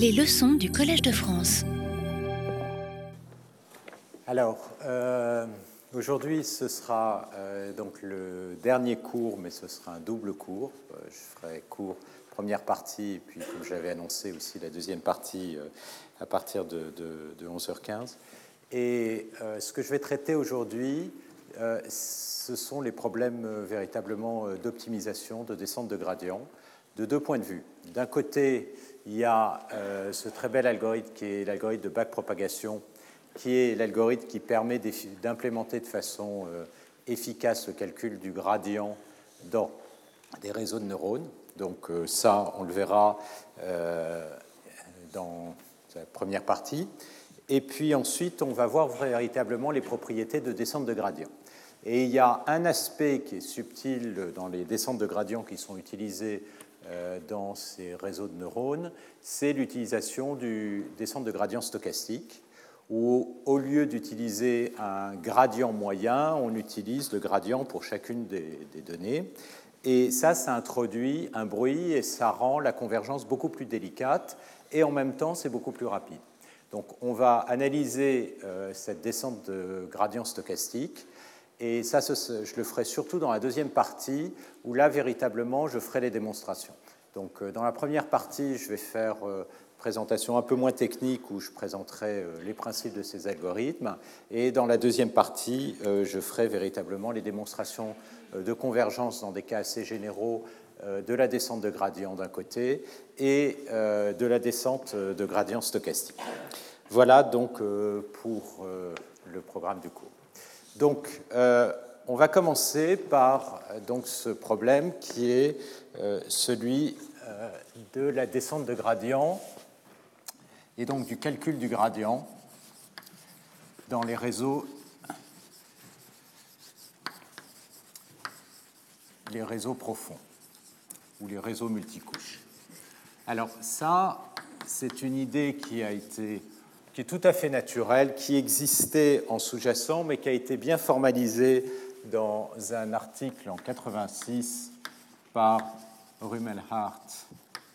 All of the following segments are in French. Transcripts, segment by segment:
Les leçons du Collège de France. Alors, aujourd'hui, ce sera donc le dernier cours, mais ce sera un double cours. Je ferai cours première partie, et puis, comme j'avais annoncé aussi, la deuxième partie à partir de 11h15. Et ce que je vais traiter aujourd'hui, ce sont les problèmes véritablement d'optimisation, de descente de gradient, de deux points de vue. D'un côté, il y a ce très bel algorithme qui est l'algorithme de backpropagation, qui est l'algorithme qui permet d'implémenter de façon efficace le calcul du gradient dans des réseaux de neurones. Donc ça, on le verra dans la première partie. Et puis ensuite, on va voir véritablement les propriétés de descente de gradient. Et il y a un aspect qui est subtil dans les descentes de gradient qui sont utilisées dans ces réseaux de neurones, c'est l'utilisation du descente de gradient stochastique, où au lieu d'utiliser un gradient moyen, on utilise le gradient pour chacune des données. Et ça introduit un bruit et ça rend la convergence beaucoup plus délicate et en même temps, c'est beaucoup plus rapide. Donc on va analyser cette descente de gradient stochastique. Et ça, je le ferai surtout dans la deuxième partie, où là, véritablement, je ferai les démonstrations. Donc, dans la première partie, je vais faire une présentation un peu moins technique, où je présenterai les principes de ces algorithmes. Et dans la deuxième partie, je ferai véritablement les démonstrations de convergence dans des cas assez généraux de la descente de gradient d'un côté et de la descente de gradient stochastique. Voilà donc pour le programme du cours. Donc, on va commencer par donc, ce problème qui est celui de la descente de gradient et donc du calcul du gradient dans les réseaux profonds ou les réseaux multicouches. Alors ça, c'est une idée qui est tout à fait naturelle, qui existait en sous-jacent, mais qui a été bien formalisée dans un article en 1986 par Rumelhart,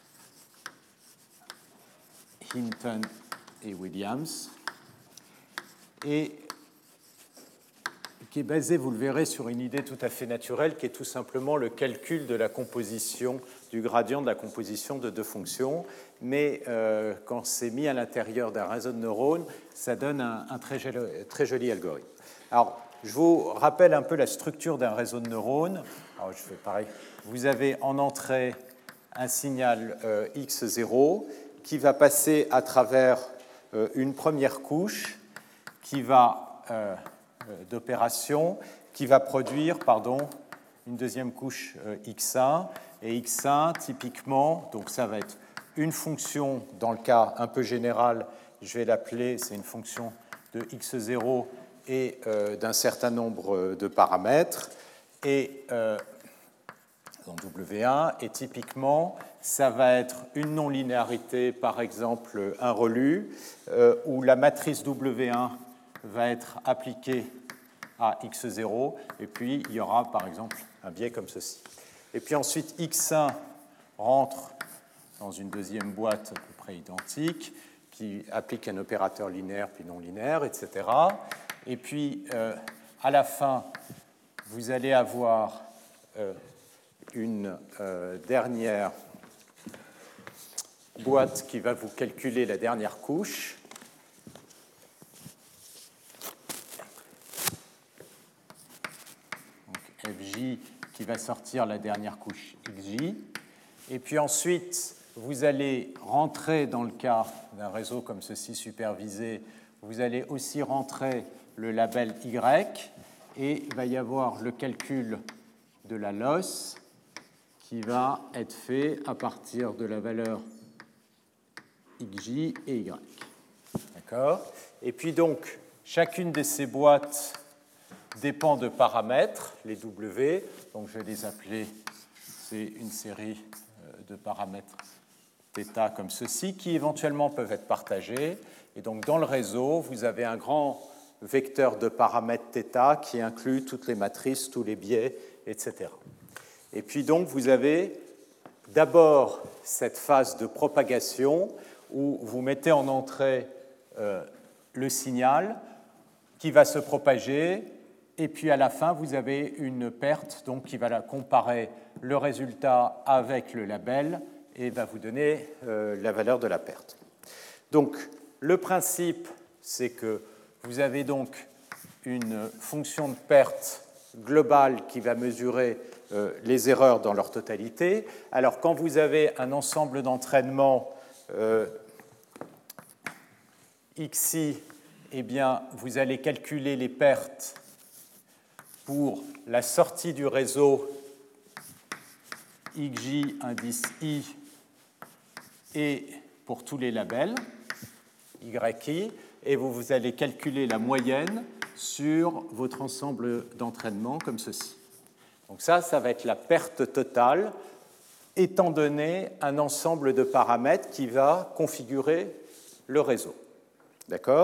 Hinton et Williams, et qui est basée, vous le verrez, sur une idée tout à fait naturelle, qui est tout simplement le calcul de la composition du gradient de la composition de deux fonctions. Mais quand c'est mis à l'intérieur d'un réseau de neurones, ça donne un très joli algorithme. Alors, je vous rappelle un peu la structure d'un réseau de neurones. Alors, je fais pareil. Vous avez en entrée un signal x0 qui va passer à travers une première couche qui va d'opération qui va produire une deuxième couche x1. Et x1, typiquement, donc ça va être une fonction, dans le cas un peu général, je vais l'appeler, c'est une fonction de x0 et d'un certain nombre de paramètres, et dans W1, et typiquement, ça va être une non-linéarité, par exemple un relu, où la matrice W1 va être appliquée à x0, et puis il y aura, par exemple, un biais comme ceci. Et puis ensuite, x1 rentre dans une deuxième boîte à peu près identique, qui applique un opérateur linéaire puis non linéaire, etc. Et puis, à la fin, vous allez avoir une dernière boîte qui va vous calculer la dernière couche. Donc, FJ qui va sortir la dernière couche XJ. Et puis ensuite, vous allez rentrer dans le cas d'un réseau comme ceci supervisé, vous allez aussi rentrer le label Y et il va y avoir le calcul de la loss qui va être fait à partir de la valeur XJ et Y. D'accord ? Et puis donc, chacune de ces boîtes dépend de paramètres, les W, donc je vais les appeler, c'est une série de paramètres θ comme ceci, qui éventuellement peuvent être partagés. Et donc dans le réseau, vous avez un grand vecteur de paramètres θ qui inclut toutes les matrices, tous les biais, etc. Et puis donc vous avez d'abord cette phase de propagation où vous mettez en entrée le signal qui va se propager, et puis à la fin, vous avez une perte donc, qui va comparer le résultat avec le label et va vous donner la valeur de la perte. Donc, le principe, c'est que vous avez donc une fonction de perte globale qui va mesurer les erreurs dans leur totalité. Alors, quand vous avez un ensemble d'entraînement XI, eh bien, vous allez calculer les pertes pour la sortie du réseau XJ indice I et pour tous les labels YI, et vous allez calculer la moyenne sur votre ensemble d'entraînement comme ceci. Donc ça va être la perte totale étant donné un ensemble de paramètres qui va configurer le réseau. D'accord ?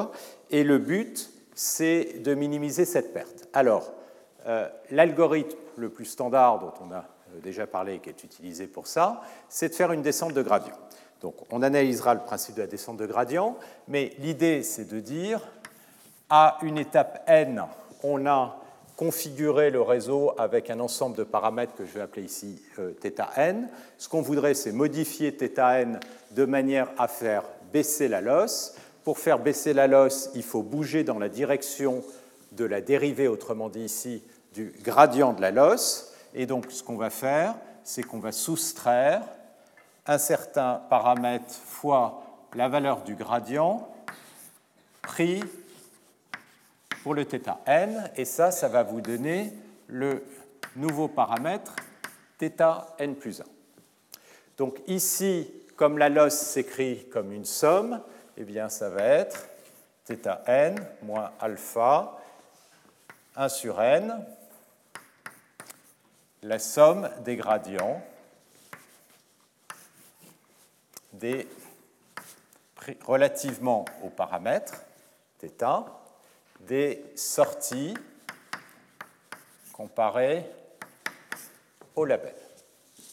Et le but, c'est de minimiser cette perte. Alors, l'algorithme le plus standard dont on a déjà parlé et qui est utilisé pour ça, c'est de faire une descente de gradient. Donc, on analysera le principe de la descente de gradient, mais l'idée, c'est de dire, à une étape n, on a configuré le réseau avec un ensemble de paramètres que je vais appeler ici θn. Ce qu'on voudrait, c'est modifier θn de manière à faire baisser la loss. Pour faire baisser la loss, il faut bouger dans la direction de la dérivée, autrement dit ici, du gradient de la loss. Et donc, ce qu'on va faire, c'est qu'on va soustraire un certain paramètre fois la valeur du gradient pris pour le θn, et ça va vous donner le nouveau paramètre θn plus 1. Donc ici, comme la loss s'écrit comme une somme, eh bien ça va être θn moins alpha 1 sur n, la somme des gradients relativement au paramètre θ des sorties comparées au label. D'accord ?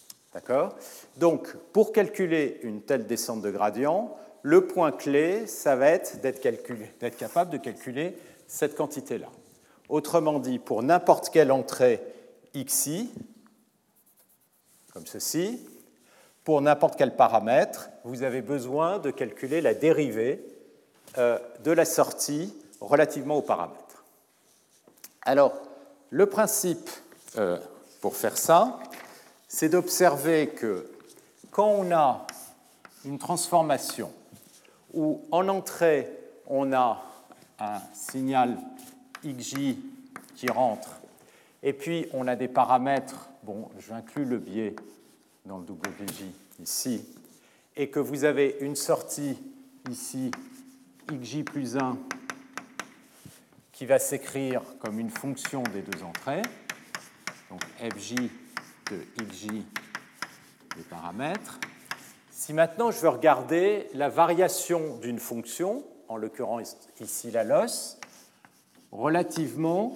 Donc, pour calculer une telle descente de gradient, le point clé, ça va être d'être capable de calculer cette quantité-là. Autrement dit, pour n'importe quelle entrée xi, comme ceci, pour n'importe quel paramètre, vous avez besoin de calculer la dérivée de la sortie relativement au paramètre. Alors, le principe pour faire ça, c'est d'observer que quand on a une transformation où en entrée, on a un signal XJ qui rentre, et puis on a des paramètres, bon, j'inclus le biais dans le WJ ici, et que vous avez une sortie ici, XJ plus 1, qui va s'écrire comme une fonction des deux entrées, donc FJ de XJ des paramètres. Si maintenant je veux regarder la variation d'une fonction, en l'occurrence ici la loss, relativement,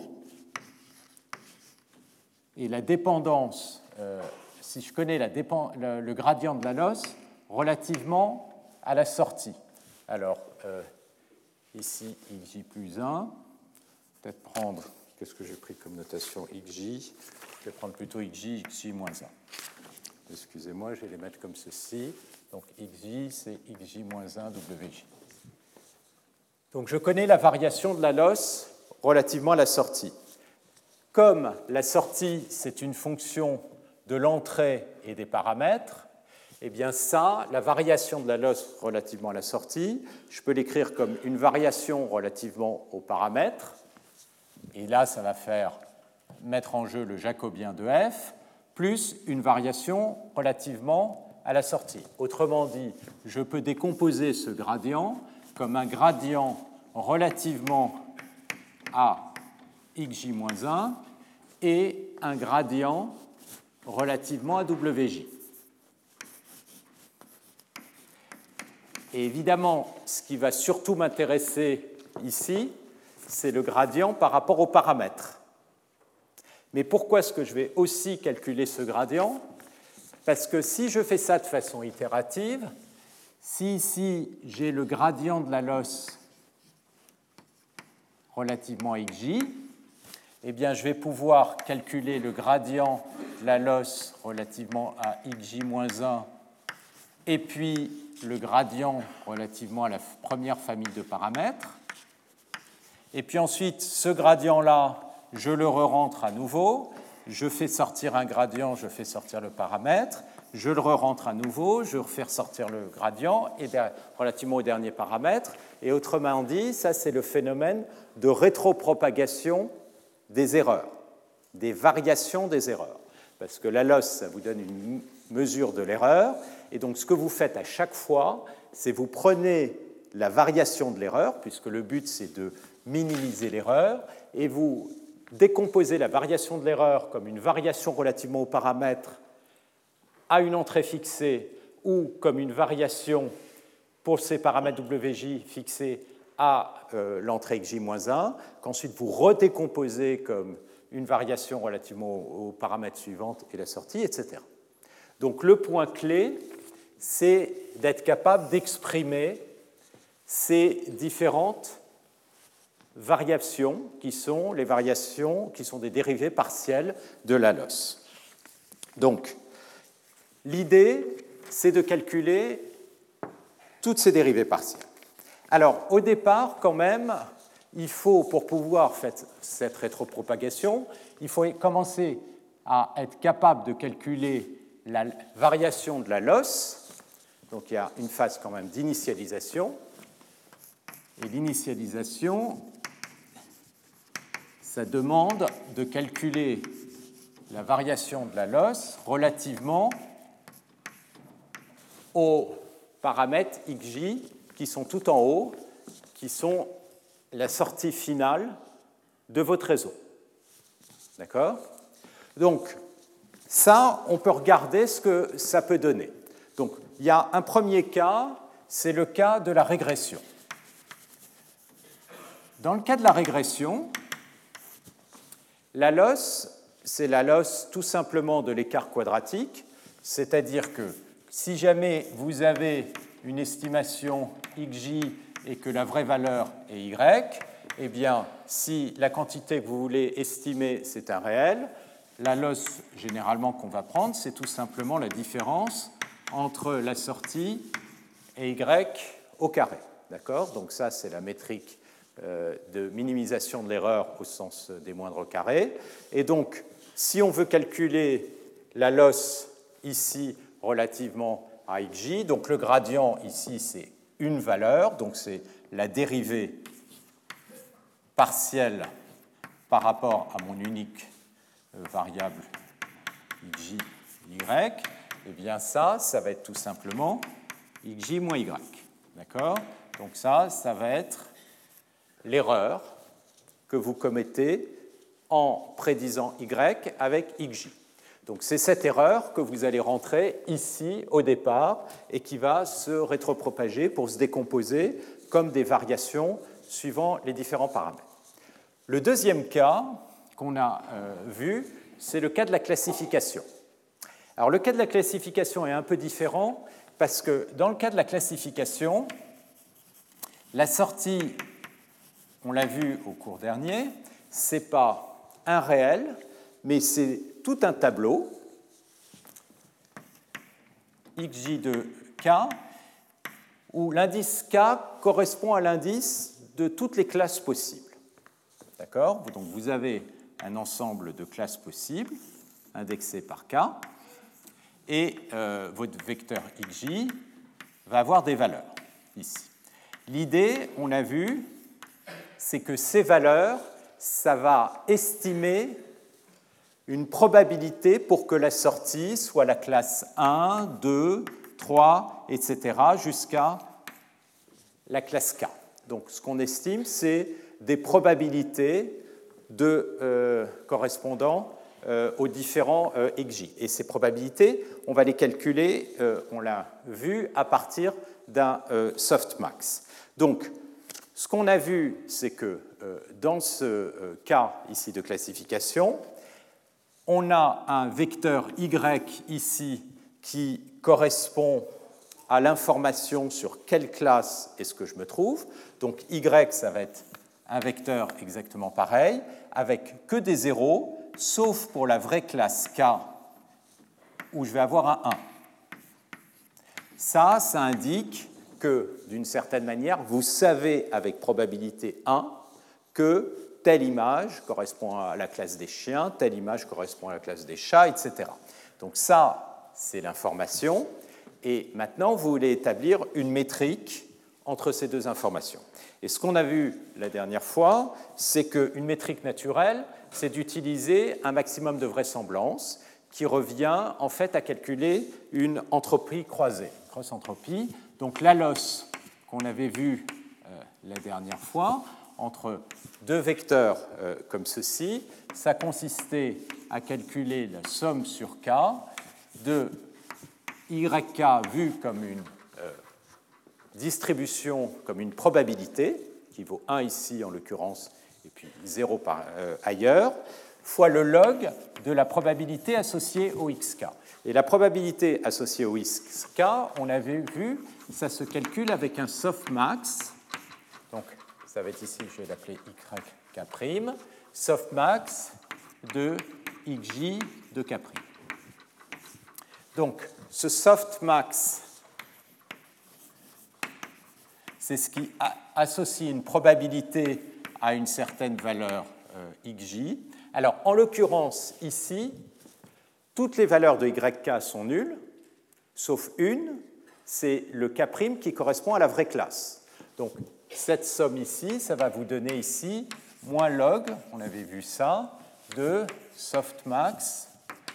et la dépendance, si je connais le gradient de la loss, relativement à la sortie. Alors, ici, XJ plus 1, peut-être prendre, qu'est-ce que j'ai pris comme notation XJ? Je vais prendre plutôt XJ, XJ moins 1. Excusez-moi, je vais les mettre comme ceci. Donc, XJ, c'est XJ moins 1, WJ. Donc, je connais la variation de la loss relativement à la sortie. Comme la sortie, c'est une fonction de l'entrée et des paramètres, eh bien ça, la variation de la loss relativement à la sortie, je peux l'écrire comme une variation relativement aux paramètres, et là, ça va faire mettre en jeu le jacobien de f, plus une variation relativement à la sortie. Autrement dit, je peux décomposer ce gradient comme un gradient relativement à xj-1 et un gradient relativement à wj. Et évidemment, ce qui va surtout m'intéresser ici, c'est le gradient par rapport aux paramètres. Mais pourquoi est-ce que je vais aussi calculer ce gradient? Parce que si je fais ça de façon itérative, Si ici j'ai le gradient de la loss relativement à xj, eh bien je vais pouvoir calculer le gradient de la loss relativement à xj-1 et puis le gradient relativement à la première famille de paramètres. Et puis ensuite, ce gradient-là, je le re-rentre à nouveau. Je fais sortir un gradient, je fais sortir le paramètre. Je le re-rentre à nouveau, je refais ressortir le gradient et relativement au dernier paramètre. Et autrement dit, ça c'est le phénomène de rétropropagation des erreurs, des variations des erreurs. Parce que la loss, ça vous donne une mesure de l'erreur. Et donc ce que vous faites à chaque fois, c'est vous prenez la variation de l'erreur, puisque le but c'est de minimiser l'erreur, et vous décomposez la variation de l'erreur comme une variation relativement au paramètre à une entrée fixée ou comme une variation pour ces paramètres WJ fixés à l'entrée xj-1, qu'ensuite vous redécomposez comme une variation relativement aux paramètres suivants et la sortie, etc. Donc le point clé, c'est d'être capable d'exprimer ces différentes variations qui sont les variations qui sont des dérivées partielles de la loss. Donc, l'idée, c'est de calculer toutes ces dérivées partielles. Alors, au départ, quand même, il faut, pour pouvoir faire cette rétropropagation, il faut commencer à être capable de calculer la variation de la loss. Donc, il y a une phase quand même d'initialisation. Et l'initialisation, ça demande de calculer la variation de la loss relativement aux paramètres xj qui sont tout en haut, qui sont la sortie finale de votre réseau. D'accord ? Donc, ça, on peut regarder ce que ça peut donner. Donc, il y a un premier cas, c'est le cas de la régression. Dans le cas de la régression, la loss, c'est la loss tout simplement de l'écart quadratique, c'est-à-dire que si jamais vous avez une estimation xj et que la vraie valeur est y, eh bien, si la quantité que vous voulez estimer, c'est un réel, la loss, généralement, qu'on va prendre, c'est tout simplement la différence entre la sortie et y au carré. D'accord ? Donc ça, c'est la métrique de minimisation de l'erreur au sens des moindres carrés. Et donc, si on veut calculer la loss ici relativement à xj, donc le gradient ici, c'est une valeur, donc c'est la dérivée partielle par rapport à mon unique variable xj, y, eh bien ça va être tout simplement xj moins y. D'accord ? Donc ça va être l'erreur que vous commettez en prédisant y avec xj. Donc c'est cette erreur que vous allez rentrer ici au départ et qui va se rétropropager pour se décomposer comme des variations suivant les différents paramètres. Le deuxième cas qu'on a vu, c'est le cas de la classification. Alors le cas de la classification est un peu différent parce que dans le cas de la classification, la sortie, on l'a vu au cours dernier, ce n'est pas un réel, mais c'est tout un tableau, xj de k, où l'indice k correspond à l'indice de toutes les classes possibles. D'accord ? Donc vous avez un ensemble de classes possibles, indexées par k, et votre vecteur xj va avoir des valeurs, ici. L'idée, on a vu, c'est que ces valeurs, ça va estimer une probabilité pour que la sortie soit la classe 1, 2, 3, etc., jusqu'à la classe K. Donc ce qu'on estime, c'est des probabilités correspondant aux différents xj. Et ces probabilités, on va les calculer, on l'a vu, à partir d'un softmax. Donc, ce qu'on a vu, c'est que dans ce cas ici de classification, on a un vecteur y ici qui correspond à l'information sur quelle classe est-ce que je me trouve. Donc y, ça va être un vecteur exactement pareil, avec que des zéros, sauf pour la vraie classe K, où je vais avoir un 1. Ça indique que, d'une certaine manière, vous savez avec probabilité 1 que telle image correspond à la classe des chiens, telle image correspond à la classe des chats, etc. Donc ça, c'est l'information. Et maintenant, vous voulez établir une métrique entre ces deux informations. Et ce qu'on a vu la dernière fois, c'est qu'une métrique naturelle, c'est d'utiliser un maximum de vraisemblance qui revient en fait à calculer une entropie croisée, cross-entropie. Donc la loss qu'on avait vue la dernière fois, entre deux vecteurs comme ceci, ça consistait à calculer la somme sur K de YK vu comme une distribution, comme une probabilité, qui vaut 1 ici en l'occurrence, et puis 0 ailleurs, fois le log de la probabilité associée au xk. Et la probabilité associée au xk, on avait vu, ça se calcule avec un softmax. Donc, ça va être ici, je vais l'appeler yk', softmax de xj de k'. Donc, ce softmax, c'est ce qui associe une probabilité à une certaine valeur xj. Alors, en l'occurrence, ici, toutes les valeurs de yk sont nulles, sauf une, c'est le k' qui correspond à la vraie classe. Donc, cette somme ici, ça va vous donner ici moins log, on avait vu ça, de softmax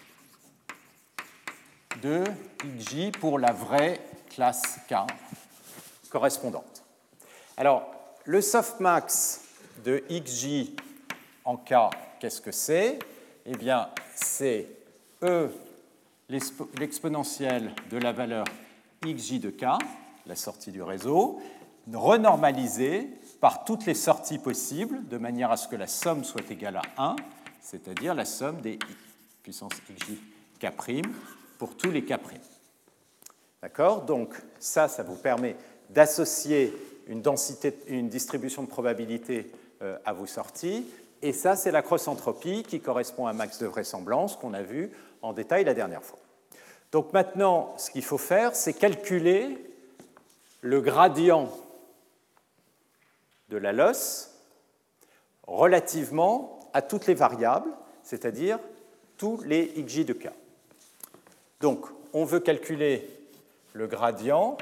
de xj pour la vraie classe k correspondante. Alors, le softmax de xj en k, qu'est-ce que c'est? Eh bien, c'est E, l'exponentielle de la valeur xj de k, la sortie du réseau, renormalisée par toutes les sorties possibles, de manière à ce que la somme soit égale à 1, c'est-à-dire la somme des puissance xj k' pour tous les k'. D'accord? Donc, ça vous permet d'associer une distribution de probabilité à vos sorties. Et ça, c'est la cross-entropie qui correspond à un max de vraisemblance qu'on a vu en détail la dernière fois. Donc maintenant, ce qu'il faut faire, c'est calculer le gradient de la loss relativement à toutes les variables, c'est-à-dire tous les xj de k. Donc, on veut calculer le gradient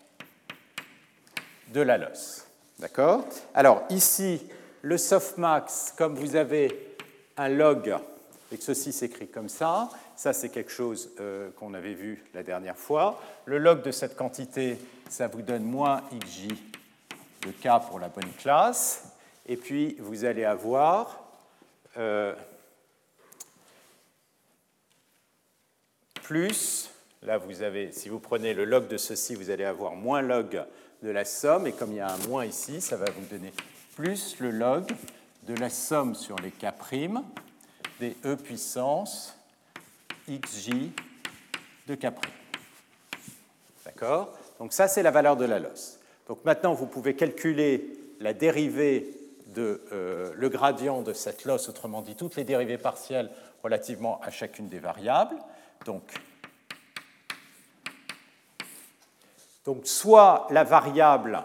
de la loss. D'accord? Alors, ici, le softmax, comme vous avez un log, et que ceci s'écrit comme ça c'est quelque chose qu'on avait vu la dernière fois. Le log de cette quantité, ça vous donne moins xj de k pour la bonne classe. Et puis, vous allez avoir plus, là vous avez, si vous prenez le log de ceci, vous allez avoir moins log de la somme, et comme il y a un moins ici, ça va vous donner plus le log de la somme sur les k' des e puissance xj de k'. D'accord? Donc ça, c'est la valeur de la loss. Donc maintenant, vous pouvez calculer la dérivée le gradient de cette loss, autrement dit, toutes les dérivées partielles relativement à chacune des variables. Donc soit la variable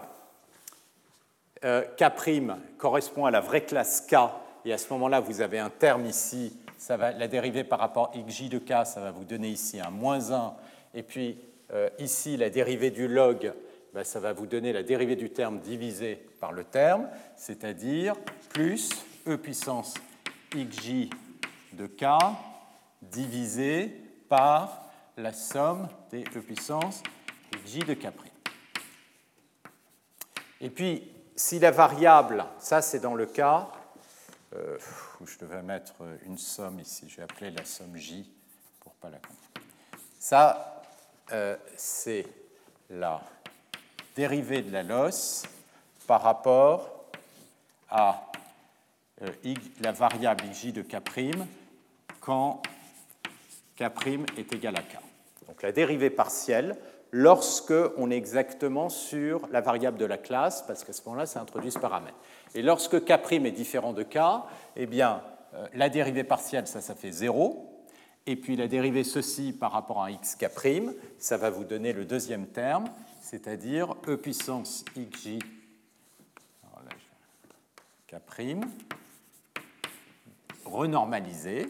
k' correspond à la vraie classe k, et à ce moment-là, vous avez un terme ici, la dérivée par rapport à xj de k, ça va vous donner ici un moins 1, et puis ici, la dérivée du log, ça va vous donner la dérivée du terme divisé par le terme, c'est-à-dire plus e puissance xj de k divisé par la somme des e puissance xj de k'. Et puis, si la variable, ça c'est dans le cas où je devais mettre une somme ici, je vais appeler la somme j pour ne pas la confondre. Ça, c'est la dérivée de la loss par rapport à la variable xj de k' quand k' est égal à k. Donc la dérivée partielle lorsqu'on est exactement sur la variable de la classe, parce qu'à ce moment-là, ça introduit ce paramètre. Et lorsque K' est différent de K, eh bien, la dérivée partielle, ça fait 0. Et puis la dérivée ceci par rapport à xk', ça va vous donner le deuxième terme, c'est-à-dire e puissance xj k', renormalisé,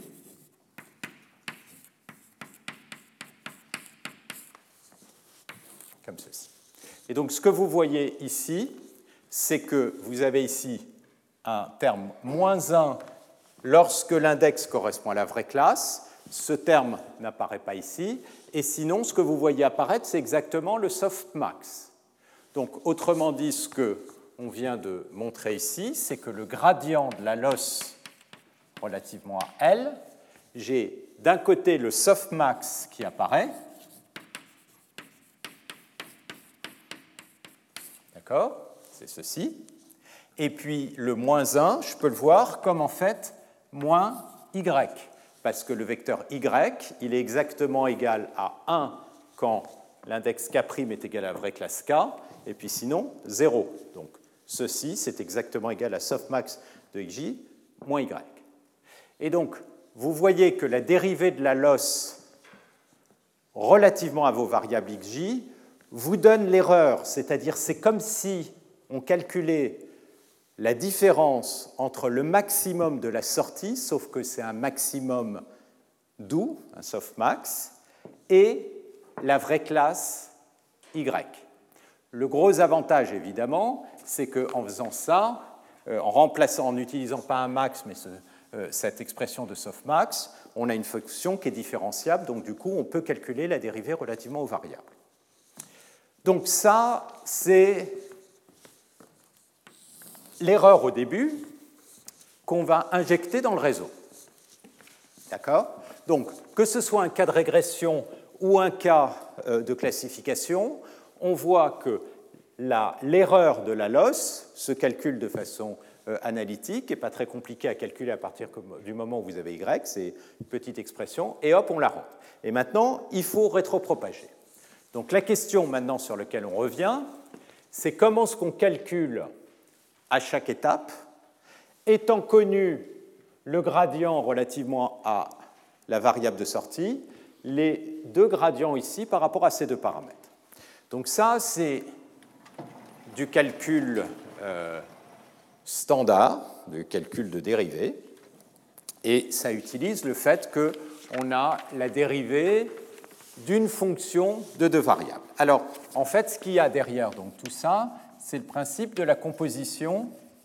comme ceci. Et donc ce que vous voyez ici, c'est que vous avez ici un terme moins 1 lorsque l'index correspond à la vraie classe. Ce terme n'apparaît pas ici. Et sinon, ce que vous voyez apparaître, c'est exactement le softmax. Donc, autrement dit, ce qu'on vient de montrer ici, c'est que le gradient de la loss relativement à L, j'ai d'un côté le softmax qui apparaît, d'accord, c'est ceci, et puis le moins 1, je peux le voir comme en fait moins y, parce que le vecteur y, il est exactement égal à 1 quand l'index k' est égal à la vraie classe k, et puis sinon 0. Donc ceci, c'est exactement égal à softmax de xj moins y. Et donc, vous voyez que la dérivée de la loss relativement à vos variables xj vous donne l'erreur, c'est-à-dire c'est comme si on calculait la différence entre le maximum de la sortie, sauf que c'est un maximum doux, un softmax, et la vraie classe y. Le gros avantage, évidemment, c'est qu'en faisant ça, en n'utilisant pas un max, mais cette expression de softmax, on a une fonction qui est différenciable, donc du coup, on peut calculer la dérivée relativement aux variables. Donc ça, c'est l'erreur au début qu'on va injecter dans le réseau. D'accord ? Donc, que ce soit un cas de régression ou un cas de classification, on voit que l'erreur de la loss se calcule de façon analytique et pas très compliquée à calculer à partir du moment où vous avez y, c'est une petite expression, et hop, on la rentre. Et maintenant, il faut rétropropager. Donc la question maintenant sur laquelle on revient, c'est comment est-ce qu'on calcule à chaque étape, étant connu le gradient relativement à la variable de sortie, les deux gradients ici par rapport à ces deux paramètres. Donc ça, c'est du calcul standard, du calcul de dérivée, et ça utilise le fait qu'on a la dérivée d'une fonction de deux variables. Alors, en fait, ce qu'il y a derrière donc, tout ça, c'est le principe de la composition.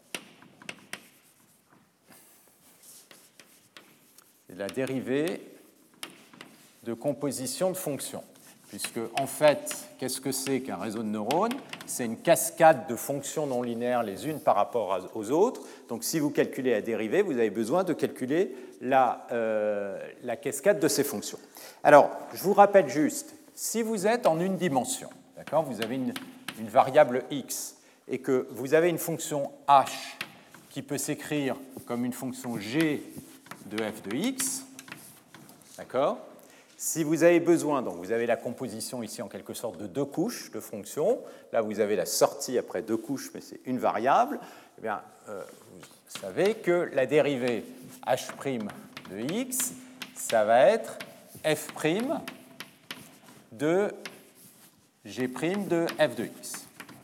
C'est la dérivée de composition de fonctions. Puisque, en fait, qu'est-ce que c'est qu'un réseau de neurones? C'est une cascade de fonctions non linéaires les unes par rapport aux autres. Donc, si vous calculez la dérivée, vous avez besoin de calculer la cascade de ces fonctions. Alors, je vous rappelle juste, si vous êtes en une dimension, d'accord, vous avez une variable x, et que vous avez une fonction h qui peut s'écrire comme une fonction g de f de x, d'accord. Si vous avez besoin, donc vous avez la composition ici en quelque sorte de deux couches de fonctions, là vous avez la sortie après deux couches, mais c'est une variable, eh bien, vous savez que la dérivée h' de x, ça va être f' de g' de f de x.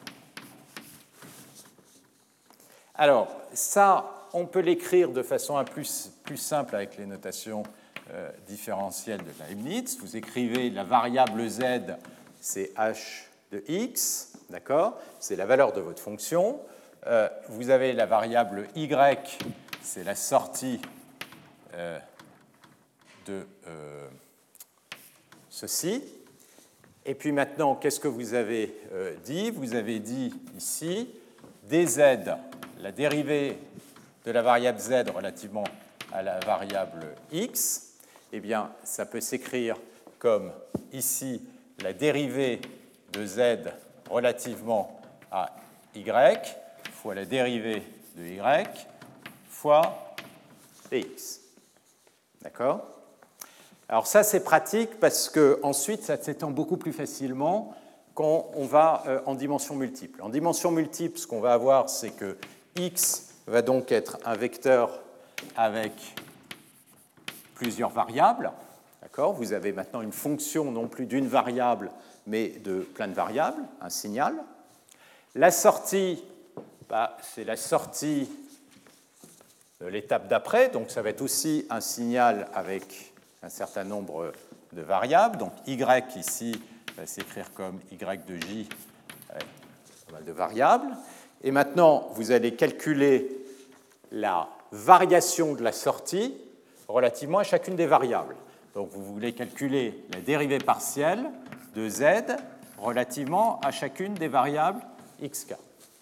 Alors, ça, on peut l'écrire de façon un plus simple avec les notations différentielles de Leibniz. Vous écrivez la variable z, c'est h de x, d'accord? C'est la valeur de votre fonction. Vous avez la variable y, c'est la sortie de ceci. Et puis maintenant, qu'est-ce que vous avez dit? Vous avez dit ici dz, la dérivée de la variable z relativement à la variable x, eh bien, ça peut s'écrire comme ici la dérivée de z relativement à y fois la dérivée de y fois dx. D'accord? Alors ça, c'est pratique parce qu'ensuite, ça s'étend beaucoup plus facilement quand on va en dimension multiple. En dimension multiple, ce qu'on va avoir, c'est que x va donc être un vecteur avec plusieurs variables. D'accord ? Vous avez maintenant une fonction non plus d'une variable, mais de plein de variables, un signal. La sortie, c'est la sortie de l'étape d'après, donc ça va être aussi un signal avec un certain nombre de variables. Donc y ici va s'écrire comme y de j avec pas mal de variables. Et maintenant, vous allez calculer la variation de la sortie relativement à chacune des variables. Donc vous voulez calculer la dérivée partielle de z relativement à chacune des variables xk.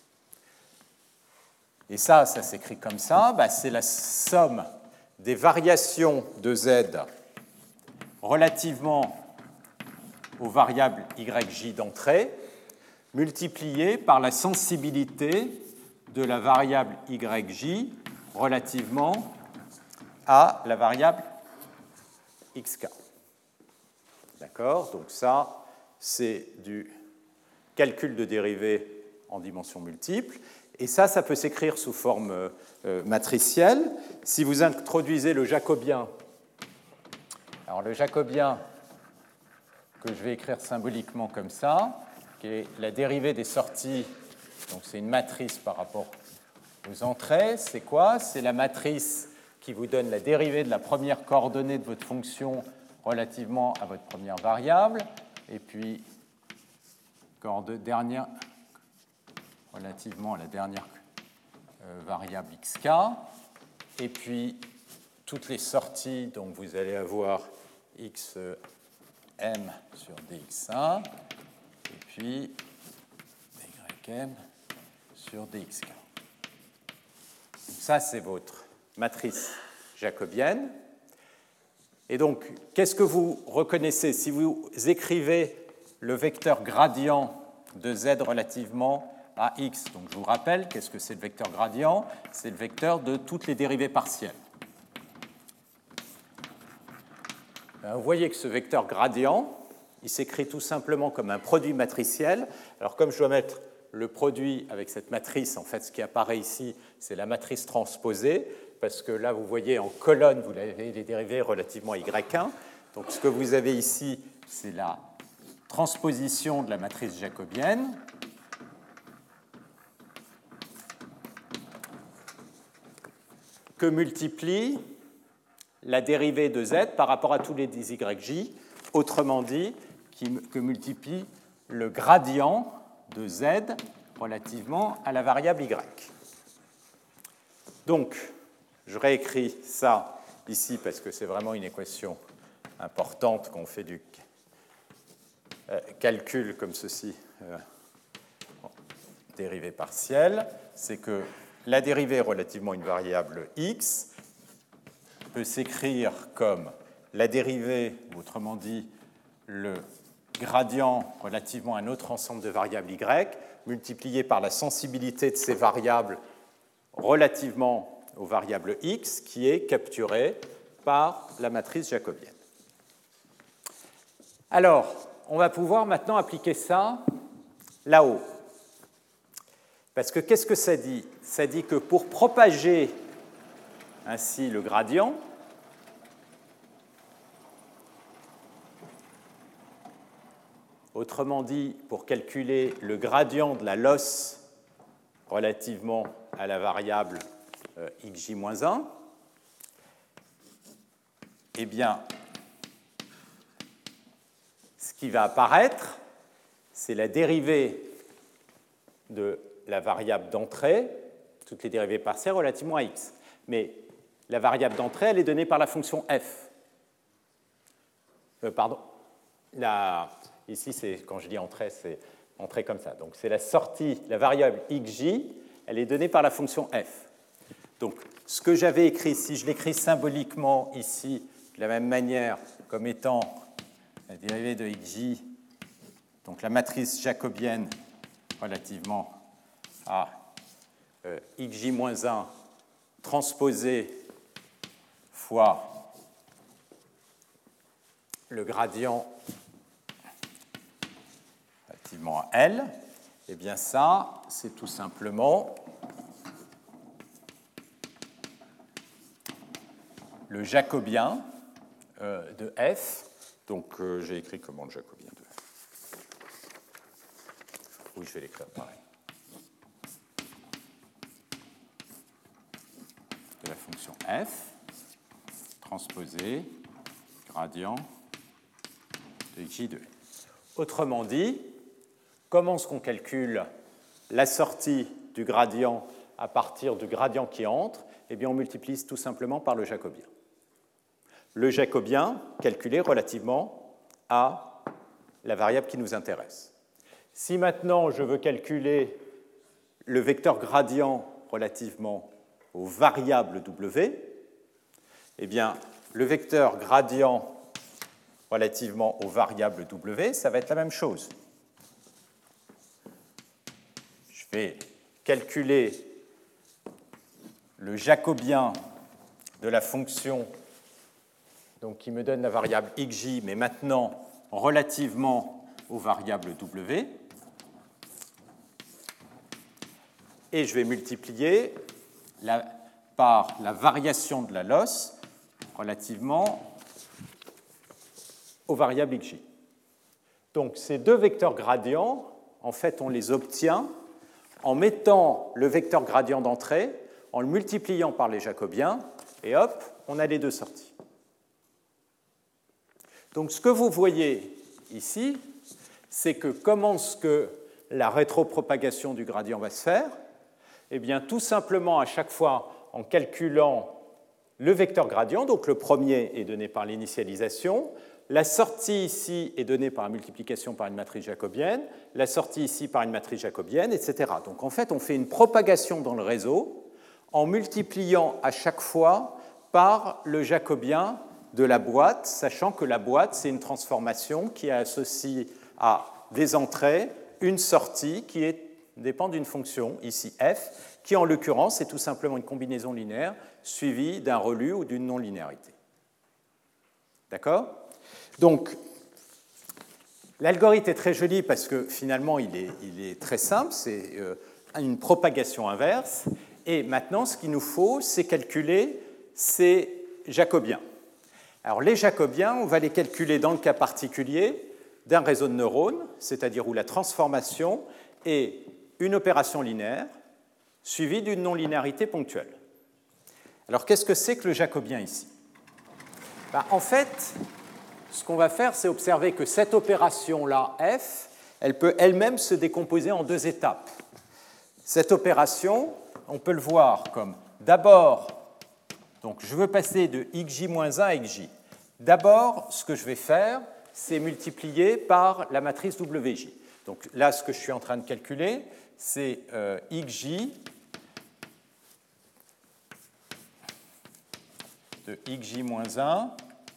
Et ça s'écrit comme ça, c'est la somme des variations de z relativement aux variables yj d'entrée, multipliée par la sensibilité de la variable yj relativement à la variable xk. D'accord ? Donc ça, c'est du calcul de dérivée en dimension multiple. Et ça peut s'écrire sous forme matricielle. Si vous introduisez le jacobien, alors le jacobien que je vais écrire symboliquement comme ça, qui est la dérivée des sorties, donc c'est une matrice par rapport aux entrées, c'est quoi ? C'est la matrice qui vous donne la dérivée de la première coordonnée de votre fonction relativement à votre première variable, et puis dernière relativement à la dernière variable xk, et puis toutes les sorties, donc vous allez avoir xm sur dx1, et puis ym sur dxk. Ça, c'est votre matrice jacobienne. Et donc, qu'est-ce que vous reconnaissez si vous écrivez le vecteur gradient de z relativement à x? Donc, je vous rappelle, qu'est-ce que c'est le vecteur gradient? C'est le vecteur de toutes les dérivées partielles. Vous voyez que ce vecteur gradient, il s'écrit tout simplement comme un produit matriciel. Alors, comme je dois mettre le produit avec cette matrice, en fait, ce qui apparaît ici, c'est la matrice transposée, parce que là, vous voyez en colonne, vous avez les dérivées relativement à y1. Donc, ce que vous avez ici, c'est la transposition de la matrice jacobienne. Que multiplie la dérivée de z par rapport à tous les yj, autrement dit, que multiplie le gradient de z relativement à la variable y. Donc, je réécris ça ici parce que c'est vraiment une équation importante quand on fait du calcul comme ceci, dérivée partielle, c'est que la dérivée relativement à une variable x peut s'écrire comme la dérivée, autrement dit, le gradient relativement à un autre ensemble de variables y, multiplié par la sensibilité de ces variables relativement aux variables x, qui est capturée par la matrice jacobienne. Alors, on va pouvoir maintenant appliquer ça là-haut. Parce que qu'est-ce que ça dit? Ça dit que pour propager ainsi le gradient, autrement dit, pour calculer le gradient de la loss relativement à la variable xj-1, eh bien, ce qui va apparaître, c'est la dérivée de la variable d'entrée, toutes les dérivées partielles relativement à x. Mais la variable d'entrée, elle est donnée par la fonction f. Ici, quand je dis entrée, c'est entrée comme ça. Donc, c'est la sortie, la variable xj, elle est donnée par la fonction f. Donc, ce que j'avais écrit, si je l'écris symboliquement ici, de la même manière, comme étant la dérivée de xj, donc la matrice jacobienne relativement à xj-1 transposée fois le gradient relativement à L, eh bien ça, c'est tout simplement le jacobien de F. Donc j'ai écrit comment le jacobien de F? Oui, je vais l'écrire pareil. De la fonction F, transposé, gradient de J de L. Autrement dit, comment est-ce qu'on calcule la sortie du gradient à partir du gradient qui entre? Eh bien, on multiplie tout simplement par le jacobien. Le jacobien calculé relativement à la variable qui nous intéresse. Si maintenant je veux calculer le vecteur gradient relativement aux variables W, eh bien, le vecteur gradient relativement aux variables W, ça va être la même chose. Je vais calculer le jacobien de la fonction donc, qui me donne la variable xj, mais maintenant relativement aux variables W. Et je vais multiplier par la variation de la loss relativement aux variables xj. Donc ces deux vecteurs gradients, en fait, on les obtient en mettant le vecteur gradient d'entrée, en le multipliant par les jacobiens, et hop, on a les deux sorties. Donc ce que vous voyez ici, c'est que comment est-ce que la rétropropagation du gradient va se faire? Eh bien, tout simplement, à chaque fois, en calculant le vecteur gradient, donc le premier est donné par l'initialisation, la sortie ici est donnée par la multiplication par une matrice jacobienne, la sortie ici par une matrice jacobienne, etc. Donc en fait, on fait une propagation dans le réseau en multipliant à chaque fois par le jacobien de la boîte, sachant que la boîte, c'est une transformation qui associe à des entrées une sortie qui dépend d'une fonction, ici f, qui en l'occurrence est tout simplement une combinaison linéaire suivie d'un relu ou d'une non-linéarité. D'accord? Donc, l'algorithme est très joli parce que finalement, il est très simple, c'est une propagation inverse. Et maintenant, ce qu'il nous faut, c'est calculer ces jacobiens. Alors, les jacobiens, on va les calculer dans le cas particulier d'un réseau de neurones, c'est-à-dire où la transformation est une opération linéaire suivie d'une non-linéarité ponctuelle. Alors, qu'est-ce que c'est que le jacobien ici? En fait, ce qu'on va faire, c'est observer que cette opération-là, f, elle peut elle-même se décomposer en deux étapes. Cette opération, on peut le voir comme d'abord, donc je veux passer de xj-1 à xj. D'abord, ce que je vais faire, c'est multiplier par la matrice wj. Donc là, ce que je suis en train de calculer, c'est xj de xj-1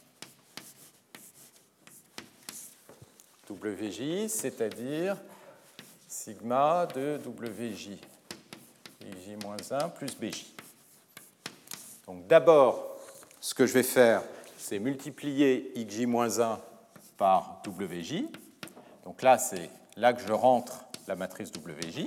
wj, c'est-à-dire sigma de wj xj-1 plus bj. Donc d'abord, ce que je vais faire, c'est multiplier xj-1 par wj. Donc là, c'est là que je rentre la matrice wj.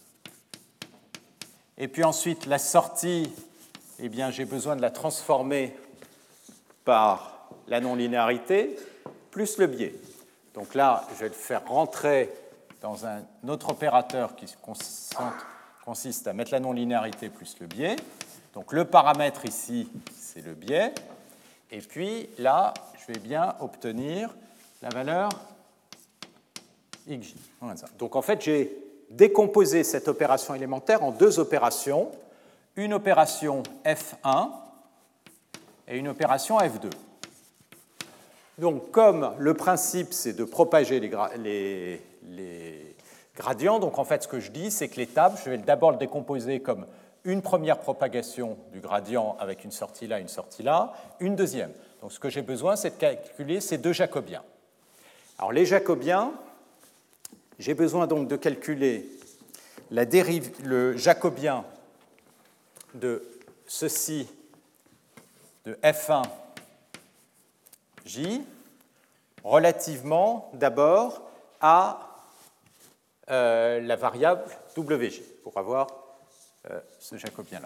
Et puis ensuite, la sortie, eh bien, j'ai besoin de la transformer par la non-linéarité plus le biais. Donc là, je vais le faire rentrer dans un autre opérateur qui consiste à mettre la non-linéarité plus le biais. Donc le paramètre ici, c'est le biais. Et puis là, je vais bien obtenir la valeur xj. Donc en fait, j'ai décomposé cette opération élémentaire en deux opérations. Une opération F1 et une opération F2. Donc, comme le principe, c'est de propager les gradients, donc en fait, ce que je dis, c'est que l'étape, je vais d'abord le décomposer comme une première propagation du gradient avec une sortie là, une deuxième. Donc, ce que j'ai besoin, c'est de calculer ces deux jacobiens. Alors, les jacobiens, j'ai besoin donc de calculer le jacobien de ceci, de F1J, relativement d'abord à la variable WG, pour avoir ce jacobien-là.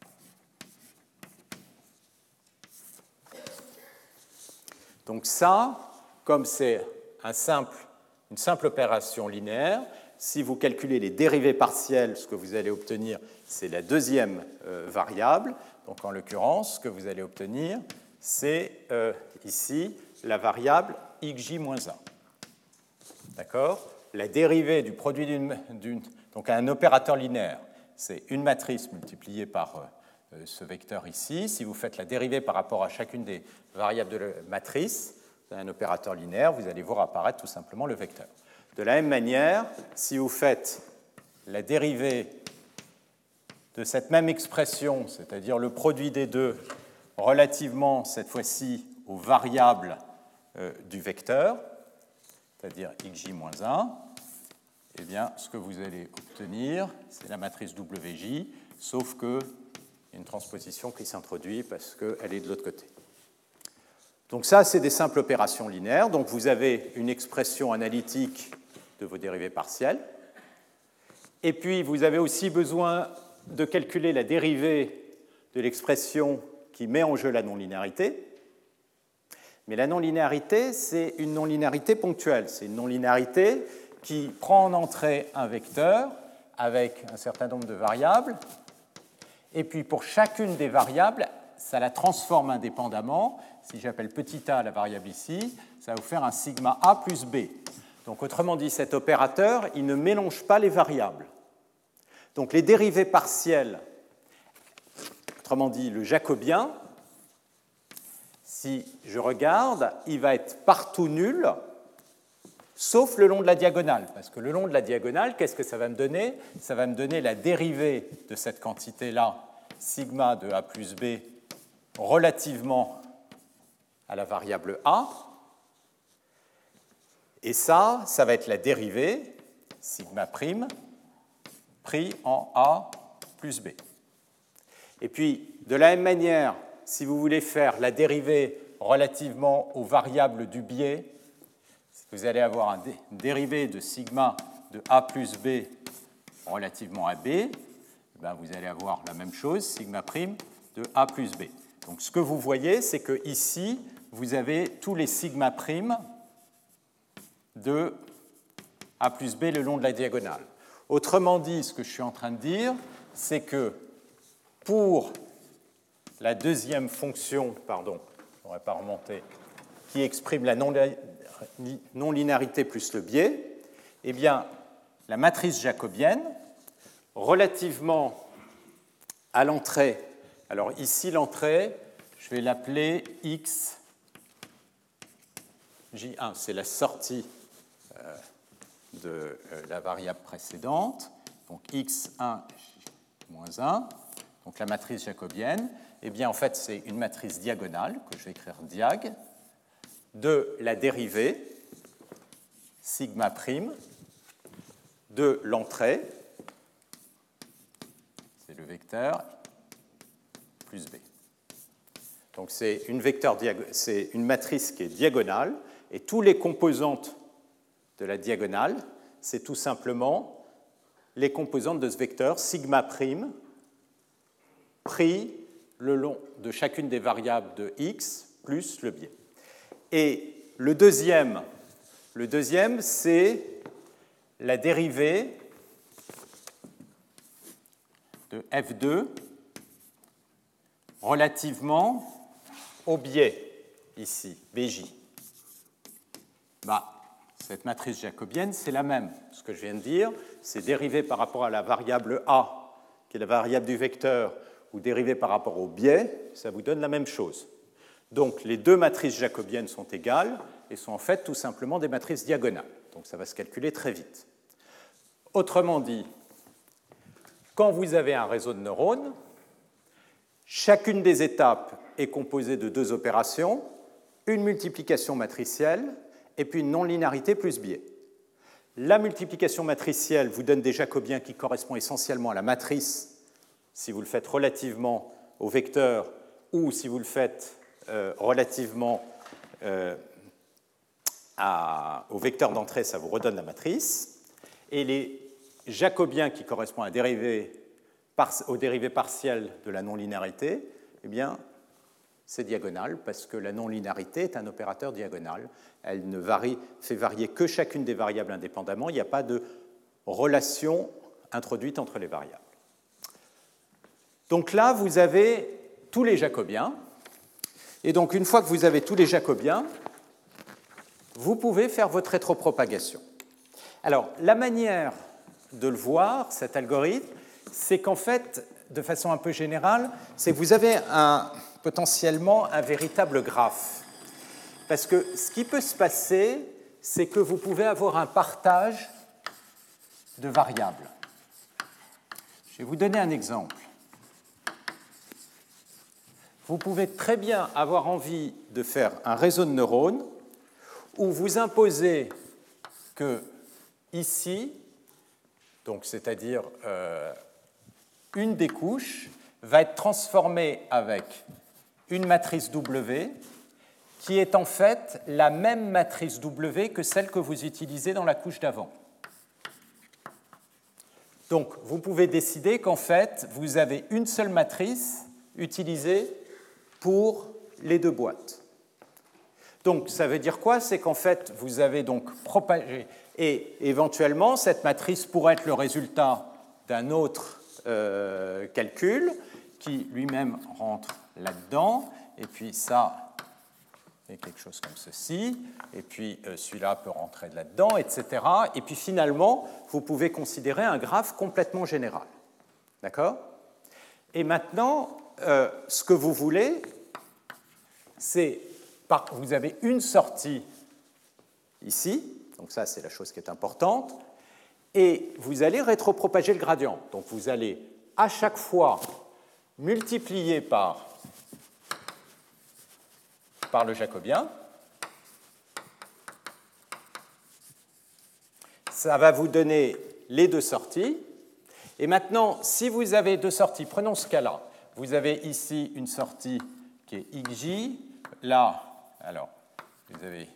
Donc ça, comme c'est une simple opération linéaire, si vous calculez les dérivées partielles, ce que vous allez obtenir, c'est la deuxième variable. Donc en l'occurrence, ce que vous allez obtenir, c'est ici la variable xj-1. D'accord? La dérivée du produit donc un opérateur linéaire, c'est une matrice multipliée par ce vecteur ici. Si vous faites la dérivée par rapport à chacune des variables de la matrice, vous avez un opérateur linéaire, vous allez voir apparaître tout simplement le vecteur. De la même manière, si vous faites la dérivée de cette même expression, c'est-à-dire le produit des deux, relativement, cette fois-ci, aux variables du vecteur, c'est-à-dire xj-1, eh bien, ce que vous allez obtenir, c'est la matrice WJ, sauf qu'il y a une transposition qui s'introduit parce qu'elle est de l'autre côté. Donc ça, c'est des simples opérations linéaires. Donc vous avez une expression analytique de vos dérivées partielles. Et puis, vous avez aussi besoin de calculer la dérivée de l'expression qui met en jeu la non-linéarité. Mais la non-linéarité, c'est une non-linéarité ponctuelle. C'est une non-linéarité qui prend en entrée un vecteur avec un certain nombre de variables. Et puis, pour chacune des variables, ça la transforme indépendamment. Si j'appelle petit a la variable ici, ça va vous faire un sigma a plus b. Donc, autrement dit, cet opérateur, il ne mélange pas les variables. Donc, les dérivées partielles, autrement dit, le jacobien, si je regarde, il va être partout nul, sauf le long de la diagonale. Parce que le long de la diagonale, qu'est-ce que ça va me donner? Ça va me donner la dérivée de cette quantité-là, sigma de a plus b, relativement à la variable a. Et ça va être la dérivée, sigma prime, pris en a plus b. Et puis, de la même manière, si vous voulez faire la dérivée relativement aux variables du biais, vous allez avoir une dérivée de sigma de a plus b relativement à b, ben vous allez avoir la même chose, sigma prime de a plus b. Donc ce que vous voyez, c'est que ici, vous avez tous les sigma primes de a plus b le long de la diagonale. Autrement dit, ce que je suis en train de dire, c'est que pour la deuxième fonction, pardon, je n'aurais pas remonté, qui exprime la non-linéarité plus le biais, eh bien, la matrice jacobienne, relativement à l'entrée, alors ici l'entrée, je vais l'appeler x J1, c'est la sortie de la variable précédente, donc x1 moins 1, donc la matrice jacobienne, eh bien en fait c'est une matrice diagonale, que je vais écrire diag, de la dérivée sigma prime de l'entrée, c'est le vecteur, plus b. Donc c'est une matrice qui est diagonale, et tous les composantes de la diagonale, c'est tout simplement les composantes de ce vecteur sigma prime pris le long de chacune des variables de x plus le biais. Et le deuxième c'est la dérivée de f2 relativement au biais, ici, bj. Cette matrice jacobienne, c'est la même. Ce que je viens de dire, c'est dérivé par rapport à la variable a, qui est la variable du vecteur, ou dérivé par rapport au biais, ça vous donne la même chose. Donc les deux matrices jacobiennes sont égales et sont en fait tout simplement des matrices diagonales. Donc ça va se calculer très vite. Autrement dit, quand vous avez un réseau de neurones, chacune des étapes est composée de deux opérations, une multiplication matricielle et puis une non-linéarité plus biais. La multiplication matricielle vous donne des jacobiens qui correspondent essentiellement à la matrice, si vous le faites relativement au vecteur ou si vous le faites relativement au vecteur d'entrée, ça vous redonne la matrice. Et les jacobiens qui correspondent aux dérivés partiels de la non-linéarité, eh bien, c'est diagonal, parce que la non-linéarité est un opérateur diagonal. Elle ne fait varier que chacune des variables indépendamment. Il n'y a pas de relation introduite entre les variables. Donc là, vous avez tous les jacobiens. Et donc, une fois que vous avez tous les jacobiens, vous pouvez faire votre rétropropagation. Alors, la manière de le voir, cet algorithme, c'est qu'en fait, de façon un peu générale, c'est que vous avez potentiellement un véritable graphe. Parce que ce qui peut se passer, c'est que vous pouvez avoir un partage de variables. Je vais vous donner un exemple. Vous pouvez très bien avoir envie de faire un réseau de neurones où vous imposez que ici, donc c'est-à-dire une des couches, va être transformée avec une matrice W qui est en fait la même matrice W que celle que vous utilisez dans la couche d'avant. Donc, vous pouvez décider qu'en fait, vous avez une seule matrice utilisée pour les deux boîtes. Donc, ça veut dire quoi? C'est qu'en fait, vous avez donc propagé, et éventuellement, cette matrice pourrait être le résultat d'un autre calcul qui lui-même rentre là-dedans, et puis ça, c'est quelque chose comme ceci, et puis celui-là peut rentrer là-dedans, etc. Et puis finalement, vous pouvez considérer un graphe complètement général. D'accord? Et maintenant, ce que vous voulez, c'est, vous avez une sortie ici, donc ça c'est la chose qui est importante, et vous allez rétropropager le gradient. Donc vous allez à chaque fois multiplier par le jacobien. Ça va vous donner les deux sorties. Et maintenant, si vous avez deux sorties, prenons ce cas-là. Vous avez ici une sortie qui est xj. Là, alors, vous avez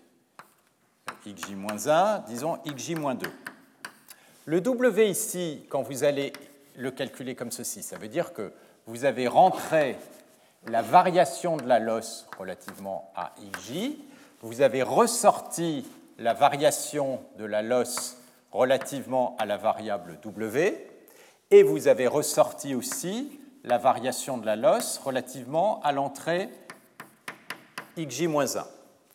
xj-1, disons xj-2. Le W ici, quand vous allez le calculer comme ceci, ça veut dire que vous avez rentré la variation de la loss relativement à xj, vous avez ressorti la variation de la loss relativement à la variable w, et vous avez ressorti aussi la variation de la loss relativement à l'entrée xj-1.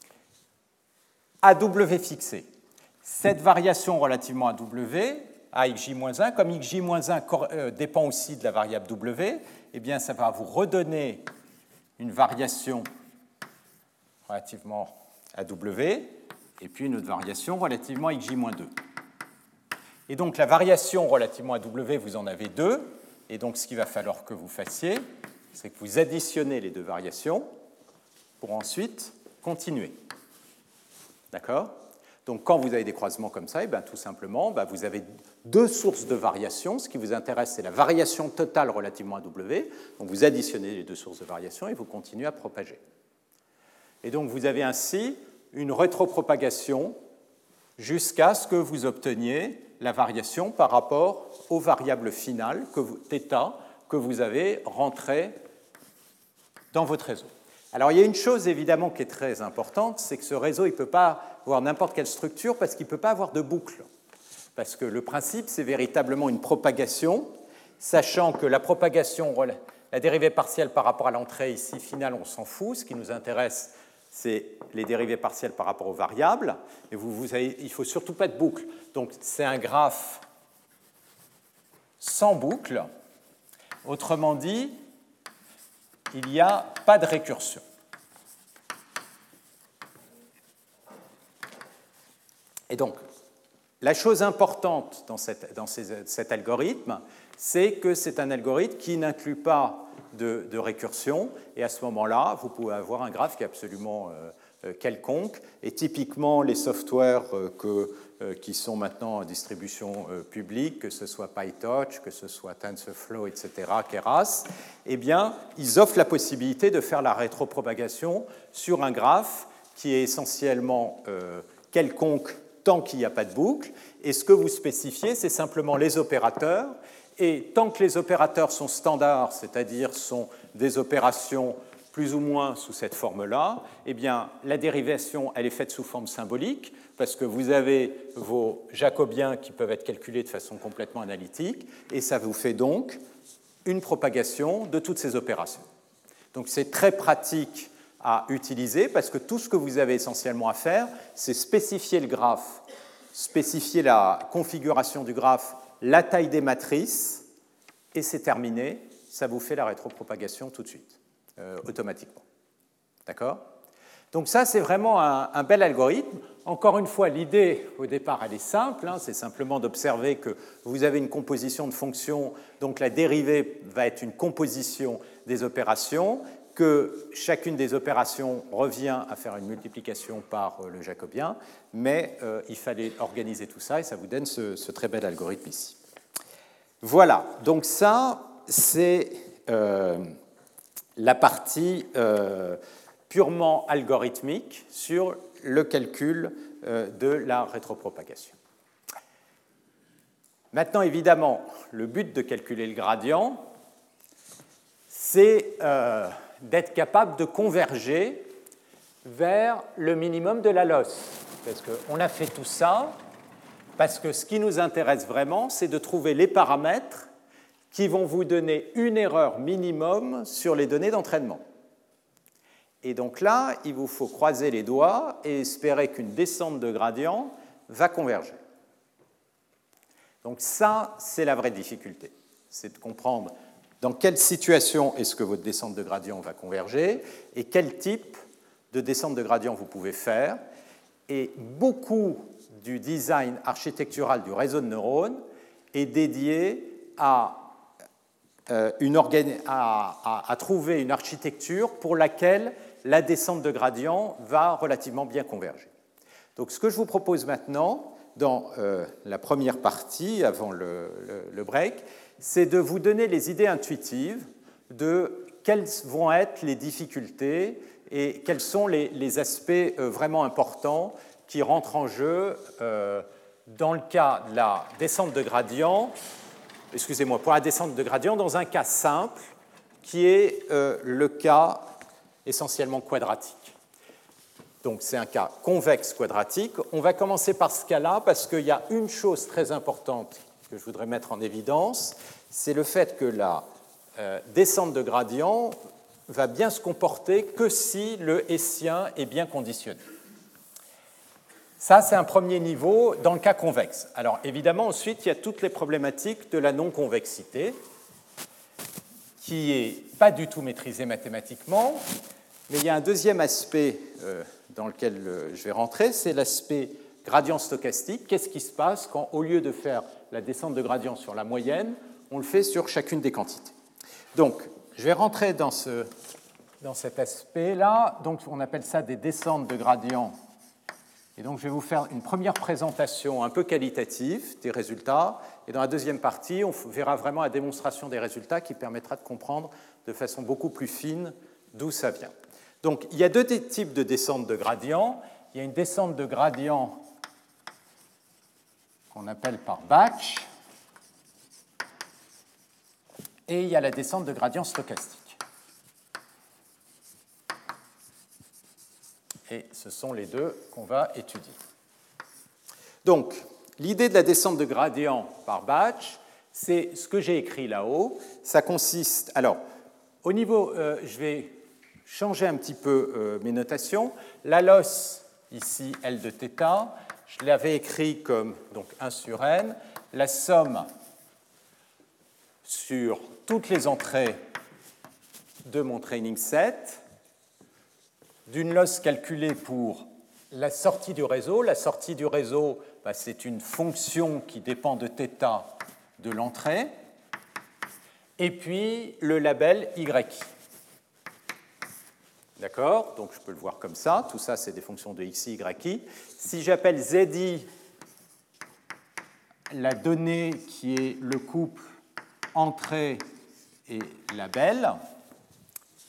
À w fixé. Cette variation relativement à w, à xj-1, comme xj-1 dépend aussi de la variable w, eh bien, ça va vous redonner une variation relativement à w, et puis une autre variation relativement à xj-2. Et donc, la variation relativement à w, vous en avez deux, et donc ce qu'il va falloir que vous fassiez, c'est que vous additionnez les deux variations pour ensuite continuer. D'accord ? Donc, quand vous avez des croisements comme ça, tout simplement, vous avez deux sources de variation. Ce qui vous intéresse, c'est la variation totale relativement à W. Donc, vous additionnez les deux sources de variation et vous continuez à propager. Et donc, vous avez ainsi une rétropropagation jusqu'à ce que vous obteniez la variation par rapport aux variables finales, θ, que vous avez rentrées dans votre réseau. Alors, il y a une chose évidemment qui est très importante, c'est que ce réseau, il ne peut pas avoir n'importe quelle structure parce qu'il ne peut pas avoir de boucle. Parce que le principe, c'est véritablement une propagation, sachant que la propagation, la dérivée partielle par rapport à l'entrée ici finale, on s'en fout. Ce qui nous intéresse, c'est les dérivées partielles par rapport aux variables. Et il ne faut surtout pas de boucle. Donc, c'est un graphe sans boucle. Autrement dit, il n'y a pas de récursion. Et donc, la chose importante dans cet algorithme, c'est que c'est un algorithme qui n'inclut pas de récursion, et à ce moment-là, vous pouvez avoir un graphe qui est absolument quelconque, et typiquement les softwares qui sont maintenant en distribution publique, que ce soit PyTorch, que ce soit TensorFlow, etc., Keras, eh bien, ils offrent la possibilité de faire la rétropropagation sur un graphe qui est essentiellement quelconque tant qu'il n'y a pas de boucle. Et ce que vous spécifiez, c'est simplement les opérateurs. Et tant que les opérateurs sont standards, c'est-à-dire sont des opérations plus ou moins sous cette forme-là, eh bien, la dérivation, elle est faite sous forme symbolique, parce que vous avez vos jacobiens qui peuvent être calculés de façon complètement analytique, et ça vous fait donc une propagation de toutes ces opérations. Donc c'est très pratique à utiliser, parce que tout ce que vous avez essentiellement à faire, c'est spécifier le graphe, spécifier la configuration du graphe, la taille des matrices, et c'est terminé, ça vous fait la rétropropagation tout de suite, automatiquement. D'accord ? Donc ça, c'est vraiment un bel algorithme. Encore une fois, l'idée, au départ, elle est simple, c'est simplement d'observer que vous avez une composition de fonctions, donc la dérivée va être une composition des opérations, que chacune des opérations revient à faire une multiplication par le jacobien, mais il fallait organiser tout ça, et ça vous donne ce très bel algorithme ici. Voilà, donc ça, c'est la partie purement algorithmique sur le calcul de la rétropropagation. Maintenant, évidemment, le but de calculer le gradient, c'est d'être capable de converger vers le minimum de la losse. Parce qu'on a fait tout ça, parce que ce qui nous intéresse vraiment, c'est de trouver les paramètres qui vont vous donner une erreur minimum sur les données d'entraînement. Et donc là, il vous faut croiser les doigts et espérer qu'une descente de gradient va converger. Donc ça, c'est la vraie difficulté. C'est de comprendre dans quelle situation est-ce que votre descente de gradient va converger et quel type de descente de gradient vous pouvez faire. Et beaucoup du design architectural du réseau de neurones est dédié à trouver une architecture pour laquelle la descente de gradient va relativement bien converger. Donc ce que je vous propose maintenant, dans la première partie, avant le break, c'est de vous donner les idées intuitives de quelles vont être les difficultés et quels sont les aspects vraiment importants qui rentrent en jeu dans le cas de la descente de gradient, pour la descente de gradient dans un cas simple qui est le cas essentiellement quadratique. Donc c'est un cas convexe quadratique. On va commencer par ce cas-là parce qu'il y a une chose très importante que je voudrais mettre en évidence, c'est le fait que la descente de gradient va bien se comporter que si le hessien est bien conditionné. Ça, c'est un premier niveau dans le cas convexe. Alors évidemment, ensuite, il y a toutes les problématiques de la non-convexité, qui n'est pas du tout maîtrisée mathématiquement, mais il y a un deuxième aspect dans lequel je vais rentrer, c'est l'aspect gradient stochastique. Qu'est-ce qui se passe quand, au lieu de faire la descente de gradient sur la moyenne, on le fait sur chacune des quantités? Donc, je vais rentrer dans cet aspect-là. Donc, on appelle ça des descentes de gradient. Et donc, je vais vous faire une première présentation un peu qualitative des résultats. Et dans la deuxième partie, on verra vraiment la démonstration des résultats qui permettra de comprendre de façon beaucoup plus fine d'où ça vient. Donc, il y a deux types de descente de gradient. Il y a une descente de gradient qu'on appelle par batch, et il y a la descente de gradient stochastique. Et ce sont les deux qu'on va étudier. Donc, l'idée de la descente de gradient par batch, c'est ce que j'ai écrit là-haut. Ça consiste... Alors, au niveau... je vais changer un petit peu mes notations. La losse, ici, L de θ, je l'avais écrit comme donc, 1 sur n. La somme sur toutes les entrées de mon training set, d'une losse calculée pour la sortie du réseau. La sortie du réseau, c'est une fonction qui dépend de θ de l'entrée. Et puis le label YI. D'accord? Donc je peux le voir comme ça. Tout ça, c'est des fonctions de XI, YI. Si j'appelle ZI la donnée qui est le couple entrée et label,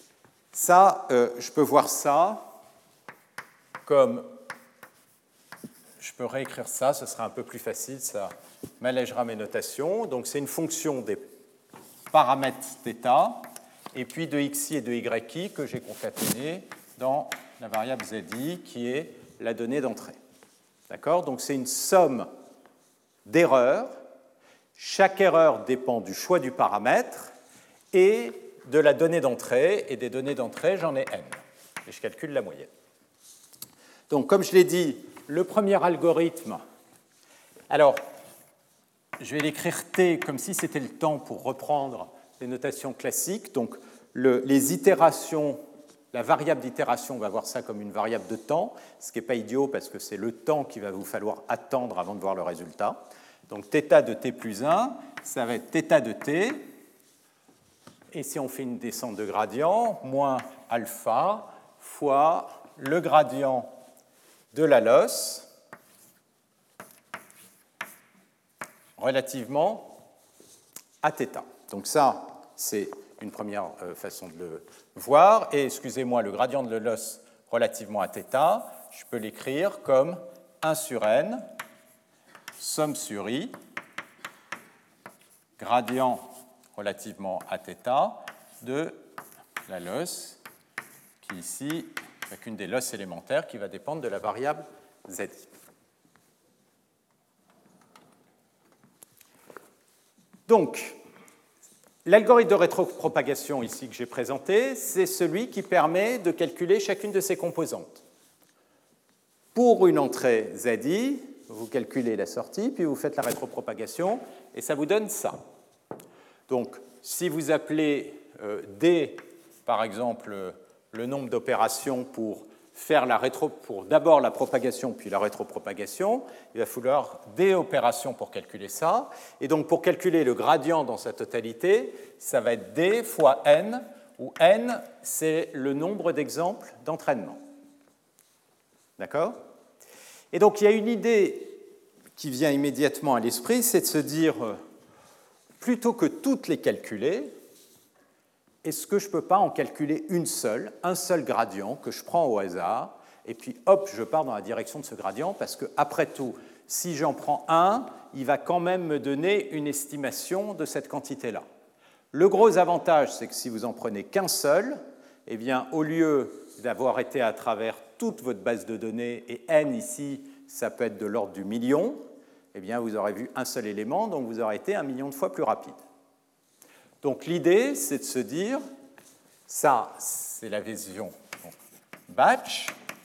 ça, je peux voir ça comme je peux réécrire ça, ce sera un peu plus facile, ça m'allègera mes notations. Donc c'est une fonction des paramètres θ, et puis de xi et de yi que j'ai concaténé dans la variable zi, qui est la donnée d'entrée. D'accord? Donc c'est une somme d'erreurs. Chaque erreur dépend du choix du paramètre et de la donnée d'entrée, et des données d'entrée, j'en ai n. Et je calcule la moyenne. Donc, comme je l'ai dit, le premier algorithme, alors, je vais l'écrire t comme si c'était le temps pour reprendre les notations classiques. Donc, les itérations, la variable d'itération, on va voir ça comme une variable de temps, ce qui n'est pas idiot parce que c'est le temps qu'il va vous falloir attendre avant de voir le résultat. Donc, θ de t plus 1, ça va être θ de t. Et si on fait une descente de gradient, moins alpha fois le gradient de la loss relativement à θ. Donc ça, c'est une première façon de le voir. Et excusez-moi, le gradient de la loss relativement à θ, je peux l'écrire comme 1 sur n, somme sur i, gradient relativement à θ de la loss, qui ici, avec une des losses élémentaires qui va dépendre de la variable zi. Donc, l'algorithme de rétropropagation ici que j'ai présenté, c'est celui qui permet de calculer chacune de ces composantes. Pour une entrée zi, vous calculez la sortie, puis vous faites la rétropropagation, et ça vous donne ça. Donc, si vous appelez d, par exemple, le nombre d'opérations pour faire pour d'abord la propagation puis la rétropropagation, il va falloir d opérations pour calculer ça. Et donc, pour calculer le gradient dans sa totalité, ça va être d fois n, où n, c'est le nombre d'exemples d'entraînement. D'accord? Et donc, il y a une idée qui vient immédiatement à l'esprit, c'est de se dire, plutôt que toutes les calculer, est-ce que je ne peux pas en calculer un seul gradient que je prends au hasard, et puis hop, je pars dans la direction de ce gradient, parce que après tout, si j'en prends un, il va quand même me donner une estimation de cette quantité-là. Le gros avantage, c'est que si vous en prenez qu'un seul, eh bien, au lieu d'avoir été à travers toute votre base de données, et n ici, ça peut être de l'ordre du million, eh bien, vous aurez vu un seul élément, donc vous aurez été 1 million de fois plus rapide. Donc l'idée, c'est de se dire, ça, c'est la version batch,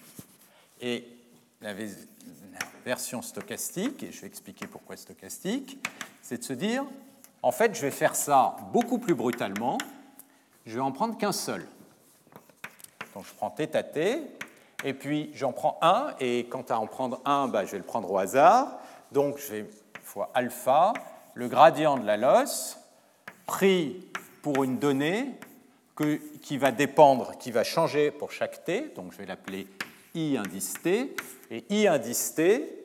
et la version stochastique, et je vais expliquer pourquoi stochastique, c'est de se dire, en fait, je vais faire ça beaucoup plus brutalement, je vais en prendre qu'un seul. Donc je prends θt, et puis j'en prends un, et quant à en prendre un, je vais le prendre au hasard, donc je vais fois alpha, le gradient de la loss, pris pour une donnée qui va dépendre, qui va changer pour chaque t, donc je vais l'appeler i indice t, et i indice t,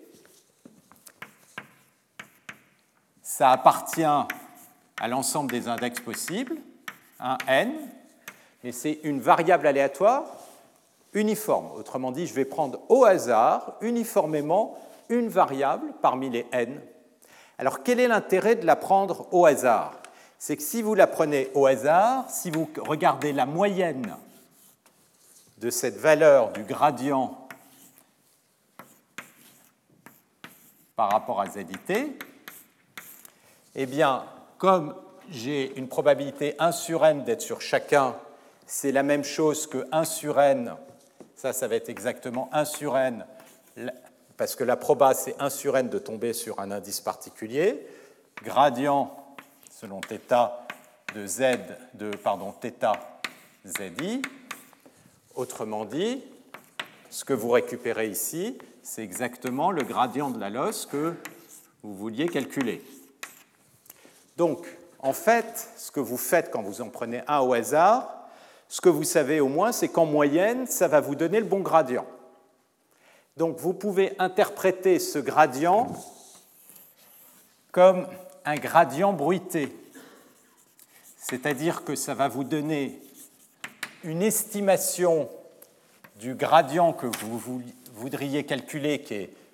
ça appartient à l'ensemble des index possibles, un n, mais c'est une variable aléatoire uniforme. Autrement dit, je vais prendre au hasard, uniformément, une variable parmi les n. Alors, quel est l'intérêt de la prendre au hasard? C'est que si vous la prenez au hasard, si vous regardez la moyenne de cette valeur du gradient par rapport à zit, eh bien, comme j'ai une probabilité 1 sur n d'être sur chacun, c'est la même chose que 1 sur n, ça va être exactement 1 sur n, parce que la proba, c'est 1 sur n de tomber sur un indice particulier, gradient selon θ de θ zi. Autrement dit, ce que vous récupérez ici, c'est exactement le gradient de la loss que vous vouliez calculer. Donc, en fait, ce que vous faites quand vous en prenez un au hasard, ce que vous savez au moins, c'est qu'en moyenne, ça va vous donner le bon gradient. Donc, vous pouvez interpréter ce gradient comme un gradient bruité, c'est-à-dire que ça va vous donner une estimation du gradient que vous voudriez calculer, qui est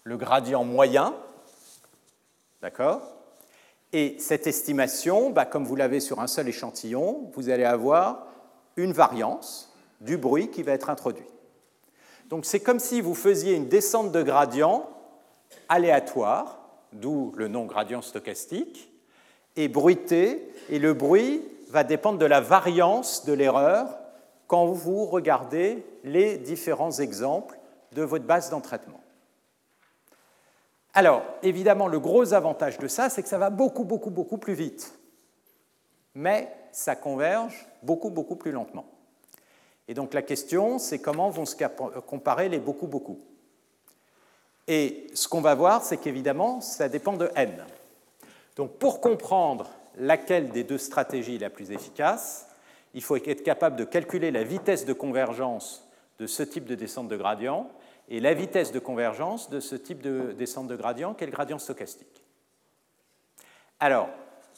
le gradient moyen, d'accord? Et cette estimation, comme vous l'avez sur un seul échantillon, vous allez avoir une variance du bruit qui va être introduit. Donc c'est comme si vous faisiez une descente de gradient aléatoire, d'où le nom gradient stochastique, et bruité, et le bruit va dépendre de la variance de l'erreur quand vous regardez les différents exemples de votre base d'entraînement. Alors, évidemment, le gros avantage de ça, c'est que ça va beaucoup plus vite. Mais ça converge beaucoup plus lentement. Et donc la question, c'est comment vont se comparer les beaucoup. Et ce qu'on va voir, c'est qu'évidemment, ça dépend de n. Donc pour comprendre laquelle des deux stratégies est la plus efficace, il faut être capable de calculer la vitesse de convergence de ce type de descente de gradient et la vitesse de convergence de ce type de descente de gradient, qui est le gradient stochastique. Alors,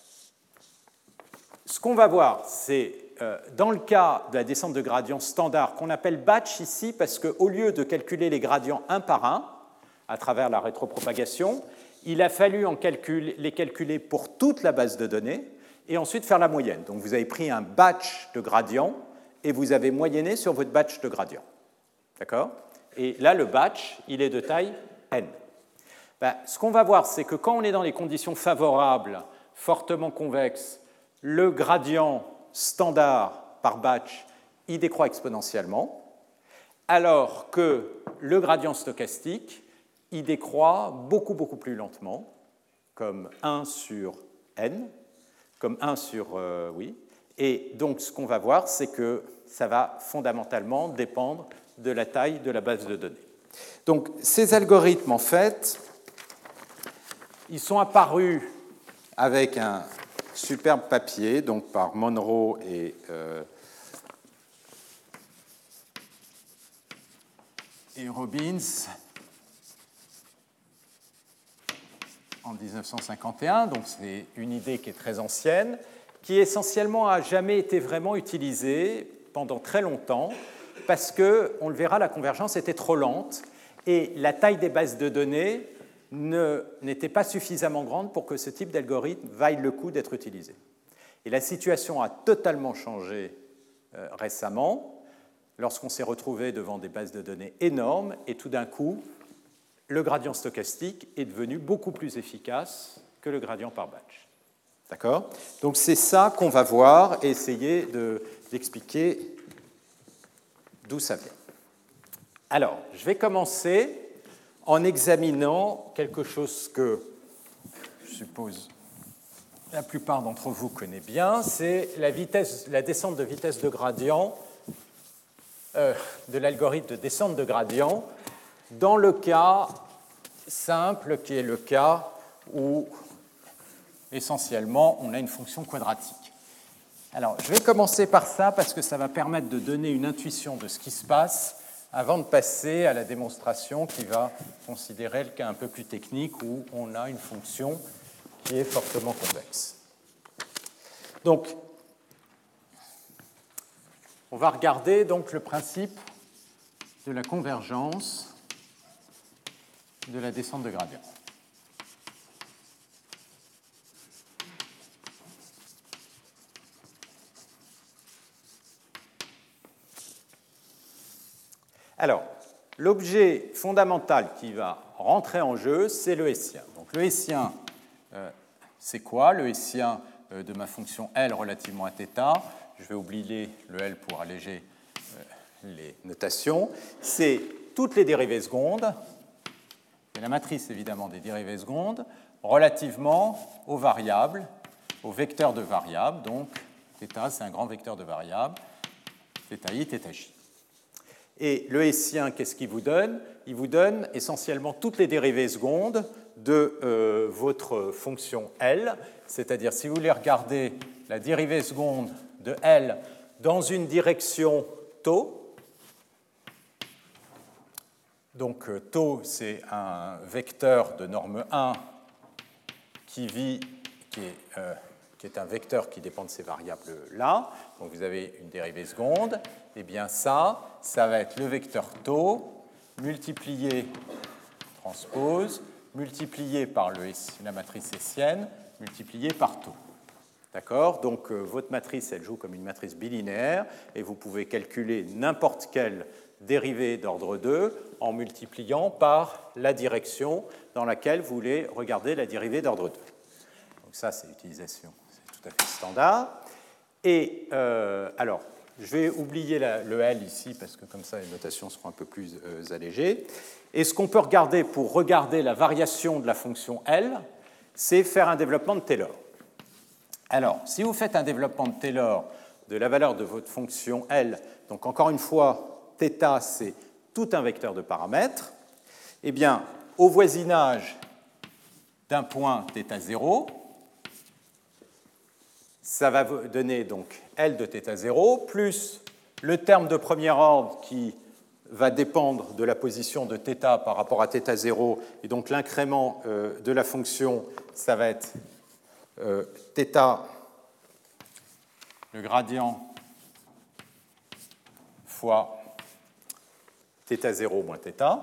ce qu'on va voir, c'est dans le cas de la descente de gradient standard, qu'on appelle batch ici, parce qu'au lieu de calculer les gradients un par un, à travers la rétropropagation, il a fallu les calculer pour toute la base de données et ensuite faire la moyenne. Donc vous avez pris un batch de gradients et vous avez moyenné sur votre batch de gradients. D'accord ? Et là, le batch, il est de taille n. Ce qu'on va voir, c'est que quand on est dans les conditions favorables, fortement convexes, le gradient standard par batch, il décroît exponentiellement, alors que le gradient stochastique, il décroît beaucoup plus lentement, comme 1 sur n, comme 1 sur oui. Et donc, ce qu'on va voir, c'est que ça va fondamentalement dépendre de la taille de la base de données. Donc, ces algorithmes, en fait, ils sont apparus avec un superbe papier, donc par Monroe et Robbins en 1951. Donc, c'est une idée qui est très ancienne, qui essentiellement n'a jamais été vraiment utilisée pendant très longtemps, parce que, on le verra, la convergence était trop lente et la taille des bases de données n'était pas suffisamment grande pour que ce type d'algorithme vaille le coup d'être utilisé. Et la situation a totalement changé récemment, lorsqu'on s'est retrouvé devant des bases de données énormes, et tout d'un coup, le gradient stochastique est devenu beaucoup plus efficace que le gradient par batch. D'accord ? Donc c'est ça qu'on va voir et essayer d'expliquer d'où ça vient. Alors, je vais commencer en examinant quelque chose que, je suppose, la plupart d'entre vous connaissent bien, c'est la descente de vitesse de gradient de l'algorithme de descente de gradient dans le cas simple qui est le cas où, essentiellement, on a une fonction quadratique. Alors, je vais commencer par ça parce que ça va permettre de donner une intuition de ce qui se passe avant de passer à la démonstration qui va considérer le cas un peu plus technique où on a une fonction qui est fortement convexe. Donc, on va regarder donc le principe de la convergence de la descente de gradient. Alors, l'objet fondamental qui va rentrer en jeu, c'est le hessien. Donc, le hessien, c'est quoi? Le hessien de ma fonction L relativement à θ, je vais oublier le L pour alléger les notations, c'est toutes les dérivées secondes, et la matrice évidemment des dérivées secondes, relativement aux variables, aux vecteurs de variables. Donc, θ, c'est un grand vecteur de variables, θi, θj. Et le hessien, qu'est-ce qu'il vous donne? Il vous donne essentiellement toutes les dérivées secondes de votre fonction L, c'est-à-dire si vous voulez regarder la dérivée seconde de L dans une direction tau, donc tau c'est un vecteur de norme 1 qui est un vecteur qui dépend de ces variables-là, donc vous avez une dérivée seconde, et bien ça va être le vecteur tau multiplié, transpose multiplié par la matrice hessienne multiplié par taux. D'accord? Donc votre matrice, elle joue comme une matrice bilinéaire et vous pouvez calculer n'importe quelle dérivée d'ordre 2 en multipliant par la direction dans laquelle vous voulez regarder la dérivée d'ordre 2. Donc ça, c'est l'utilisation, c'est tout à fait standard. Et alors, je vais oublier le L ici parce que comme ça, les notations seront un peu plus allégées. Et ce qu'on peut regarder pour regarder la variation de la fonction L, c'est faire un développement de Taylor. Alors, si vous faites un développement de Taylor de la valeur de votre fonction L, donc encore une fois, θ, c'est tout un vecteur de paramètres, eh bien, au voisinage d'un point θ0, ça va vous donner donc L de θ0 plus le terme de premier ordre qui va dépendre de la position de θ par rapport à θ0, et donc l'incrément de la fonction, ça va être θ, le gradient fois θ0 moins θ.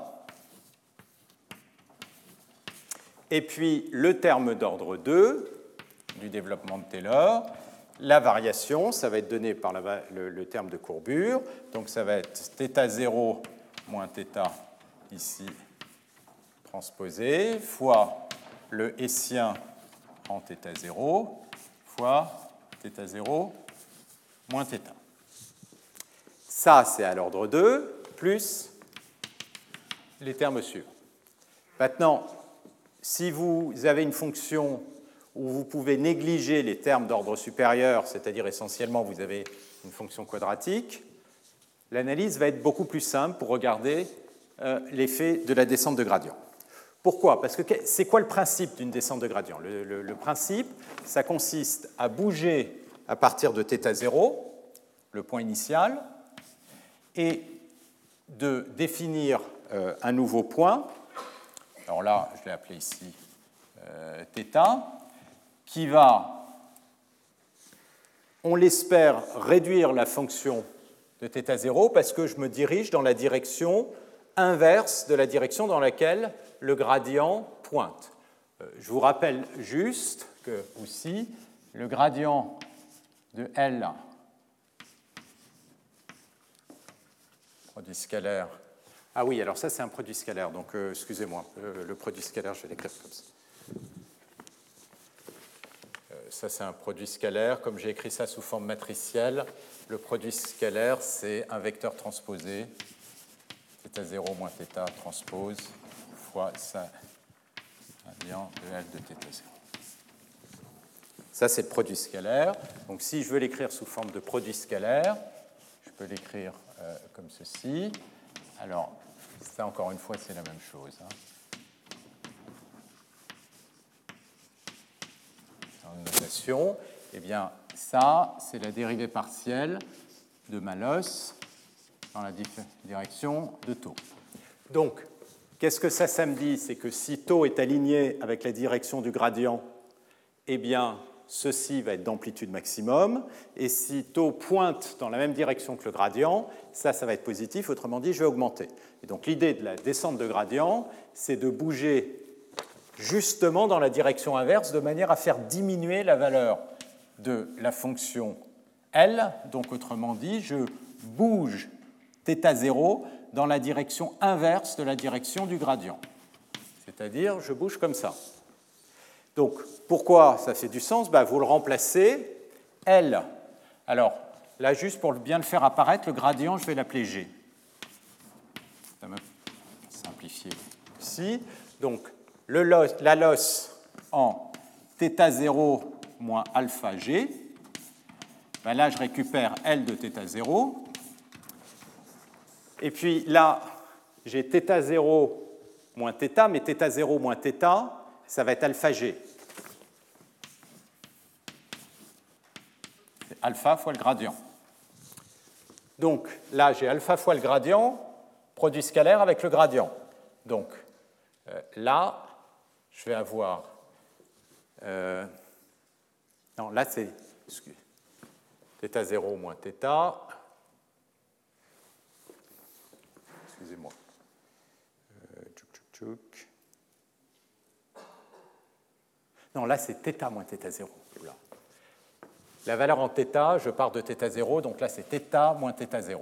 Et puis le terme d'ordre 2 du développement de Taylor, la variation, ça va être donné par le terme de courbure, donc ça va être θ0 moins θ ici transposé, fois le hessien en θ0, fois θ0 moins θ. Ça, c'est à l'ordre 2, plus les termes suivants. Maintenant, si vous avez une fonction où vous pouvez négliger les termes d'ordre supérieur, c'est-à-dire essentiellement vous avez une fonction quadratique, l'analyse va être beaucoup plus simple pour regarder l'effet de la descente de gradient. Pourquoi? Parce que c'est quoi le principe d'une descente de gradient? Le principe, ça consiste à bouger à partir de θ0, le point initial, et de définir un nouveau point. Alors là, je l'ai appelé ici θ, qui va, on l'espère, réduire la fonction de θ0 parce que je me dirige dans la direction inverse de la direction dans laquelle le gradient pointe. Je vous rappelle juste que, aussi, le gradient de L, produit scalaire. Ah oui, alors ça, c'est un produit scalaire, donc excusez-moi, le produit scalaire, je vais l'écrire comme ça. Ça, c'est un produit scalaire. Comme j'ai écrit ça sous forme matricielle, le produit scalaire, c'est un vecteur transposé, θ0 moins θ transpose, fois ça, gradient de L de θ0. Ça, c'est le produit scalaire. Donc, si je veux l'écrire sous forme de produit scalaire, je peux l'écrire comme ceci. Alors, ça, encore une fois, c'est la même chose. En notation, eh bien, ça, c'est la dérivée partielle de malus dans la direction de taux. Donc, qu'est-ce que ça me dit? C'est que si taux est aligné avec la direction du gradient, eh bien, ceci va être d'amplitude maximum, et si taux pointe dans la même direction que le gradient, ça va être positif, autrement dit, je vais augmenter. Et donc l'idée de la descente de gradient, c'est de bouger justement dans la direction inverse, de manière à faire diminuer la valeur de la fonction L, donc autrement dit, je bouge θ0 dans la direction inverse de la direction du gradient. C'est-à-dire, je bouge comme ça. Donc, pourquoi ça fait du sens? Vous le remplacez, L. Alors, là, juste pour bien le faire apparaître, le gradient, je vais l'appeler G. Ça va simplifier ici. Donc, la loss en θ0 moins alpha G. Là, je récupère L de θ0. Et puis là, j'ai θ0 moins θ, mais θ0 moins θ, ça va être alpha G. C'est alpha fois le gradient. Donc là, j'ai alpha fois le gradient, produit scalaire avec le gradient. Donc là, je vais avoir... non, là, c'est θ0 moins θ. Excusez-moi. Non, là, c'est θ moins θ0. Là. La valeur en θ, je pars de θ0, donc là, c'est θ moins θ0.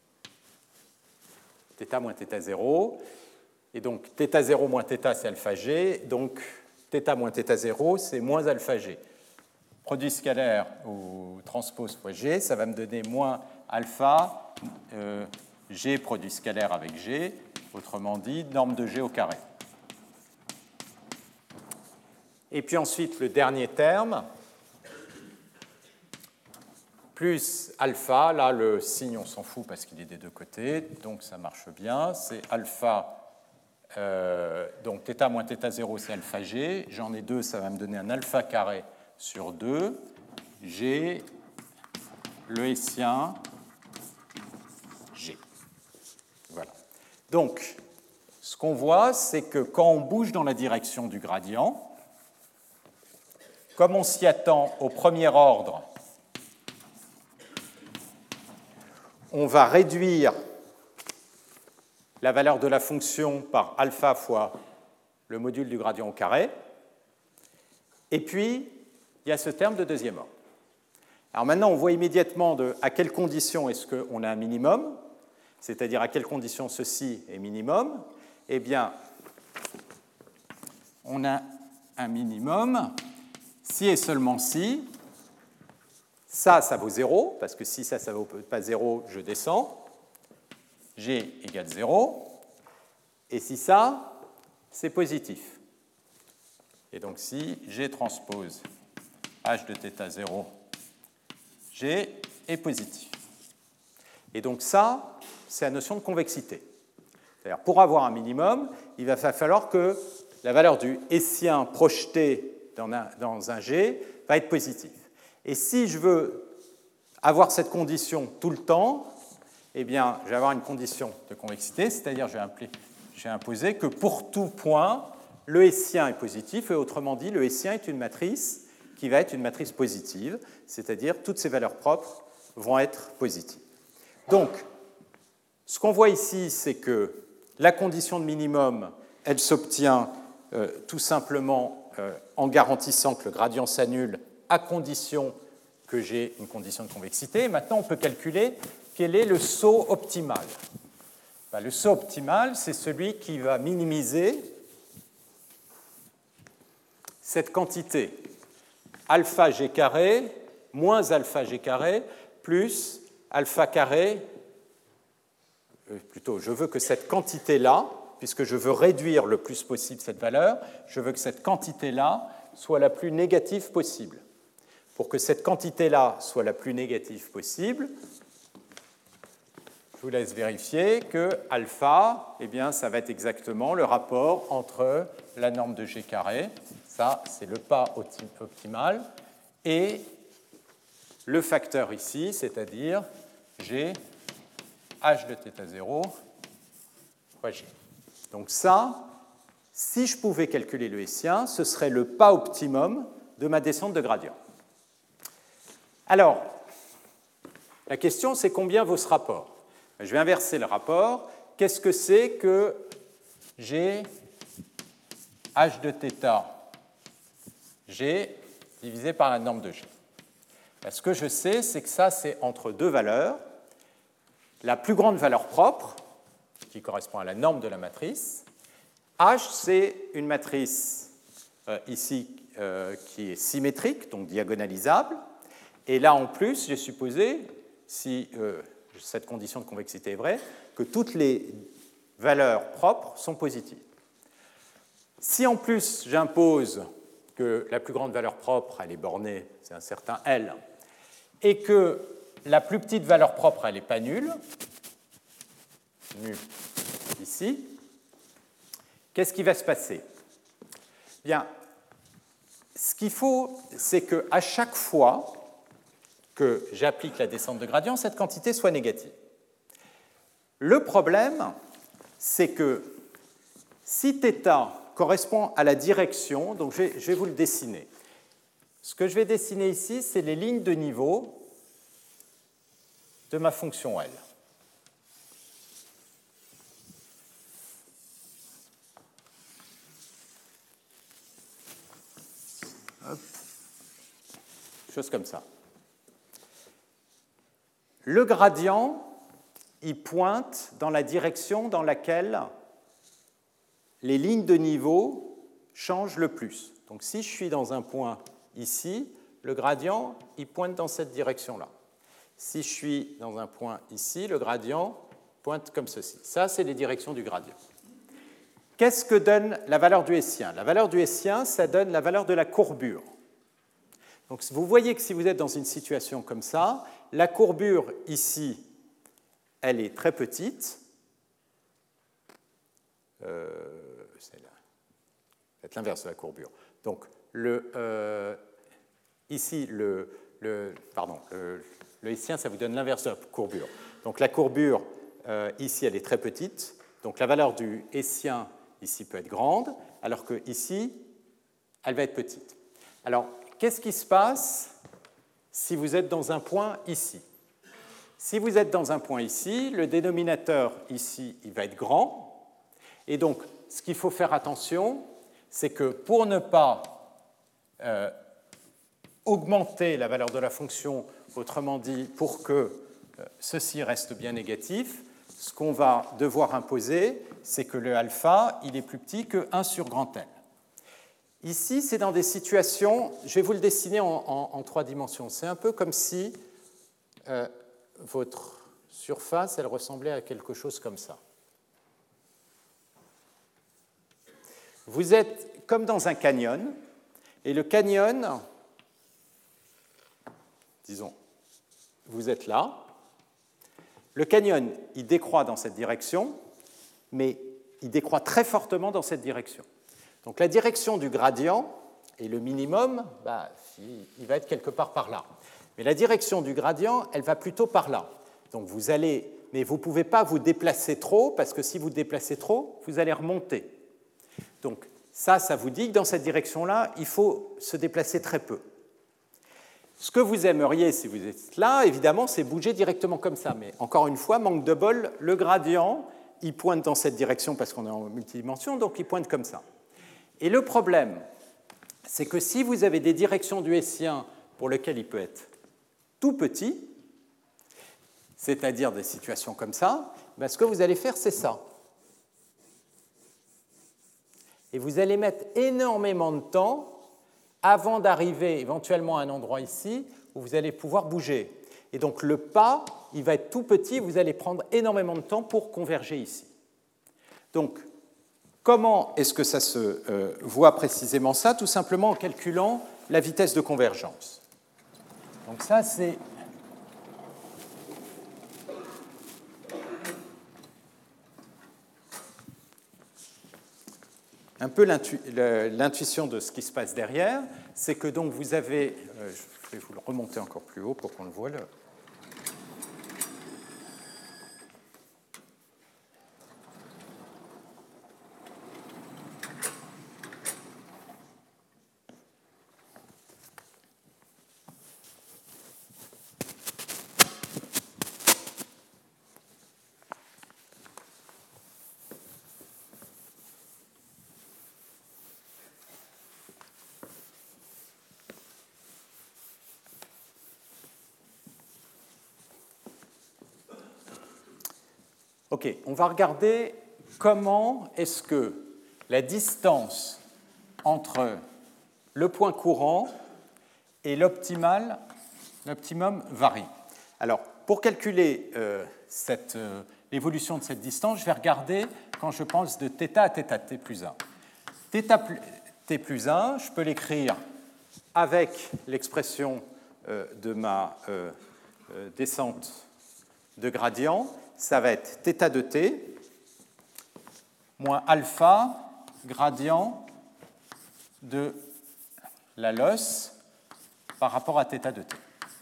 Θ moins θ0. Et donc, θ0 moins θ, c'est alpha g. Donc, θ moins θ0, c'est moins alpha g. Produit scalaire ou transpose fois g, ça va me donner moins alpha g produit scalaire avec g, autrement dit, norme de g au carré. Et puis ensuite, le dernier terme, plus alpha, là le signe on s'en fout parce qu'il est des deux côtés, donc ça marche bien, c'est alpha, donc θ moins θ0 c'est alpha g, j'en ai deux, ça va me donner un alpha carré sur 2, g, le hessien, g. Voilà. Donc, ce qu'on voit, c'est que quand on bouge dans la direction du gradient, comme on s'y attend au premier ordre, on va réduire la valeur de la fonction par alpha fois le module du gradient au carré. Et puis, il y a ce terme de deuxième ordre. Alors maintenant, on voit immédiatement à quelles conditions est-ce qu'on a un minimum, c'est-à-dire à quelles conditions ceci est minimum. Eh bien, on a un minimum si et seulement si ça vaut 0, parce que si ça ne vaut pas 0, je descends, g égale 0, et si ça, c'est positif. Et donc si g transpose h de θ0, g est positif. Et donc ça, c'est la notion de convexité. C'est-à-dire, pour avoir un minimum, il va falloir que la valeur du hessien projeté dans un g va être positive. Et si je veux avoir cette condition tout le temps, eh bien, je vais avoir une condition de convexité, c'est-à-dire je vais imposer que pour tout point, le hessien est positif, et autrement dit, le hessien est une matrice qui va être une matrice positive, c'est-à-dire toutes ses valeurs propres vont être positives. Donc, ce qu'on voit ici, c'est que la condition de minimum, elle s'obtient tout simplement en garantissant que le gradient s'annule à condition que j'ai une condition de convexité. Et maintenant, on peut calculer quel est le saut optimal. Le saut optimal, c'est celui qui va minimiser cette quantité alpha g carré moins alpha g carré plus alpha carré, plutôt, je veux que cette quantité-là, puisque je veux réduire le plus possible cette valeur, je veux que cette quantité-là soit la plus négative possible. Pour que cette quantité-là soit la plus négative possible, je vous laisse vérifier que alpha, eh bien, ça va être exactement le rapport entre la norme de g carré, ça c'est le pas optimal, et le facteur ici, c'est-à-dire g h de θ0 fois g. Donc ça, si je pouvais calculer le hessien, ce serait le pas optimum de ma descente de gradient. Alors, la question, c'est combien vaut ce rapport? Je vais inverser le rapport. Qu'est-ce que c'est que g h de θ g divisé par la norme de g? Ce que je sais, c'est que ça, c'est entre deux valeurs. La plus grande valeur propre, qui correspond à la norme de la matrice. H, c'est une matrice ici qui est symétrique, donc diagonalisable. Et là, en plus, j'ai supposé, si cette condition de convexité est vraie, que toutes les valeurs propres sont positives. Si en plus, j'impose que la plus grande valeur propre, elle est bornée, c'est un certain L, et que la plus petite valeur propre, elle n'est pas nulle, nulle ici, qu'est-ce qui va se passer? Bien, ce qu'il faut, c'est qu'à chaque fois que j'applique la descente de gradient, cette quantité soit négative. Le problème, c'est que si θ correspond à la direction, donc je vais vous le dessiner. Ce que je vais dessiner ici, c'est les lignes de niveau de ma fonction L. quelque chose comme ça. Le gradient, il pointe dans la direction dans laquelle les lignes de niveau changent le plus. Donc si je suis dans un point ici, le gradient, il pointe dans cette direction-là. Si je suis dans un point ici, le gradient pointe comme ceci. Ça, c'est les directions du gradient. Qu'est-ce que donne la valeur du hessien? La valeur du hessien, ça donne la valeur de la courbure. Donc vous voyez que si vous êtes dans une situation comme ça, la courbure ici, elle est très petite. C'est l'inverse de la courbure. Donc ici, le hessien, ça vous donne l'inverse de la courbure. Donc la courbure, ici, elle est très petite. Donc la valeur du hessien, ici, peut être grande, alors que ici, elle va être petite. Alors, qu'est-ce qui se passe si vous êtes dans un point ici? Si vous êtes dans un point ici, le dénominateur ici, il va être grand. Et donc, ce qu'il faut faire attention, c'est que pour ne pas augmenter la valeur de la fonction, autrement dit, pour que ceci reste bien négatif, ce qu'on va devoir imposer, c'est que le alpha, il est plus petit que 1 sur grand N. Ici, c'est dans des situations, je vais vous le dessiner en 3 dimensions. C'est un peu comme si votre surface, elle ressemblait à quelque chose comme ça. Vous êtes comme dans un canyon, et le canyon, disons, vous êtes là. Le canyon, il décroît dans cette direction, mais il décroît très fortement dans cette direction. Donc la direction du gradient, et le minimum, il va être quelque part par là. Mais la direction du gradient, elle va plutôt par là. Donc mais vous ne pouvez pas vous déplacer trop, parce que si vous déplacez trop, vous allez remonter. Donc ça vous dit que dans cette direction-là, il faut se déplacer très peu. Ce que vous aimeriez, si vous êtes là, évidemment, c'est bouger directement comme ça. Mais encore une fois, manque de bol, le gradient, il pointe dans cette direction parce qu'on est en multidimension, donc il pointe comme ça. Et le problème, c'est que si vous avez des directions du hessien pour lesquelles il peut être tout petit, c'est-à-dire des situations comme ça, ce que vous allez faire, c'est ça. Et vous allez mettre énormément de temps avant d'arriver éventuellement à un endroit ici où vous allez pouvoir bouger. Et donc le pas, il va être tout petit, vous allez prendre énormément de temps pour converger ici. Donc, comment est-ce que ça se voit précisément ça? Tout simplement en calculant la vitesse de convergence. Donc ça, c'est un peu l'intuition de ce qui se passe derrière, c'est que donc vous avez, je vais vous le remonter encore plus haut pour qu'on le voit là. Ok, on va regarder comment est-ce que la distance entre le point courant et l'optimum varie. Alors, pour calculer l'évolution de cette distance, je vais regarder quand je pense de θ à θt plus 1. Θt plus 1, je peux l'écrire avec l'expression de ma descente de gradient. Ça va être θ de t moins alpha gradient de la losse par rapport à θ de t.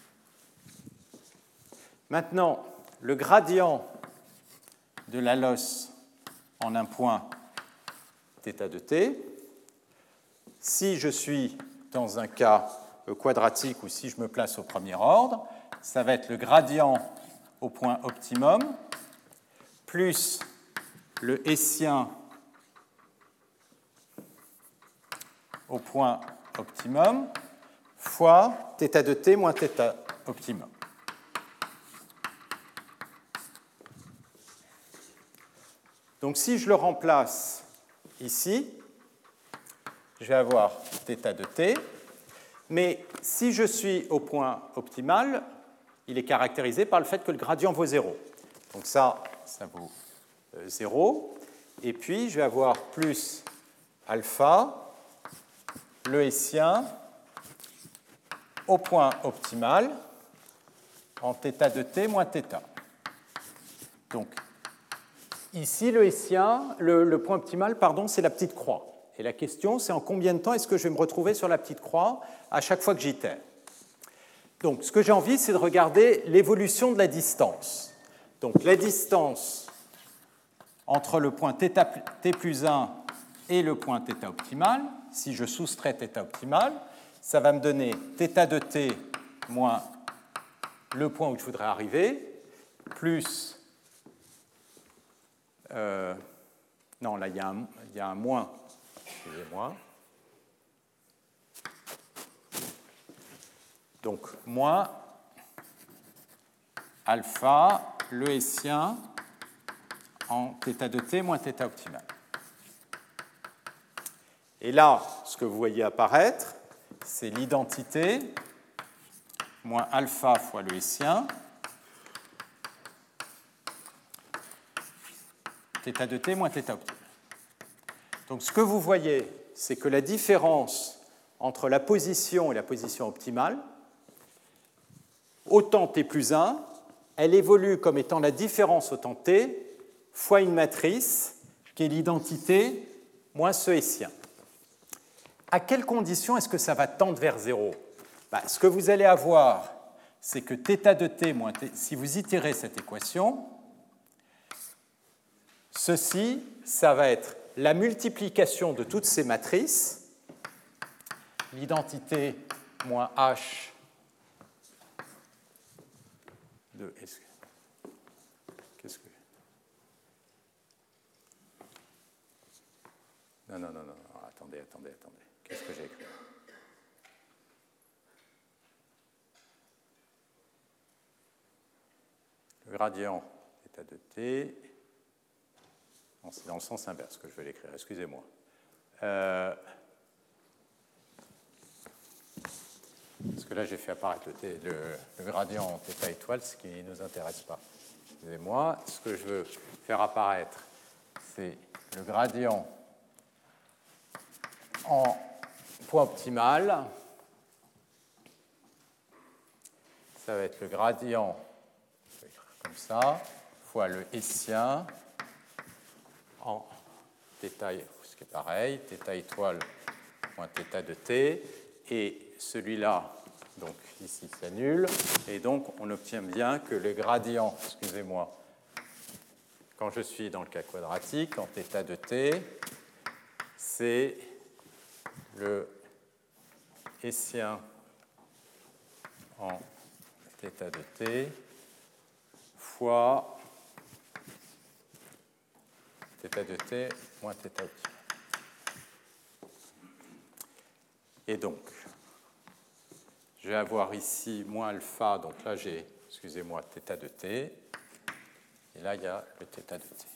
Maintenant, le gradient de la losse en un point θ de t, si je suis dans un cas quadratique ou si je me place au premier ordre, ça va être le gradient au point optimum plus le hessien au point optimum fois θ de t moins θ optimum. Donc si je le remplace ici, je vais avoir θ de t, mais si je suis au point optimal, il est caractérisé par le fait que le gradient vaut 0. Donc ça vaut 0. Et puis je vais avoir plus alpha, le hessien, au point optimal, en θ de t moins θ. Donc ici, le hessien, le point optimal, c'est la petite croix. Et la question, c'est en combien de temps est-ce que je vais me retrouver sur la petite croix à chaque fois que j'itère. Donc, ce que j'ai envie, c'est de regarder l'évolution de la distance. Donc, la distance entre le point t plus 1 et le point θ optimal, si je soustrais θ optimal, ça va me donner θ de t moins le point où je voudrais arriver, plus... non, là, il y a un moins, excusez-moi. Donc, moins alpha, le hessien, en θ de t moins θ optimal. Et là, ce que vous voyez apparaître, c'est l'identité moins alpha fois le hessien, θ de t moins θ optimal. Donc ce que vous voyez, c'est que la différence entre la position et la position optimale, au temps t plus 1, elle évolue comme étant la différence au temps t fois une matrice qui est l'identité moins ce hessien. À quelles conditions est-ce que ça va tendre vers 0 ? Ce que vous allez avoir, c'est que θ de t moins t, si vous itérez cette équation, ceci, ça va être la multiplication de toutes ces matrices, l'identité moins h de... Qu'est-ce que... Non, attendez. Qu'est-ce que j'ai écrit ? Le gradient θ de t... Non, c'est dans le sens inverse que je vais l'écrire, excusez-moi. Parce que là, j'ai fait apparaître le gradient en θ étoile, ce qui ne nous intéresse pas. Excusez-moi, ce que je veux faire apparaître, c'est le gradient en point optimal. Ça va être le gradient, je vais écrire comme ça, fois le hessien en θ, ce qui est pareil, θ étoile moins θ de t, et celui-là, donc ici, s'annule, et donc on obtient bien que le gradient, excusez-moi, quand je suis dans le cas quadratique, en θ de t, c'est le hessien en θ de t fois θ de t moins θ optimal. Et donc, je vais avoir ici moins alpha, donc là j'ai, excusez-moi, θ de t, et là il y a le θ de t.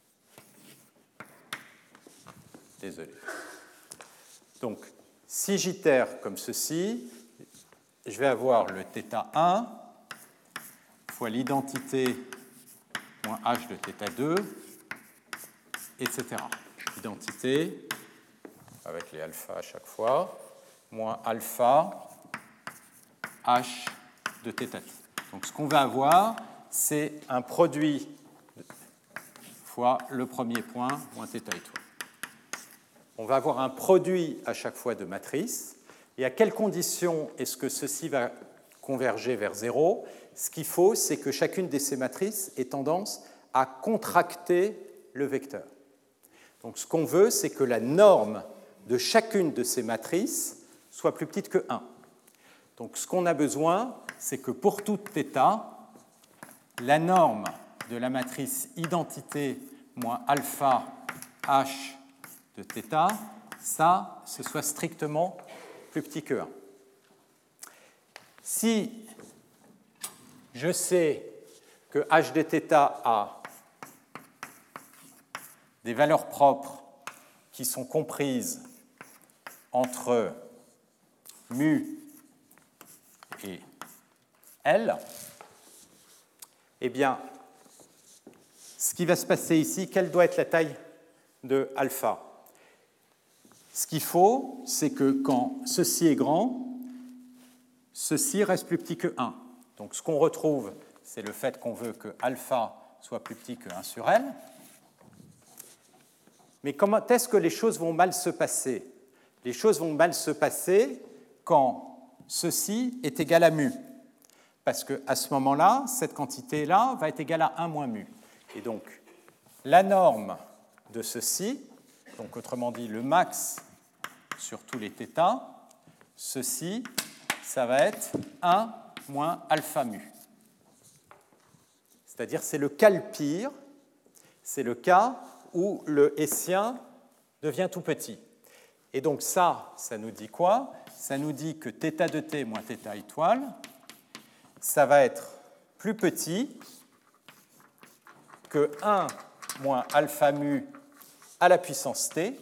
Désolé. Donc, si j'itère comme ceci, je vais avoir le θ1 fois l'identité moins h de θ2, etc. Identité, avec les alphas à chaque fois, moins alpha h de θ. Donc ce qu'on va avoir, c'est un produit fois le premier point moins θ étoile. On va avoir un produit à chaque fois de matrices. Et à quelles conditions est-ce que ceci va converger vers 0 ? Ce qu'il faut, c'est que chacune de ces matrices ait tendance à contracter le vecteur. Donc ce qu'on veut, c'est que la norme de chacune de ces matrices soit plus petite que 1. Donc ce qu'on a besoin, c'est que pour toute θ, la norme de la matrice identité moins alpha h de θ, ça, ce soit strictement plus petit que 1. Si je sais que h de θ a des valeurs propres qui sont comprises entre mu et L, eh bien, ce qui va se passer ici, quelle doit être la taille de alpha? Ce qu'il faut, c'est que quand ceci est grand, ceci reste plus petit que 1. Donc ce qu'on retrouve, c'est le fait qu'on veut que alpha soit plus petit que 1 sur L. Mais comment est-ce que les choses vont mal se passer? Les choses vont mal se passer quand ceci est égal à mu. Parce qu'à ce moment-là, cette quantité-là va être égale à 1 moins mu. Et donc, la norme de ceci, donc autrement dit le max sur tous les θ, ceci, ça va être 1 moins alpha mu. C'est-à-dire c'est le cas le pire, c'est le cas où le hessien devient tout petit. Et donc ça nous dit quoi? Ça nous dit que θ de t moins θ étoile, ça va être plus petit que 1 moins alpha mu à la puissance t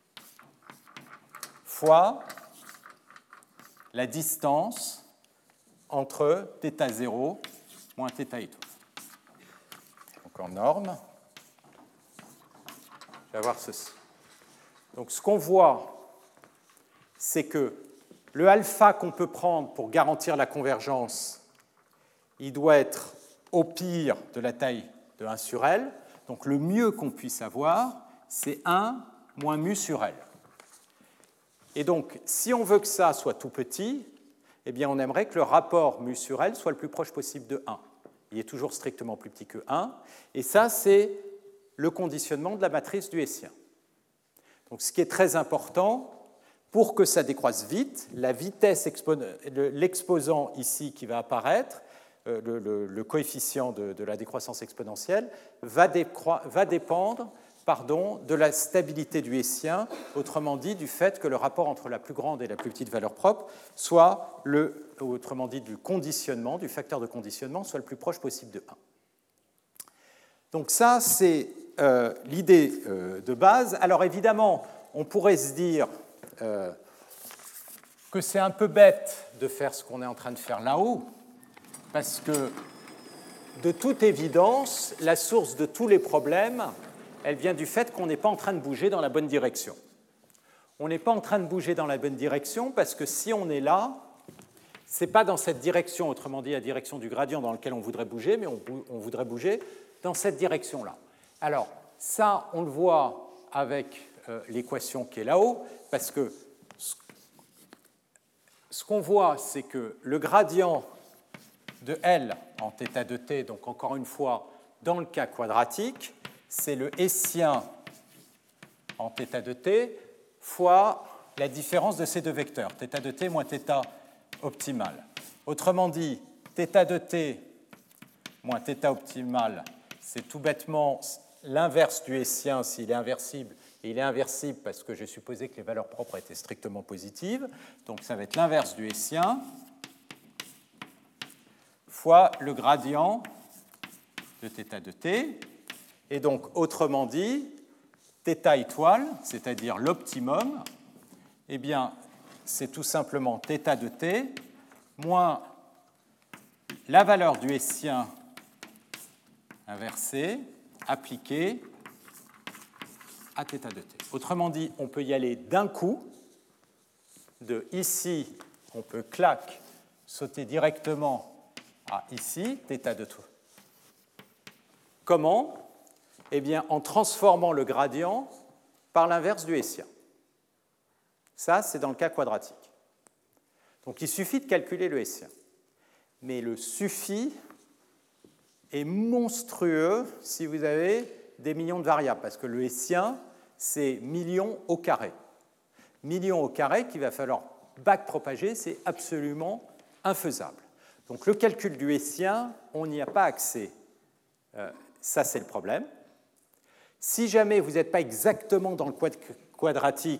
fois la distance entre θ0 moins θ étoile. Donc en norme, je vais avoir ceci. Donc ce qu'on voit, c'est que le alpha qu'on peut prendre pour garantir la convergence, il doit être au pire de la taille de 1 sur L. Donc le mieux qu'on puisse avoir, c'est 1 moins mu sur L. Et donc, si on veut que ça soit tout petit, eh bien, on aimerait que le rapport mu sur L soit le plus proche possible de 1. Il est toujours strictement plus petit que 1. Et ça, c'est le conditionnement de la matrice du hessien. Donc, ce qui est très important, pour que ça décroisse vite, la vitesse, l'exposant ici qui va apparaître, le coefficient de la décroissance exponentielle, va dépendre de la stabilité du hessien, autrement dit du fait que le rapport entre la plus grande et la plus petite valeur propre soit, autrement dit du conditionnement, du facteur de conditionnement, soit le plus proche possible de 1. Donc ça, c'est l'idée de base. Alors évidemment, on pourrait se dire que c'est un peu bête de faire ce qu'on est en train de faire là-haut, parce que, de toute évidence, la source de tous les problèmes, elle vient du fait qu'on n'est pas en train de bouger dans la bonne direction. On n'est pas en train de bouger dans la bonne direction parce que si on est là, ce n'est pas dans cette direction, autrement dit la direction du gradient dans laquelle on voudrait bouger, mais on voudrait bouger dans cette direction-là. Alors, ça, on le voit avec l'équation qui est là-haut, parce que ce qu'on voit, c'est que le gradient de L en θ de t, donc encore une fois, dans le cas quadratique, c'est le hessien en θ de t fois la différence de ces deux vecteurs, θ de t moins θ optimal. Autrement dit, θ de t moins θ optimal, c'est tout bêtement l'inverse du hessien s'il est inversible, et il est inversible parce que j'ai supposé que les valeurs propres étaient strictement positives, donc ça va être l'inverse du hessien fois le gradient de θ de t. Et donc, autrement dit, θ étoile, c'est-à-dire l'optimum, eh bien, c'est tout simplement θ de t moins la valeur du hessien inversé appliquée à θ de t. Autrement dit, on peut y aller d'un coup. De ici, on peut, clac, sauter directement à ici, θ de t. Comment ? Eh bien, en transformant le gradient par l'inverse du hessien. Ça, c'est dans le cas quadratique. Donc, il suffit de calculer le hessien. Mais le suffit est monstrueux si vous avez des millions de variables, parce que le hessien, c'est millions au carré. Millions au carré qu'il va falloir backpropager, c'est absolument infaisable. Donc, le calcul du hessien, on n'y a pas accès. Ça, c'est le problème. Si jamais vous n'êtes pas exactement dans le quadratique,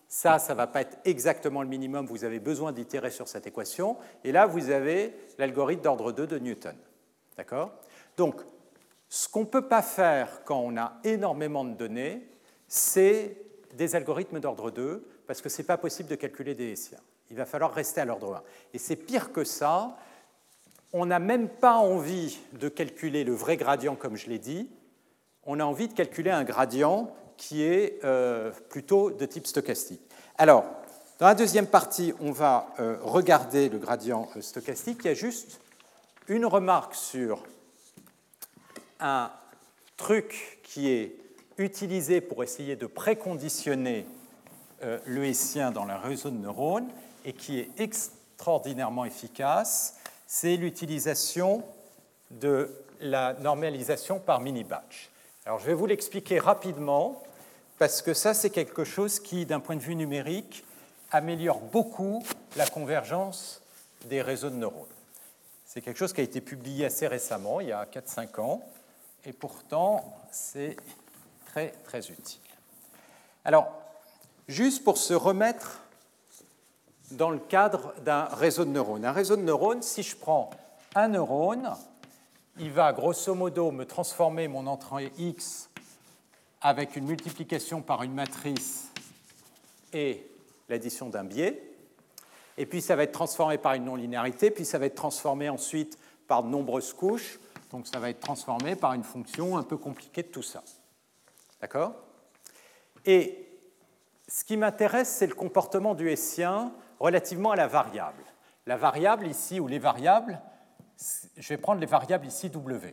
Ça ne va pas être exactement le minimum, vous avez besoin d'itérer sur cette équation. Et là, vous avez l'algorithme d'ordre 2 de Newton. D'accord? Donc, ce qu'on ne peut pas faire quand on a énormément de données, c'est des algorithmes d'ordre 2, parce que ce n'est pas possible de calculer des Hessiens. Il va falloir rester à l'ordre 1. Et c'est pire que ça, on n'a même pas envie de calculer le vrai gradient, comme je l'ai dit, on a envie de calculer un gradient qui est plutôt de type stochastique. Alors, dans la deuxième partie, on va regarder le gradient stochastique. Il y a juste une remarque sur un truc qui est utilisé pour essayer de préconditionner le Hessien dans le réseau de neurones et qui est extraordinairement efficace, c'est l'utilisation de la normalisation par mini-batch. Alors, je vais vous l'expliquer rapidement, parce que ça, c'est quelque chose qui, d'un point de vue numérique, améliore beaucoup la convergence des réseaux de neurones. C'est quelque chose qui a été publié assez récemment, il y a 4-5 ans, et pourtant, c'est très, très utile. Alors, juste pour se remettre dans le cadre d'un réseau de neurones. Un réseau de neurones, si je prends un neurone, il va grosso modo me transformer mon entrée X avec une multiplication par une matrice et l'addition d'un biais, et puis ça va être transformé par une non-linéarité, puis ça va être transformé ensuite par de nombreuses couches, donc ça va être transformé par une fonction un peu compliquée de tout ça. D'accord? Et ce qui m'intéresse, c'est le comportement du Hessien relativement à la variable. La variable ici, ou les variables, je vais prendre les variables ici W.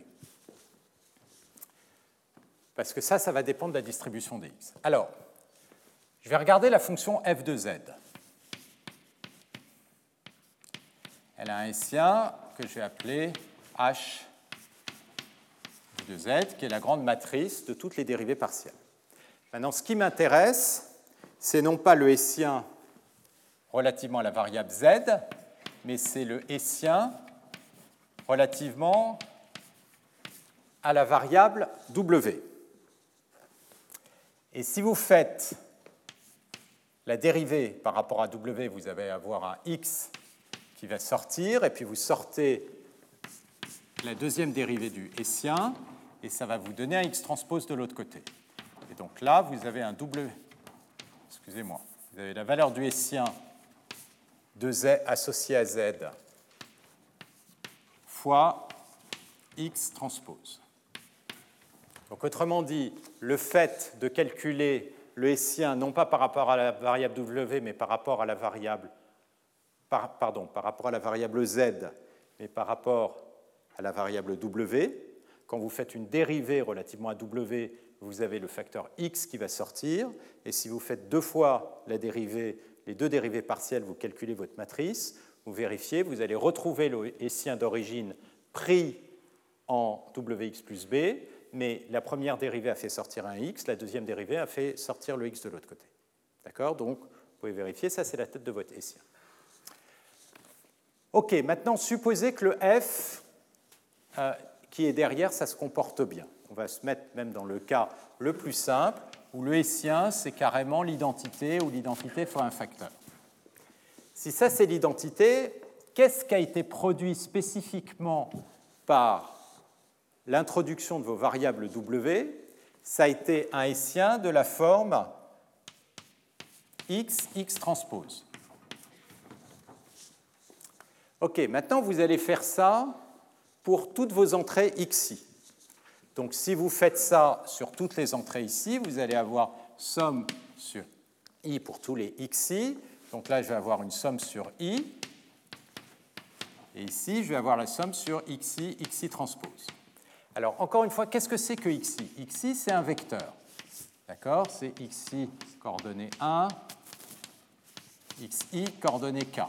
Parce que ça va dépendre de la distribution des x. Alors, je vais regarder la fonction f de z. Elle a un Hessien que je vais appeler h de z, qui est la grande matrice de toutes les dérivées partielles. Maintenant, ce qui m'intéresse, c'est non pas le Hessien relativement à la variable z, mais c'est le Hessien relativement à la variable w. Et si vous faites la dérivée par rapport à w, vous allez avoir un x qui va sortir, et puis vous sortez la deuxième dérivée du Hessien, et ça va vous donner un x transpose de l'autre côté. Et donc là, vous avez un w, excusez-moi, vous avez la valeur du Hessien de z associé à z fois x transpose. Donc autrement dit, le fait de calculer le Hessien non pas par rapport à la variable w, mais par rapport à la variable, par rapport à la variable z, mais par rapport à la variable w, quand vous faites une dérivée relativement à w, vous avez le facteur x qui va sortir, et si vous faites deux fois la dérivée, les deux dérivées partielles, vous calculez votre matrice, vous vérifiez, vous allez retrouver le Hessien d'origine pris en wx plus b, mais la première dérivée a fait sortir un x, la deuxième dérivée a fait sortir le x de l'autre côté. D'accord? Donc, vous pouvez vérifier, ça c'est la tête de votre Hessien. OK, maintenant, supposez que le f qui est derrière, ça se comporte bien. On va se mettre même dans le cas le plus simple, où le Hessien, c'est carrément l'identité, ou l'identité fois un facteur. Si ça, c'est l'identité, qu'est-ce qui a été produit spécifiquement par l'introduction de vos variables W? Ça a été un Hessien de la forme x transpose. OK, maintenant, vous allez faire ça pour toutes vos entrées xi. Donc, si vous faites ça sur toutes les entrées ici, vous allez avoir somme sur i pour tous les xi. Donc là, je vais avoir une somme sur i. Et ici, je vais avoir la somme sur xi transpose. Alors, encore une fois, qu'est-ce que c'est que xi? Xi, c'est un vecteur. D'accord? C'est xi coordonnée 1, xi coordonnée k.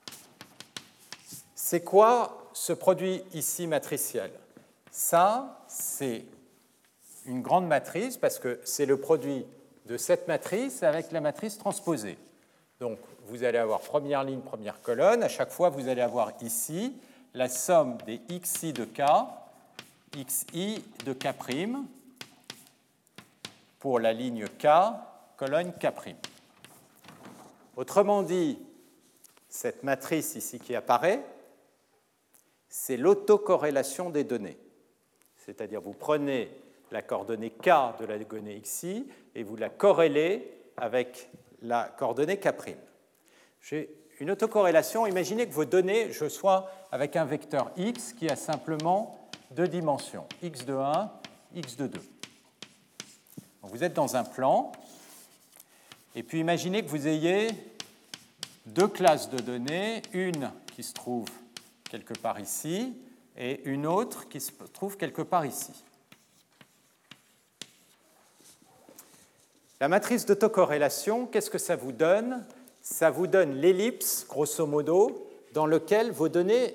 C'est quoi ce produit ici matriciel? Ça, c'est une grande matrice parce que c'est le produit de cette matrice avec la matrice transposée. Donc, vous allez avoir première ligne, première colonne. À chaque fois, vous allez avoir ici la somme des xi de k, xi de k' pour la ligne k, colonne k'. Autrement dit, cette matrice ici qui apparaît, c'est l'autocorrélation des données. C'est-à-dire vous prenez la coordonnée k de la donnée xi et vous la corrélez avec la coordonnée k'. J'ai une autocorrélation. Imaginez que vos données, je sois avec un vecteur x qui a simplement deux dimensions, x de 1, x de 2. Donc vous êtes dans un plan, et puis imaginez que vous ayez deux classes de données, une qui se trouve quelque part ici, et une autre qui se trouve quelque part ici. La matrice d'autocorrélation, qu'est-ce que ça vous donne? Ça vous donne l'ellipse, grosso modo, dans laquelle vos données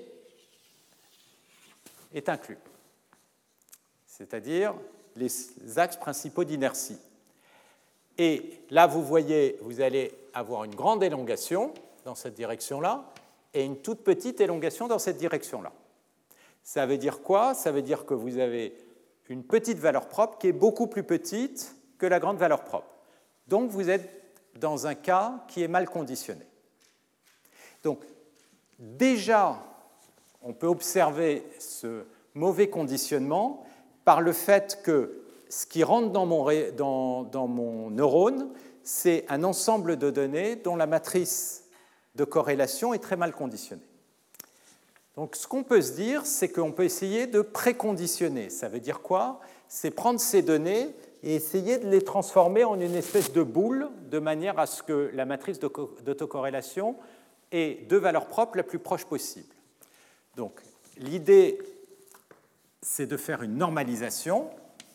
est inclus, c'est-à-dire les axes principaux d'inertie. Et là, vous voyez, vous allez avoir une grande élongation dans cette direction-là et une toute petite élongation dans cette direction-là. Ça veut dire quoi? Ça veut dire que vous avez une petite valeur propre qui est beaucoup plus petite que la grande valeur propre. Donc, vous êtes dans un cas qui est mal conditionné. Donc, déjà, on peut observer ce mauvais conditionnement par le fait que ce qui rentre dans mon neurone, c'est un ensemble de données dont la matrice de corrélation est très mal conditionnée. Donc, ce qu'on peut se dire, c'est qu'on peut essayer de préconditionner. Ça veut dire quoi? C'est prendre ces données et essayer de les transformer en une espèce de boule, de manière à ce que la matrice d'autocorrélation ait deux valeurs propres la plus proche possible. Donc, l'idée, c'est de faire une normalisation.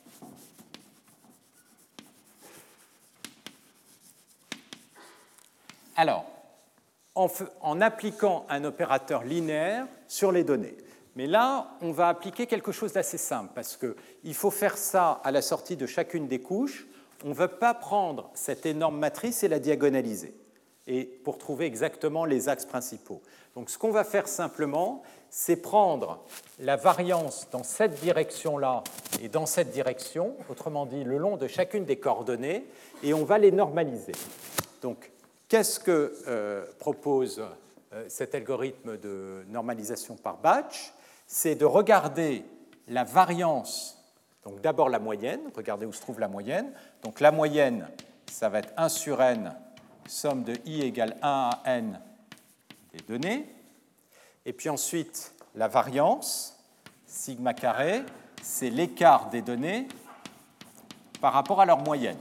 Alors, en appliquant un opérateur linéaire sur les données. Mais là, on va appliquer quelque chose d'assez simple, parce qu'il faut faire ça à la sortie de chacune des couches. On ne veut pas prendre cette énorme matrice et la diagonaliser, et pour trouver exactement les axes principaux. Donc, ce qu'on va faire simplement, c'est prendre la variance dans cette direction-là et dans cette direction, autrement dit, le long de chacune des coordonnées, et on va les normaliser. Donc, qu'est-ce que propose cet algorithme de normalisation par batch? C'est de regarder la variance, donc d'abord la moyenne, regardez où se trouve la moyenne. Donc la moyenne, ça va être 1 sur n, somme de i égale 1 à n des données. Et puis ensuite, la variance, sigma carré, c'est l'écart des données par rapport à leur moyenne.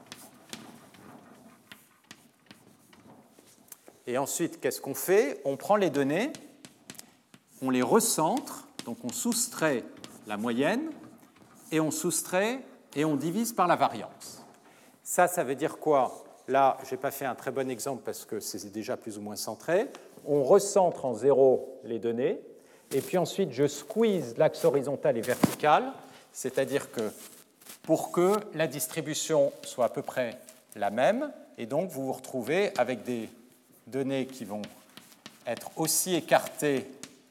Et ensuite, qu'est-ce qu'on fait? On prend les données, on les recentre, donc on soustrait la moyenne, et on soustrait et on divise par la variance. Ça veut dire quoi? Là, je n'ai pas fait un très bon exemple parce que c'est déjà plus ou moins centré. On recentre en 0 les données, et puis ensuite, je squeeze l'axe horizontal et vertical, c'est-à-dire que pour que la distribution soit à peu près la même, et donc vous vous retrouvez avec des données qui vont être aussi écartées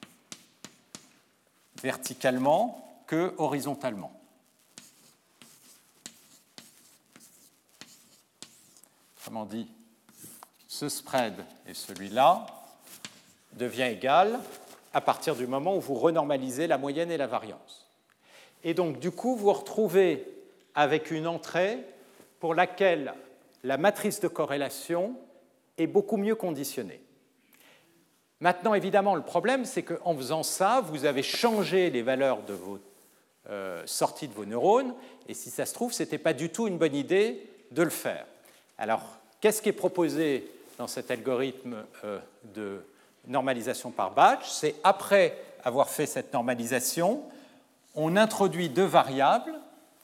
verticalement que horizontalement. Autrement dit, ce spread et celui-là devient égal à partir du moment où vous renormalisez la moyenne et la variance. Et donc, du coup, vous vous retrouvez avec une entrée pour laquelle la matrice de corrélation est beaucoup mieux conditionnée. Maintenant, évidemment, le problème, c'est qu'en faisant ça, vous avez changé les valeurs de vos sorties de vos neurones, et si ça se trouve, ce n'était pas du tout une bonne idée de le faire. Alors, qu'est-ce qui est proposé dans cet algorithme de normalisation par batch? C'est après avoir fait cette normalisation, on introduit deux variables,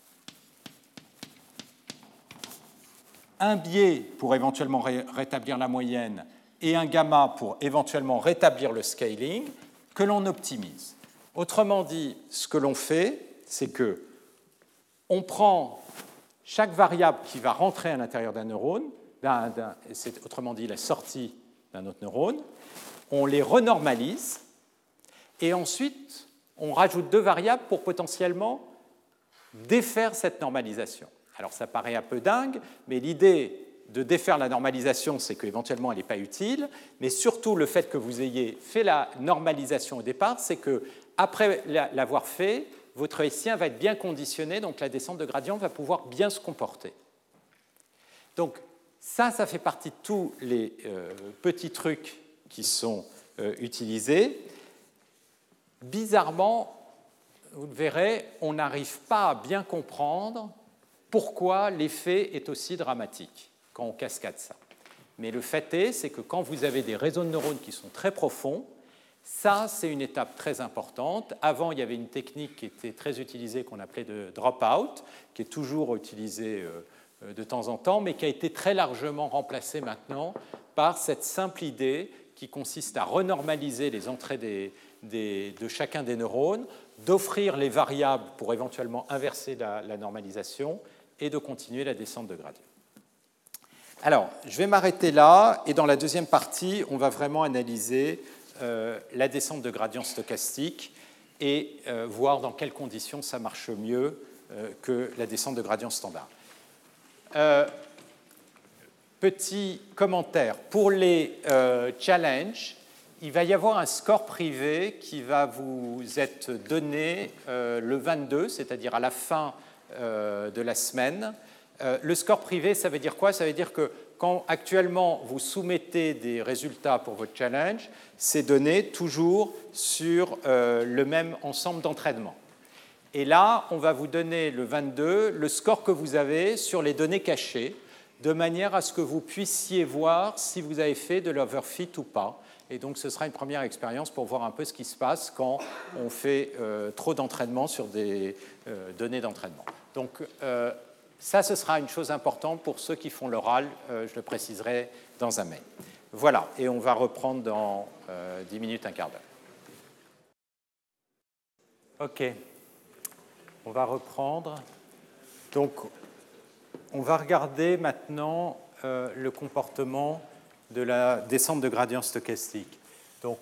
un biais pour éventuellement rétablir la moyenne et un gamma pour éventuellement rétablir le scaling, que l'on optimise. Autrement dit, ce que l'on fait, c'est qu'on prend chaque variable qui va rentrer à l'intérieur d'un neurone, c'est autrement dit la sortie d'un autre neurone, on les renormalise, et ensuite, on rajoute deux variables pour potentiellement défaire cette normalisation. Alors ça paraît un peu dingue, mais l'idée, de défaire la normalisation, c'est qu'éventuellement elle n'est pas utile, mais surtout le fait que vous ayez fait la normalisation au départ, c'est qu'après l'avoir fait, votre Hessien va être bien conditionné, donc la descente de gradient va pouvoir bien se comporter. Donc ça fait partie de tous les petits trucs qui sont utilisés. Bizarrement, vous le verrez, on n'arrive pas à bien comprendre pourquoi l'effet est aussi dramatique quand on cascade ça. Mais le fait est, c'est que quand vous avez des réseaux de neurones qui sont très profonds, ça, c'est une étape très importante. Avant, il y avait une technique qui était très utilisée, qu'on appelait de drop-out, qui est toujours utilisée de temps en temps, mais qui a été très largement remplacée maintenant par cette simple idée qui consiste à renormaliser les entrées de chacun des neurones, d'offrir les variables pour éventuellement inverser la normalisation et de continuer la descente de gradient. Alors, je vais m'arrêter là, et dans la deuxième partie, on va vraiment analyser la descente de gradient stochastique et voir dans quelles conditions ça marche mieux que la descente de gradient standard. Petit commentaire. Pour les challenges, il va y avoir un score privé qui va vous être donné le 22, c'est-à-dire à la fin de la semaine. Le score privé, ça veut dire quoi? Ça veut dire que quand actuellement vous soumettez des résultats pour votre challenge, c'est donné toujours sur le même ensemble d'entraînements. Et là, on va vous donner le 22, le score que vous avez sur les données cachées, de manière à ce que vous puissiez voir si vous avez fait de l'overfit ou pas. Et donc, ce sera une première expérience pour voir un peu ce qui se passe quand on fait trop d'entraînement sur des données d'entraînement. Donc, ça, ce sera une chose importante pour ceux qui font l'oral. Je le préciserai dans un mail. Voilà, et on va reprendre dans 10 minutes, un quart d'heure. OK. On va reprendre. Donc, on va regarder maintenant le comportement de la descente de gradient stochastique. Donc,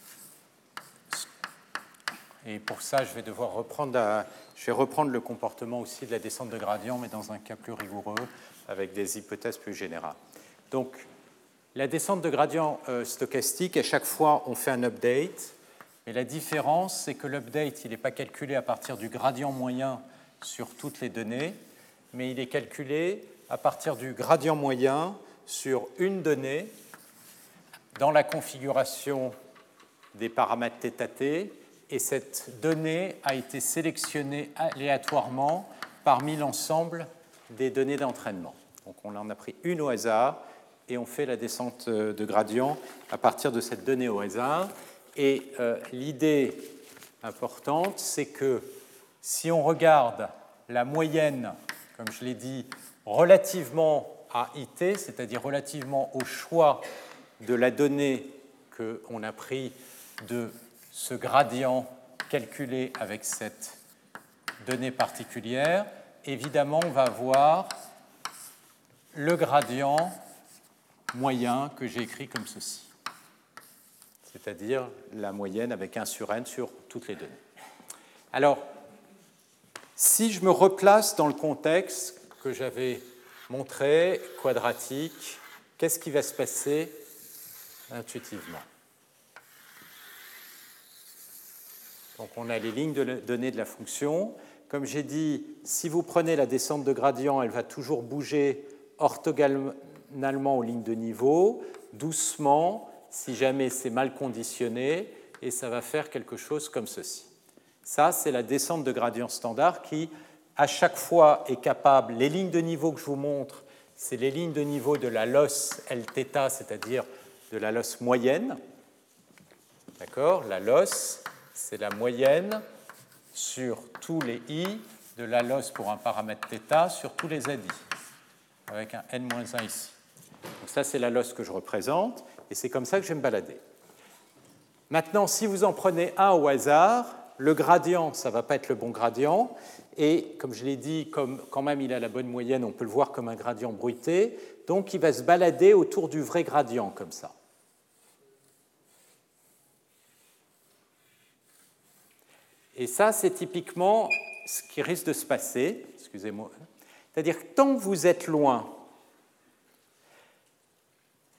et pour ça, je vais devoir reprendre le comportement aussi de la descente de gradient, mais dans un cas plus rigoureux, avec des hypothèses plus générales. Donc, la descente de gradient stochastique, à chaque fois, on fait un update. Et la différence, c'est que l'update, il n'est pas calculé à partir du gradient moyen sur toutes les données, mais il est calculé à partir du gradient moyen sur une donnée dans la configuration des paramètres θt, et cette donnée a été sélectionnée aléatoirement parmi l'ensemble des données d'entraînement. Donc on en a pris une au hasard et on fait la descente de gradient à partir de cette donnée au hasard. Et l'idée importante, c'est que si on regarde la moyenne, comme je l'ai dit, relativement à IT, c'est-à-dire relativement au choix de la donnée qu'on a pris de ce gradient calculé avec cette donnée particulière, évidemment, on va avoir le gradient moyen que j'ai écrit comme ceci, c'est-à-dire la moyenne avec 1 sur n sur toutes les données. Alors, si je me replace dans le contexte que j'avais montré, quadratique, qu'est-ce qui va se passer intuitivement? Donc on a les lignes de données de la fonction. Comme j'ai dit, si vous prenez la descente de gradient, elle va toujours bouger orthogonalement aux lignes de niveau, doucement, si jamais c'est mal conditionné, et ça va faire quelque chose comme ceci. Ça, c'est la descente de gradient standard qui, à chaque fois, est capable. Les lignes de niveau que je vous montre, c'est les lignes de niveau de la loss Lθ, c'est-à-dire de la loss moyenne. D'accord? La loss, c'est la moyenne sur tous les i de la loss pour un paramètre θ sur tous les zi, avec un n-1 ici. Donc ça, c'est la loss que je représente, et c'est comme ça que je vais me balader. Maintenant, si vous en prenez un au hasard, le gradient, ça ne va pas être le bon gradient, et comme je l'ai dit, comme quand même il a la bonne moyenne, on peut le voir comme un gradient bruité, donc il va se balader autour du vrai gradient, comme ça. Et ça, c'est typiquement ce qui risque de se passer, excusez-moi, c'est-à-dire que tant que vous êtes loin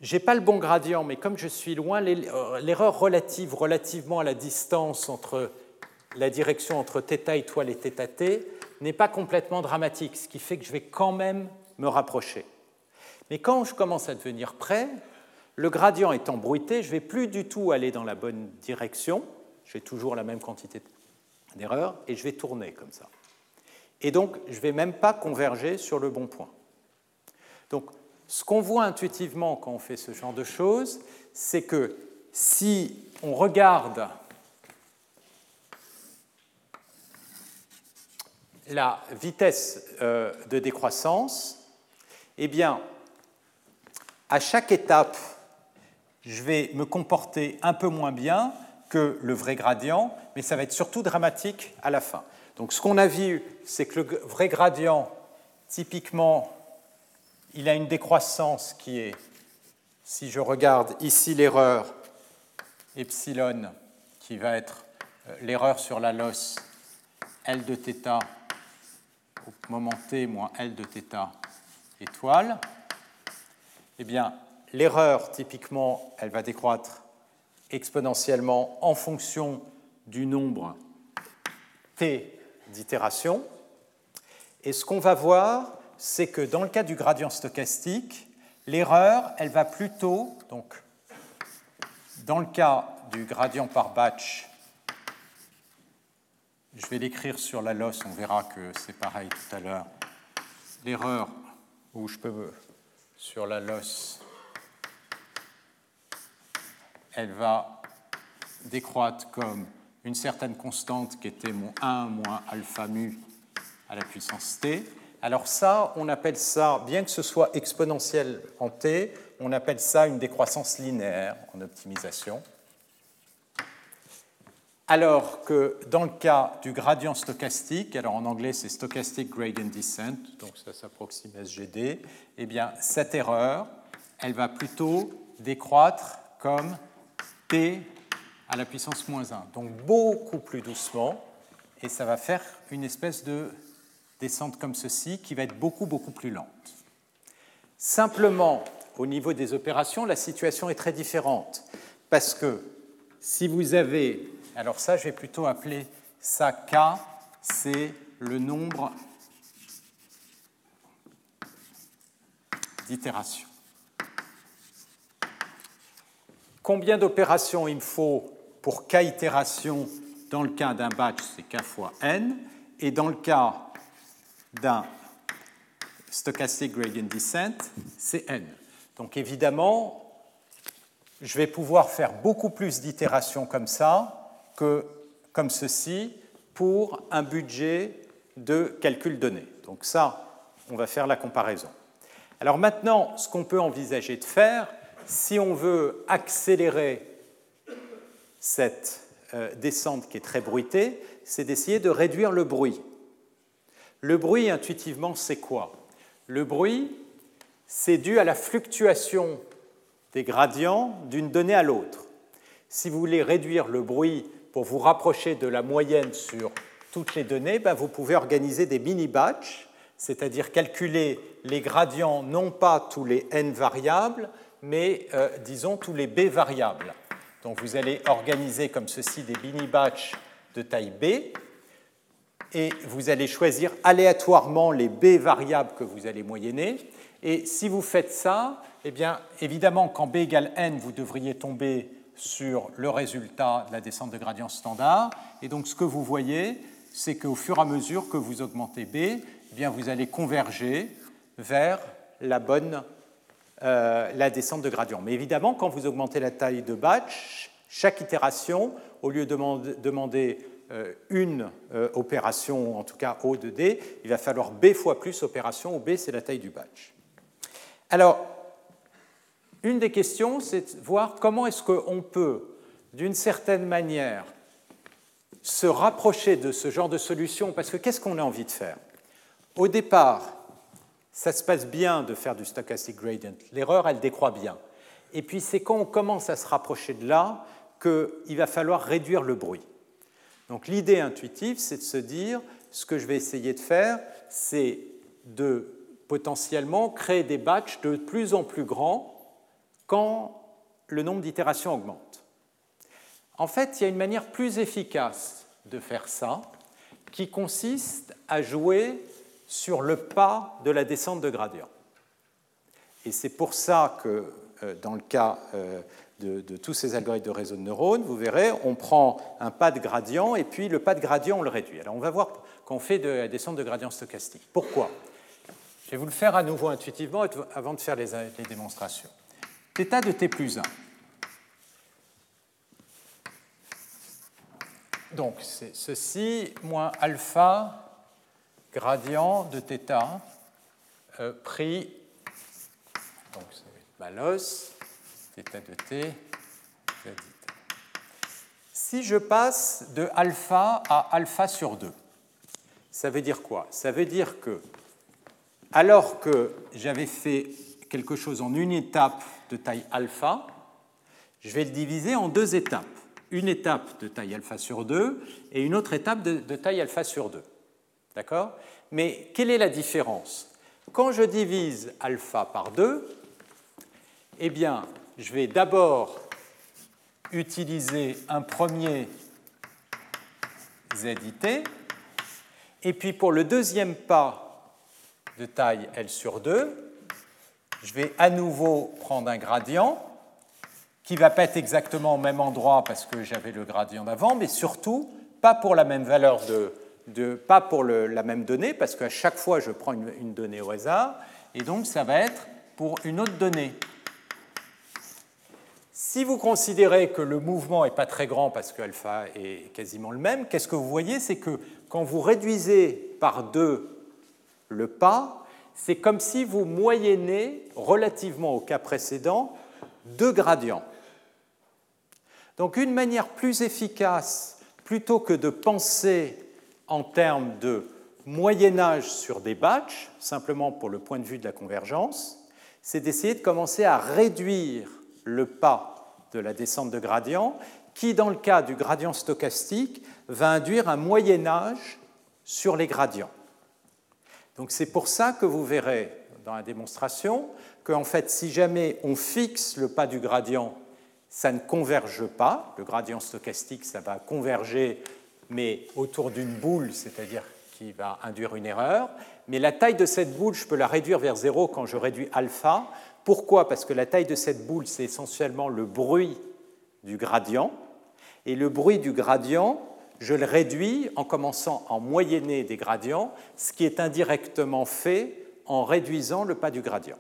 je n'ai pas le bon gradient, mais comme je suis loin, l'erreur relativement à la distance entre la direction entre θ étoile et θt n'est pas complètement dramatique, ce qui fait que je vais quand même me rapprocher. Mais quand je commence à devenir près, le gradient étant bruité, je ne vais plus du tout aller dans la bonne direction, j'ai toujours la même quantité d'erreur, et je vais tourner comme ça. Et donc, je ne vais même pas converger sur le bon point. Donc, ce qu'on voit intuitivement quand on fait ce genre de choses, c'est que si on regarde la vitesse de décroissance, eh bien, à chaque étape, je vais me comporter un peu moins bien que le vrai gradient, mais ça va être surtout dramatique à la fin. Donc, ce qu'on a vu, c'est que le vrai gradient, typiquement, il a une décroissance qui est, si je regarde ici l'erreur epsilon, qui va être l'erreur sur la losse L de θ au moment t moins L de θ étoile, eh bien, l'erreur, typiquement, elle va décroître exponentiellement en fonction du nombre t d'itérations. Et ce qu'on va voir, c'est que dans le cas du gradient stochastique, l'erreur, elle va plutôt, donc, dans le cas du gradient par batch, je vais l'écrire sur la losse, on verra que c'est pareil tout à l'heure. L'erreur, où je peux, sur la losse, elle va décroître comme une certaine constante qui était mon 1 moins alpha mu à la puissance t. Alors ça, on appelle ça, bien que ce soit exponentiel en t, on appelle ça une décroissance linéaire en optimisation. Alors que dans le cas du gradient stochastique, alors en anglais c'est stochastic gradient descent, donc ça s'approxime SGD, eh bien cette erreur, elle va plutôt décroître comme t à la puissance moins 1, donc beaucoup plus doucement, et ça va faire une espèce de descente comme ceci qui va être beaucoup plus lente. Simplement, au niveau des opérations, la situation est très différente, parce que si vous avez, alors ça je vais plutôt appeler ça K, c'est le nombre d'itérations. Combien d'opérations il me faut pour K itérations dans le cas d'un batch, c'est K fois N, et dans le cas d'un stochastic gradient descent, c'est N. Donc évidemment, je vais pouvoir faire beaucoup plus d'itérations comme ça que comme ceci pour un budget de calcul donné. Donc ça, on va faire la comparaison. Alors maintenant, ce qu'on peut envisager de faire, si on veut accélérer cette descente qui est très bruitée, c'est d'essayer de réduire le bruit. Le bruit, intuitivement, c'est quoi? Le bruit, c'est dû à la fluctuation des gradients d'une donnée à l'autre. Si vous voulez réduire le bruit pour vous rapprocher de la moyenne sur toutes les données, vous pouvez organiser des mini-batchs, c'est-à-dire calculer les gradients non pas tous les n variables, mais disons tous les b variables. Donc vous allez organiser comme ceci des mini-batchs de taille b, et vous allez choisir aléatoirement les b variables que vous allez moyenner. Et si vous faites ça, eh bien, évidemment, quand b égale n, vous devriez tomber sur le résultat de la descente de gradient standard. Et donc, ce que vous voyez, c'est qu'au fur et à mesure que vous augmentez b, eh bien, vous allez converger vers la descente de gradient. Mais évidemment, quand vous augmentez la taille de batch, chaque itération, au lieu de demander une opération, en tout cas O de D, il va falloir B fois plus opération, où B, c'est la taille du batch. Alors, une des questions, c'est de voir comment est-ce qu'on peut, d'une certaine manière, se rapprocher de ce genre de solution, parce que qu'est-ce qu'on a envie de faire? Au départ, ça se passe bien de faire du stochastic gradient. L'erreur, elle décroît bien. Et puis, c'est quand on commence à se rapprocher de là qu'il va falloir réduire le bruit. Donc, l'idée intuitive, c'est de se dire, ce que je vais essayer de faire, c'est de potentiellement créer des batchs de plus en plus grands quand le nombre d'itérations augmente. En fait, il y a une manière plus efficace de faire ça, qui consiste à jouer sur le pas de la descente de gradient. Et c'est pour ça que, dans le cas de tous ces algorithmes de réseau de neurones, vous verrez, on prend un pas de gradient, et puis le pas de gradient, on le réduit. Alors, on va voir qu'on fait de la descente de gradient stochastique. Pourquoi ? Je vais vous le faire à nouveau intuitivement avant de faire les démonstrations. Θ de t plus 1. Donc, c'est ceci moins alpha gradient de θ pris, donc c'est malos, θ de t, z d'θ. Si je passe de alpha à alpha sur 2, ça veut dire quoi? Ça veut dire que, alors que j'avais fait quelque chose en une étape de taille alpha, je vais le diviser en deux étapes. Une étape de taille alpha sur 2 et une autre étape de taille alpha sur 2. D'accord? Mais quelle est la différence? Quand je divise alpha par 2, eh bien, je vais d'abord utiliser un premier ZIT, et puis pour le deuxième pas de taille L sur 2, je vais à nouveau prendre un gradient qui ne va pas être exactement au même endroit parce que j'avais le gradient d'avant, mais surtout pas pour la même valeur pas pour la même donnée, parce qu'à chaque fois je prends une donnée au hasard, et donc ça va être pour une autre donnée. Si vous considérez que le mouvement n'est pas très grand parce que alpha est quasiment le même, qu'est-ce que vous voyez? C'est que quand vous réduisez par 2 le pas, c'est comme si vous moyennez, relativement au cas précédent, 2 gradients. Donc une manière plus efficace, plutôt que de penser en termes de moyennage sur des batchs, simplement pour le point de vue de la convergence, c'est d'essayer de commencer à réduire le pas de la descente de gradient, qui, dans le cas du gradient stochastique, va induire un moyennage sur les gradients. Donc c'est pour ça que vous verrez dans la démonstration qu'en fait, si jamais on fixe le pas du gradient, ça ne converge pas. Le gradient stochastique, ça va converger, mais autour d'une boule, c'est-à-dire qui va induire une erreur. Mais la taille de cette boule, je peux la réduire vers 0 quand je réduis alpha. Pourquoi? Parce que la taille de cette boule, c'est essentiellement le bruit du gradient. Et le bruit du gradient, je le réduis en commençant à moyenner des gradients, ce qui est indirectement fait en réduisant le pas du gradient.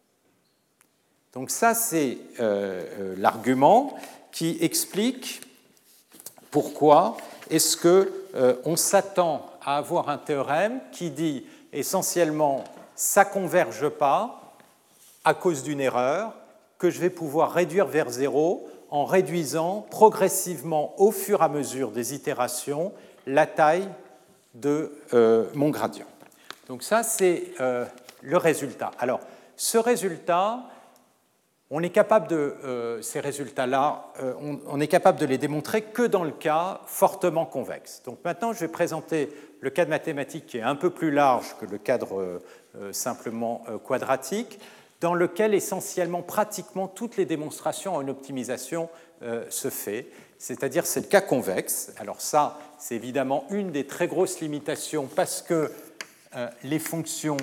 Donc ça, c'est l'argument qui explique pourquoi est-ce qu'on s'attend à avoir un théorème qui dit essentiellement ça ne converge pas à cause d'une erreur que je vais pouvoir réduire vers 0 en réduisant progressivement au fur et à mesure des itérations la taille de mon gradient. Donc ça, c'est le résultat. Alors, ce résultat, on est capable de ces résultats-là, on est capable de les démontrer que dans le cas fortement convexe. Donc maintenant, je vais présenter le cadre mathématique qui est un peu plus large que le cadre simplement quadratique, dans lequel essentiellement, pratiquement toutes les démonstrations en optimisation se fait, c'est-à-dire c'est le cas convexe. Alors ça, c'est évidemment une des très grosses limitations parce que les fonctions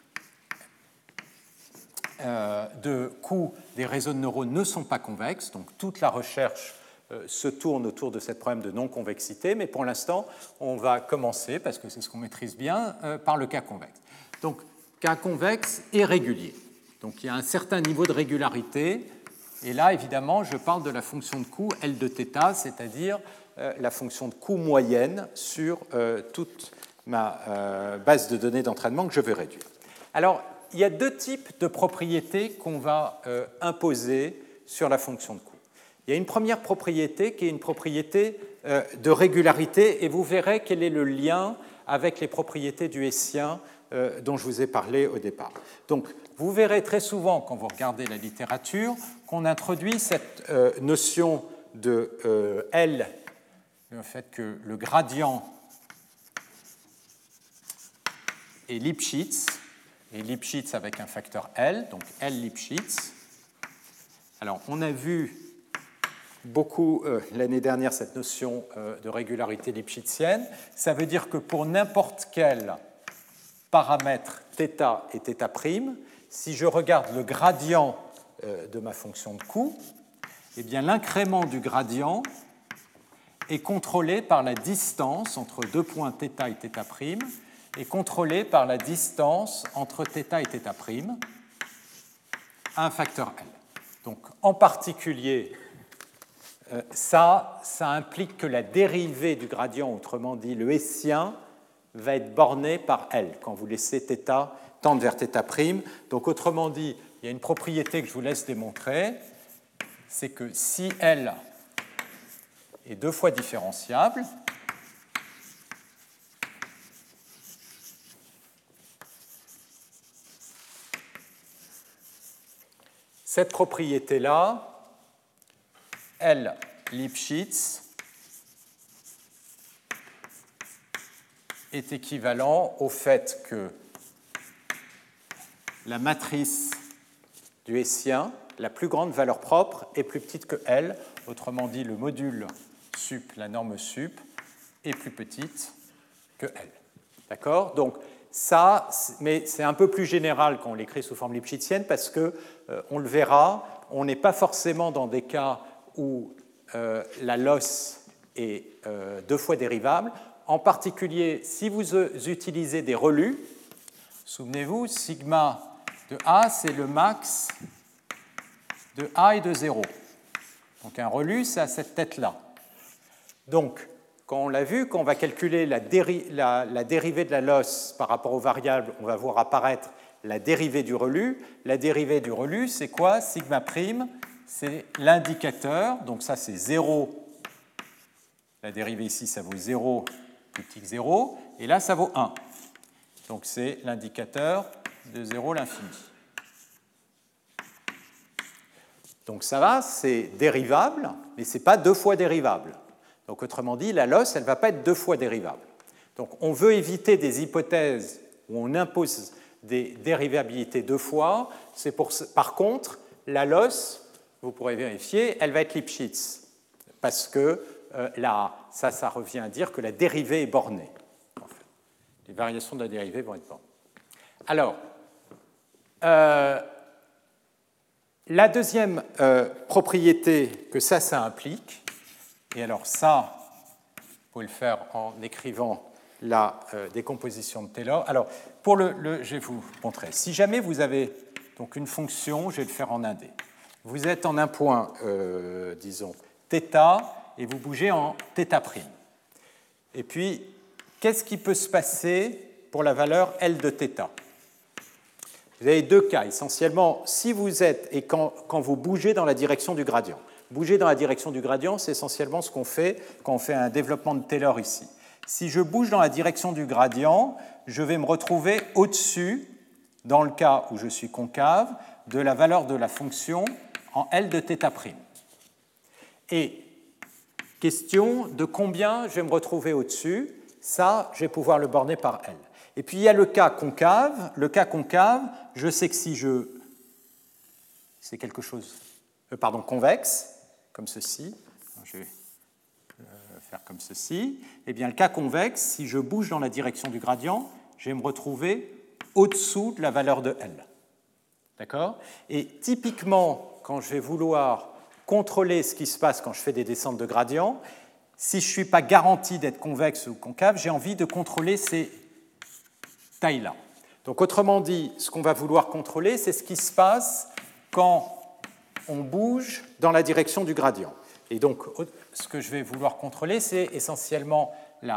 de coût des réseaux de neurones ne sont pas convexes, donc toute la recherche se tourne autour de ce problème de non-convexité, mais pour l'instant, on va commencer, parce que c'est ce qu'on maîtrise bien, par le cas convexe. Donc, cas convexe et régulier. Donc, il y a un certain niveau de régularité, et là, évidemment, je parle de la fonction de coût L de θ, c'est-à-dire la fonction de coût moyenne sur toute ma base de données d'entraînement que je veux réduire. Alors, il y a deux types de propriétés qu'on va imposer sur la fonction de coût. Il y a une première propriété qui est une propriété de régularité, et vous verrez quel est le lien avec les propriétés du hessien dont je vous ai parlé au départ. Donc, vous verrez très souvent, quand vous regardez la littérature, qu'on introduit cette notion de L, le fait que le gradient est Lipschitz, et Lipschitz avec un facteur L, donc L Lipschitz, Alors, on a vu beaucoup l'année dernière cette notion de régularité lipschitzienne. Ça veut dire que pour n'importe quel paramètre θ et θ', si je regarde le gradient de ma fonction de coût, eh bien l'incrément du gradient est contrôlé par la distance entre deux points θ et θ', et contrôlé par la distance entre θ et θ' à un facteur L. Donc, en particulier, ça implique que la dérivée du gradient, autrement dit le hessien, va être bornée par L quand vous laissez θ tendre vers θ'. Donc, autrement dit, il y a une propriété que je vous laisse démontrer, c'est que si L est deux fois différenciable, cette propriété-là, L Lipschitz, est équivalent au fait que la matrice du hessien, la plus grande valeur propre, est plus petite que L. Autrement dit, le module sup, la norme sup, est plus petite que L. D'accord ? Donc, ça, mais c'est un peu plus général quand on l'écrit sous forme lipschitzienne parce que, on le verra, on n'est pas forcément dans des cas où la loss est deux fois dérivable. En particulier, si vous utilisez des relus, souvenez-vous, sigma de A, c'est le max de A et de 0. Donc un relus, c'est à cette tête-là. Donc, quand on l'a vu, quand on va calculer la dérivée de la loss par rapport aux variables, on va voir apparaître la dérivée du relus. La dérivée du relus, c'est quoi? Sigma prime, c'est l'indicateur. Donc ça, c'est 0. La dérivée ici, ça vaut 0 plus petit que 0. Et là, ça vaut 1. Donc c'est l'indicateur de 0 l'infini. Donc ça va, c'est dérivable, mais ce n'est pas deux fois dérivable. Donc autrement dit, la loss, elle ne va pas être deux fois dérivable. Donc on veut éviter des hypothèses où on impose des dérivabilités deux fois. Par contre, la loss, vous pourrez vérifier, elle va être Lipschitz. Parce que ça revient à dire que la dérivée est bornée. En fait. Les variations de la dérivée vont être bornées. Alors, la deuxième propriété que ça implique, et alors ça, vous pouvez le faire en écrivant la décomposition de Taylor. Alors, je vais vous montrer. Si jamais vous avez donc une fonction, je vais le faire en indé. Vous êtes en un point, disons, θ, et vous bougez en θ'T'. Et puis, qu'est-ce qui peut se passer pour la valeur L de θ? Vous avez deux cas, essentiellement, si vous êtes, et quand vous bougez dans la direction du gradient. Bouger dans la direction du gradient, c'est essentiellement ce qu'on fait quand on fait un développement de Taylor ici. Si je bouge dans la direction du gradient, je vais me retrouver au-dessus, dans le cas où je suis concave, de la valeur de la fonction en L de θ'. Et question de combien je vais me retrouver au-dessus, ça, je vais pouvoir le borner par L. Et puis il y a le cas concave. Le cas concave, je sais que si c'est quelque chose, convexe, comme ceci, je vais faire comme ceci, et bien le cas convexe, si je bouge dans la direction du gradient, je vais me retrouver au-dessous de la valeur de L. D'accord? Et typiquement, quand je vais vouloir contrôler ce qui se passe quand je fais des descentes de gradient, si je ne suis pas garanti d'être convexe ou concave, j'ai envie de contrôler ces tailles-là. Donc autrement dit, ce qu'on va vouloir contrôler, c'est ce qui se passe quand on bouge dans la direction du gradient. Et donc, ce que je vais vouloir contrôler, c'est essentiellement le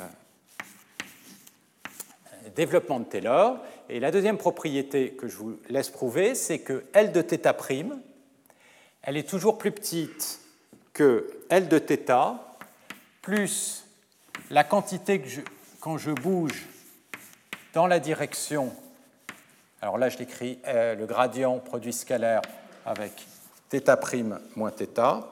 développement de Taylor. Et la deuxième propriété que je vous laisse prouver, c'est que L de θ', elle est toujours plus petite que L de θ, plus la quantité quand je bouge dans la direction, alors là je l'écris, le gradient produit scalaire avec θ' moins θ,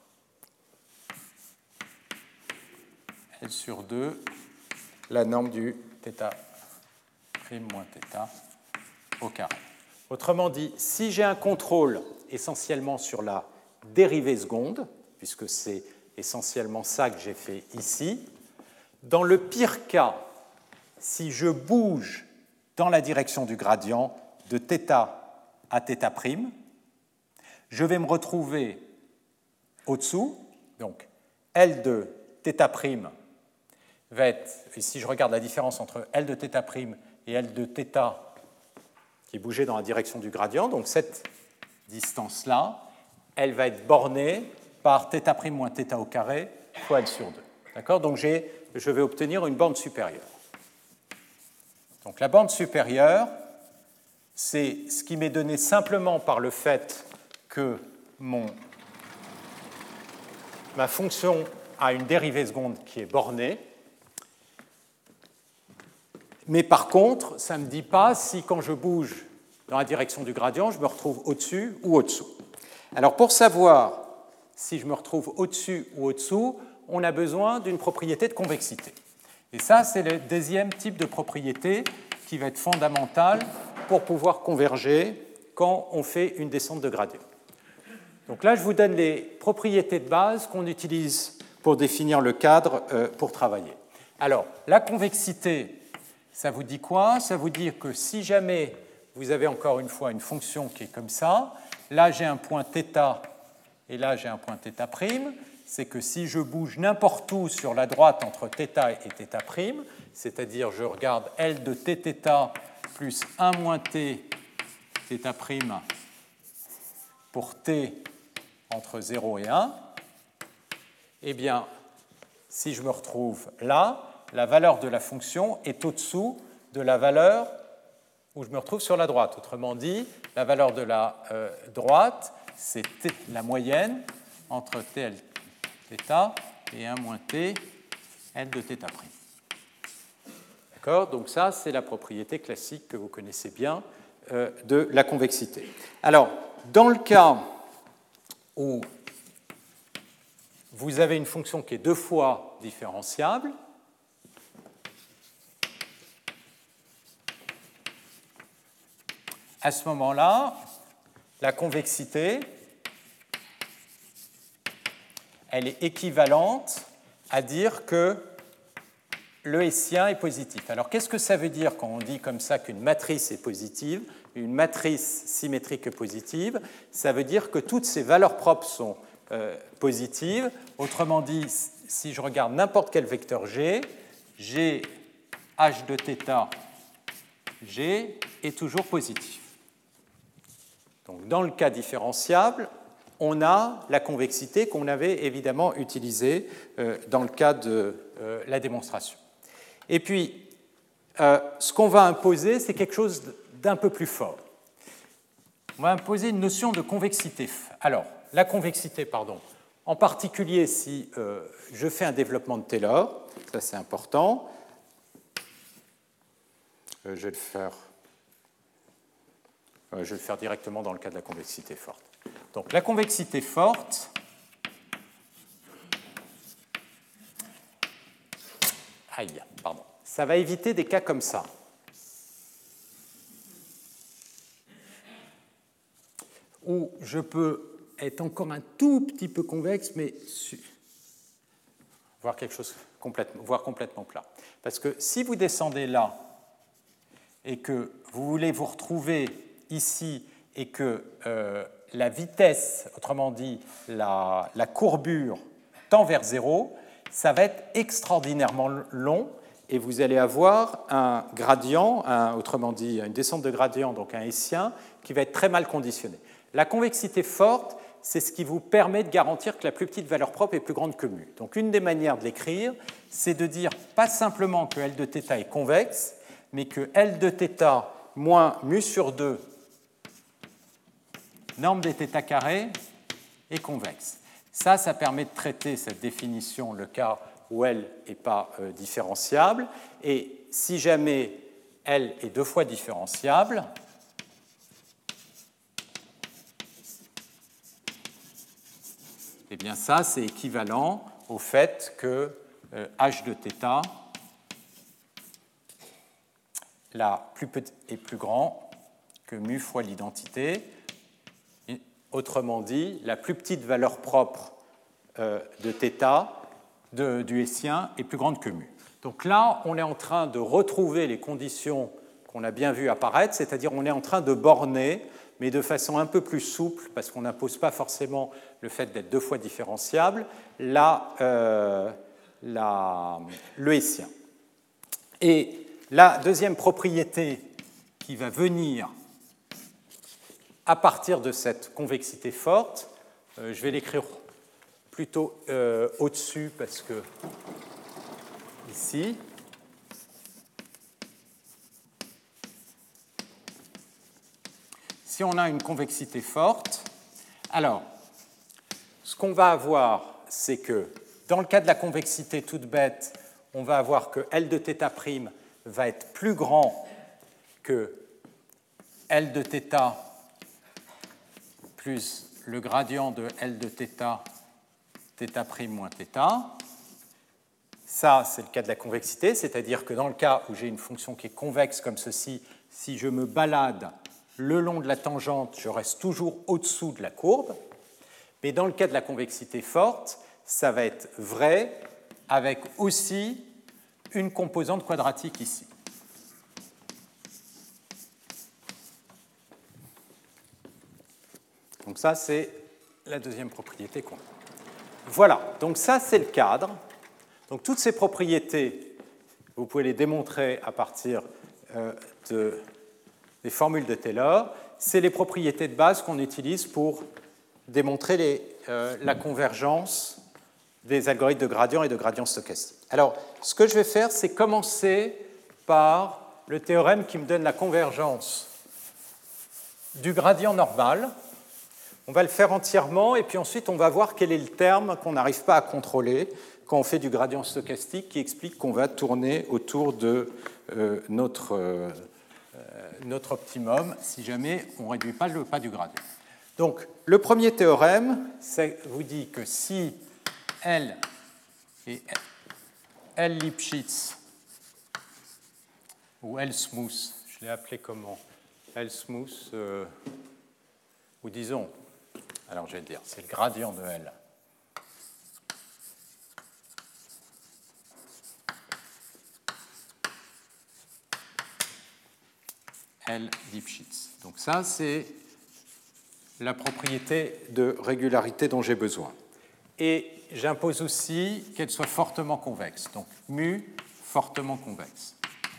L sur 2, la norme du θ' moins θ au carré. Autrement dit, si j'ai un contrôle essentiellement sur la dérivée seconde, puisque c'est essentiellement ça que j'ai fait ici. Dans le pire cas, si je bouge dans la direction du gradient de θ à θ', je vais me retrouver au-dessous, donc L de θ' va être, et si je regarde la différence entre L de θ' et L de θ qui est bougé dans la direction du gradient, donc cette distance-là, elle va être bornée par θ' moins θ au carré fois L sur 2. D'accord ? Donc je vais obtenir une borne supérieure. Donc la borne supérieure, c'est ce qui m'est donné simplement par le fait que ma fonction a une dérivée seconde qui est bornée. Mais par contre, ça ne me dit pas si quand je bouge dans la direction du gradient, je me retrouve au-dessus ou au-dessous. Alors pour savoir si je me retrouve au-dessus ou au-dessous, on a besoin d'une propriété de convexité. Et ça, c'est le deuxième type de propriété qui va être fondamentale pour pouvoir converger quand on fait une descente de gradient. Donc là, je vous donne les propriétés de base qu'on utilise pour définir le cadre pour travailler. Alors, la convexité, ça vous dit quoi? Ça vous dit que si jamais vous avez encore une fois une fonction qui est comme ça, là j'ai un point θ et là j'ai un point θ', c'est que si je bouge n'importe où sur la droite entre θ et θ', c'est-à-dire je regarde L de tθ plus 1 moins t θ' pour t entre 0 et 1, eh bien, si je me retrouve là, la valeur de la fonction est au-dessous de la valeur où je me retrouve sur la droite. Autrement dit, la valeur de la droite, c'est la moyenne entre tL θ et 1 moins t L de θ'. D'accord ? Donc ça, c'est la propriété classique que vous connaissez bien de la convexité. Alors, dans le cas où vous avez une fonction qui est deux fois différenciable, à ce moment-là, la convexité, elle est équivalente à dire que le hessien est positif. Alors, qu'est-ce que ça veut dire quand on dit comme ça qu'une matrice est positive, une matrice symétrique positive? Ça veut dire que toutes ses valeurs propres sont positives. Autrement dit, si je regarde n'importe quel vecteur G, G h de θ, G est toujours positif. Donc, dans le cas différenciable, on a la convexité qu'on avait évidemment utilisée dans le cas de la démonstration. Et puis, ce qu'on va imposer, c'est quelque chose d'un peu plus fort. On va imposer une notion de convexité. Alors, la convexité, en particulier si je fais un développement de Taylor, ça c'est important. Je vais le faire directement dans le cas de la convexité forte. Donc, la convexité forte, ça va éviter des cas comme ça. Où je peux être encore un tout petit peu convexe, mais voir quelque chose complètement plat. Parce que si vous descendez là et que vous voulez vous retrouver ici et que la vitesse, autrement dit la courbure, tend vers 0, ça va être extraordinairement long et vous allez avoir un gradient, autrement dit une descente de gradient, donc un hessien, qui va être très mal conditionné. La convexité forte, c'est ce qui vous permet de garantir que la plus petite valeur propre est plus grande que mu. Donc une des manières de l'écrire, c'est de dire pas simplement que L de θ est convexe, mais que L de θ moins mu sur 2, norme des θ carrés, est convexe. Ça permet de traiter cette définition, le cas où L n'est pas différenciable. Et si jamais L est deux fois différenciable, eh bien ça, c'est équivalent au fait que h de θ est plus grand que mu fois l'identité. autrement dit, la plus petite valeur propre de θ du hessien est plus grande que mu. Donc là, on est en train de retrouver les conditions qu'on a bien vues apparaître, c'est-à-dire on est en train de borner, mais de façon un peu plus souple, parce qu'on n'impose pas forcément le fait d'être deux fois différenciable, le hessien. Et la deuxième propriété qui va venir à partir de cette convexité forte, je vais l'écrire plutôt au-dessus parce que ici, si on a une convexité forte, alors ce qu'on va avoir, c'est que dans le cas de la convexité toute bête, on va avoir que L de θ' va être plus grand que L de θ plus le gradient de L de θ, θ' moins θ. Ça, c'est le cas de la convexité, c'est-à-dire que dans le cas où j'ai une fonction qui est convexe comme ceci, si je me balade le long de la tangente, je reste toujours au-dessous de la courbe. Mais dans le cas de la convexité forte, ça va être vrai avec aussi une composante quadratique ici. Donc ça, c'est la deuxième propriété qu'on a. Voilà, donc ça, c'est le cadre. Donc toutes ces propriétés, vous pouvez les démontrer à partir des formules de Taylor. C'est les propriétés de base qu'on utilise pour démontrer la convergence des algorithmes de gradient et de gradient stochastique. Alors, ce que je vais faire, c'est commencer par le théorème qui me donne la convergence du gradient normal. On va le faire entièrement et puis ensuite on va voir quel est le terme qu'on n'arrive pas à contrôler quand on fait du gradient stochastique qui explique qu'on va tourner autour de notre optimum si jamais on ne réduit pas le pas du gradient. Donc le premier théorème vous dit que si L et L Lipschitz ou L smooth, je l'ai appelé comment? L smooth, ou disons, alors je vais dire, c'est le gradient de L. L Lipschitz. Donc ça, c'est la propriété de régularité dont j'ai besoin. Et j'impose aussi qu'elle soit fortement convexe. Donc mu fortement convexe.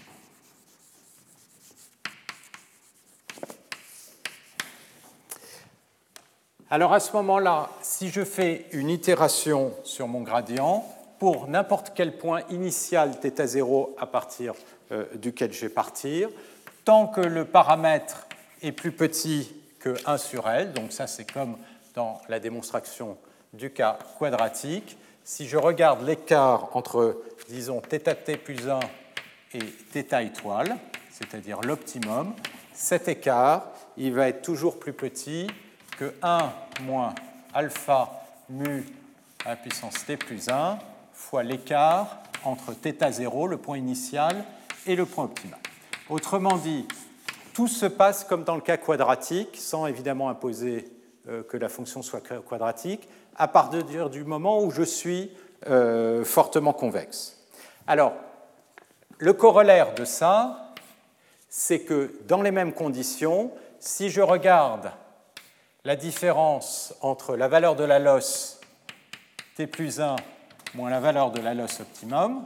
Alors à ce moment-là, si je fais une itération sur mon gradient, pour n'importe quel point initial θ0 à partir duquel je vais partir, tant que le paramètre est plus petit que 1 sur L, donc ça c'est comme dans la démonstration du cas quadratique, si je regarde l'écart entre, disons, θt plus 1 et θ étoile, c'est-à-dire l'optimum, cet écart, il va être toujours plus petit que 1 moins alpha mu à la puissance t plus 1 fois l'écart entre θ0, le point initial, et le point optimal. Autrement dit, tout se passe comme dans le cas quadratique, sans évidemment imposer que la fonction soit quadratique, à partir du moment où je suis fortement convexe. Alors, le corollaire de ça, c'est que dans les mêmes conditions, si je regarde la différence entre la valeur de la loss t plus 1 moins la valeur de la loss optimum,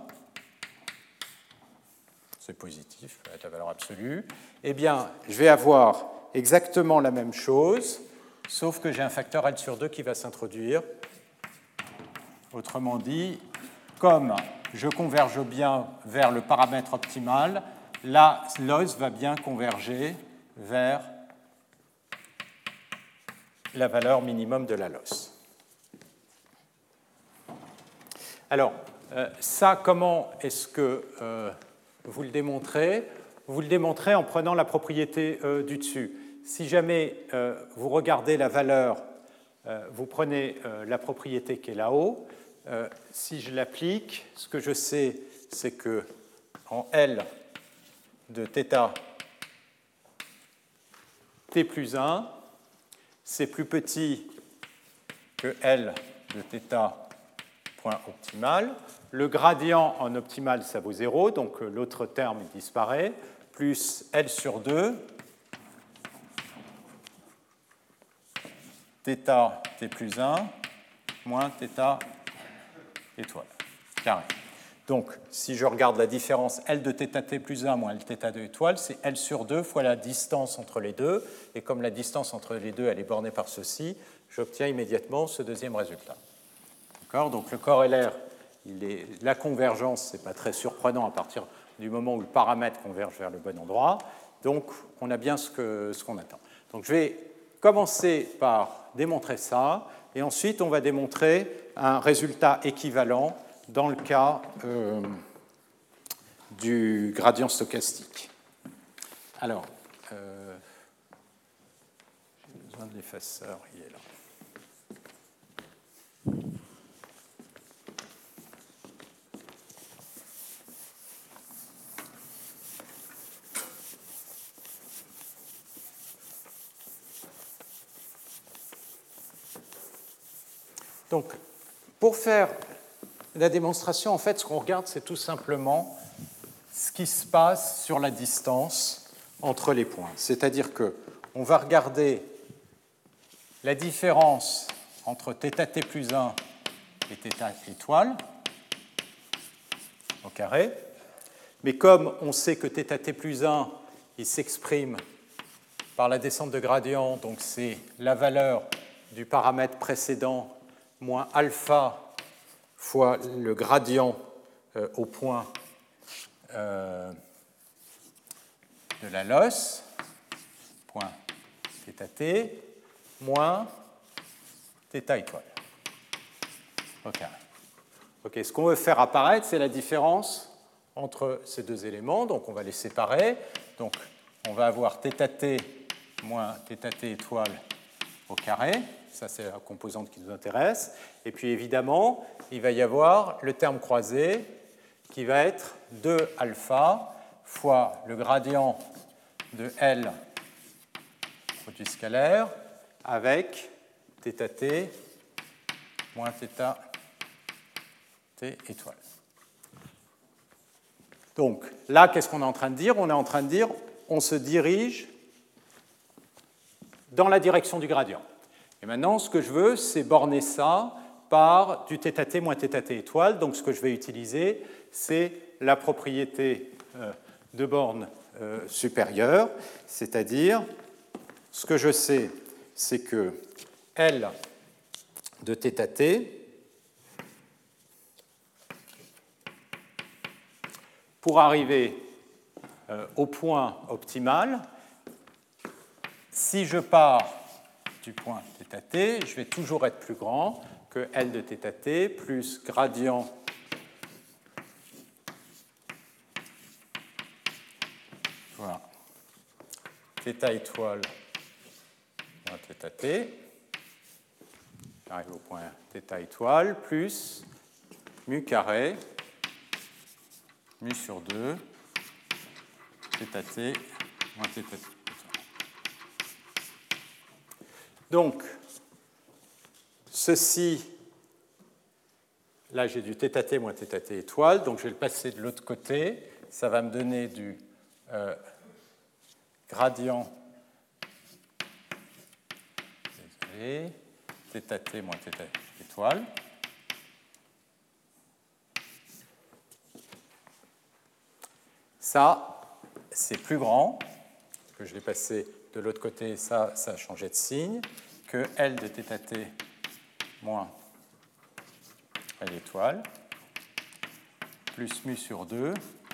c'est positif, ça va être la valeur absolue, eh bien, je vais avoir exactement la même chose, sauf que j'ai un facteur L sur 2 qui va s'introduire. Autrement dit, comme je converge bien vers le paramètre optimal, la loss va bien converger vers la valeur minimum de la loss. Alors, ça, comment est-ce que vous le démontrez? Vous le démontrez en prenant la propriété du dessus. Si jamais vous regardez la valeur, vous prenez la propriété qui est là-haut. Si je l'applique, ce que je sais, c'est que en L de θ t plus 1, c'est plus petit que L de θ point optimal. Le gradient en optimal, ça vaut 0, donc l'autre terme disparaît, plus L sur 2, θ t plus 1, moins θ étoile, carré. Donc, si je regarde la différence L de θt plus 1 moins L θ de étoile, c'est L sur 2 fois la distance entre les deux. Et comme la distance entre les deux, elle est bornée par ceci, j'obtiens immédiatement ce deuxième résultat. D'accord ? Donc, le corollaire, la convergence, ce n'est pas très surprenant à partir du moment où le paramètre converge vers le bon endroit. Donc, on a bien ce qu'on attend. Donc, je vais commencer par démontrer ça, et ensuite, on va démontrer un résultat équivalent dans le cas du gradient stochastique. Alors, j'ai besoin de l'effaceur, il est là. Donc, pour faire la démonstration, en fait, ce qu'on regarde, c'est tout simplement ce qui se passe sur la distance entre les points. C'est-à-dire qu'on va regarder la différence entre θt plus 1 et θ étoile au carré. Mais comme on sait que θt plus 1, il s'exprime par la descente de gradient, donc c'est la valeur du paramètre précédent moins alpha fois le gradient au point de la losse, point θt, moins θ étoile. Okay. Ok, ce qu'on veut faire apparaître, c'est la différence entre ces deux éléments, donc on va les séparer. Donc on va avoir θt moins θt étoile au carré. Ça, c'est la composante qui nous intéresse. Et puis, évidemment, il va y avoir le terme croisé qui va être 2α fois le gradient de L produit scalaire avec θt moins θt étoile. Donc, là, qu'est-ce qu'on est en train de dire ? On est en train de dire on se dirige dans la direction du gradient. Et maintenant, ce que je veux, c'est borner ça par du θt moins θt étoile. Donc, ce que je vais utiliser, c'est la propriété de borne supérieure, c'est-à-dire, ce que je sais, c'est que L de θt pour arriver au point optimal, si je pars du point θt, je vais toujours être plus grand que L de θt plus gradient voilà, θ étoile moins θt, j'arrive au point θ étoile, plus mu carré, mu sur 2, θt moins θt. Donc, ceci, là j'ai du θt moins θt étoile, donc je vais le passer de l'autre côté, ça va me donner du gradient θt moins θt étoile. Ça, c'est plus grand, que je l'ai passé de l'autre côté, ça a changé de signe, que L de θt moins L étoile, plus mu sur 2,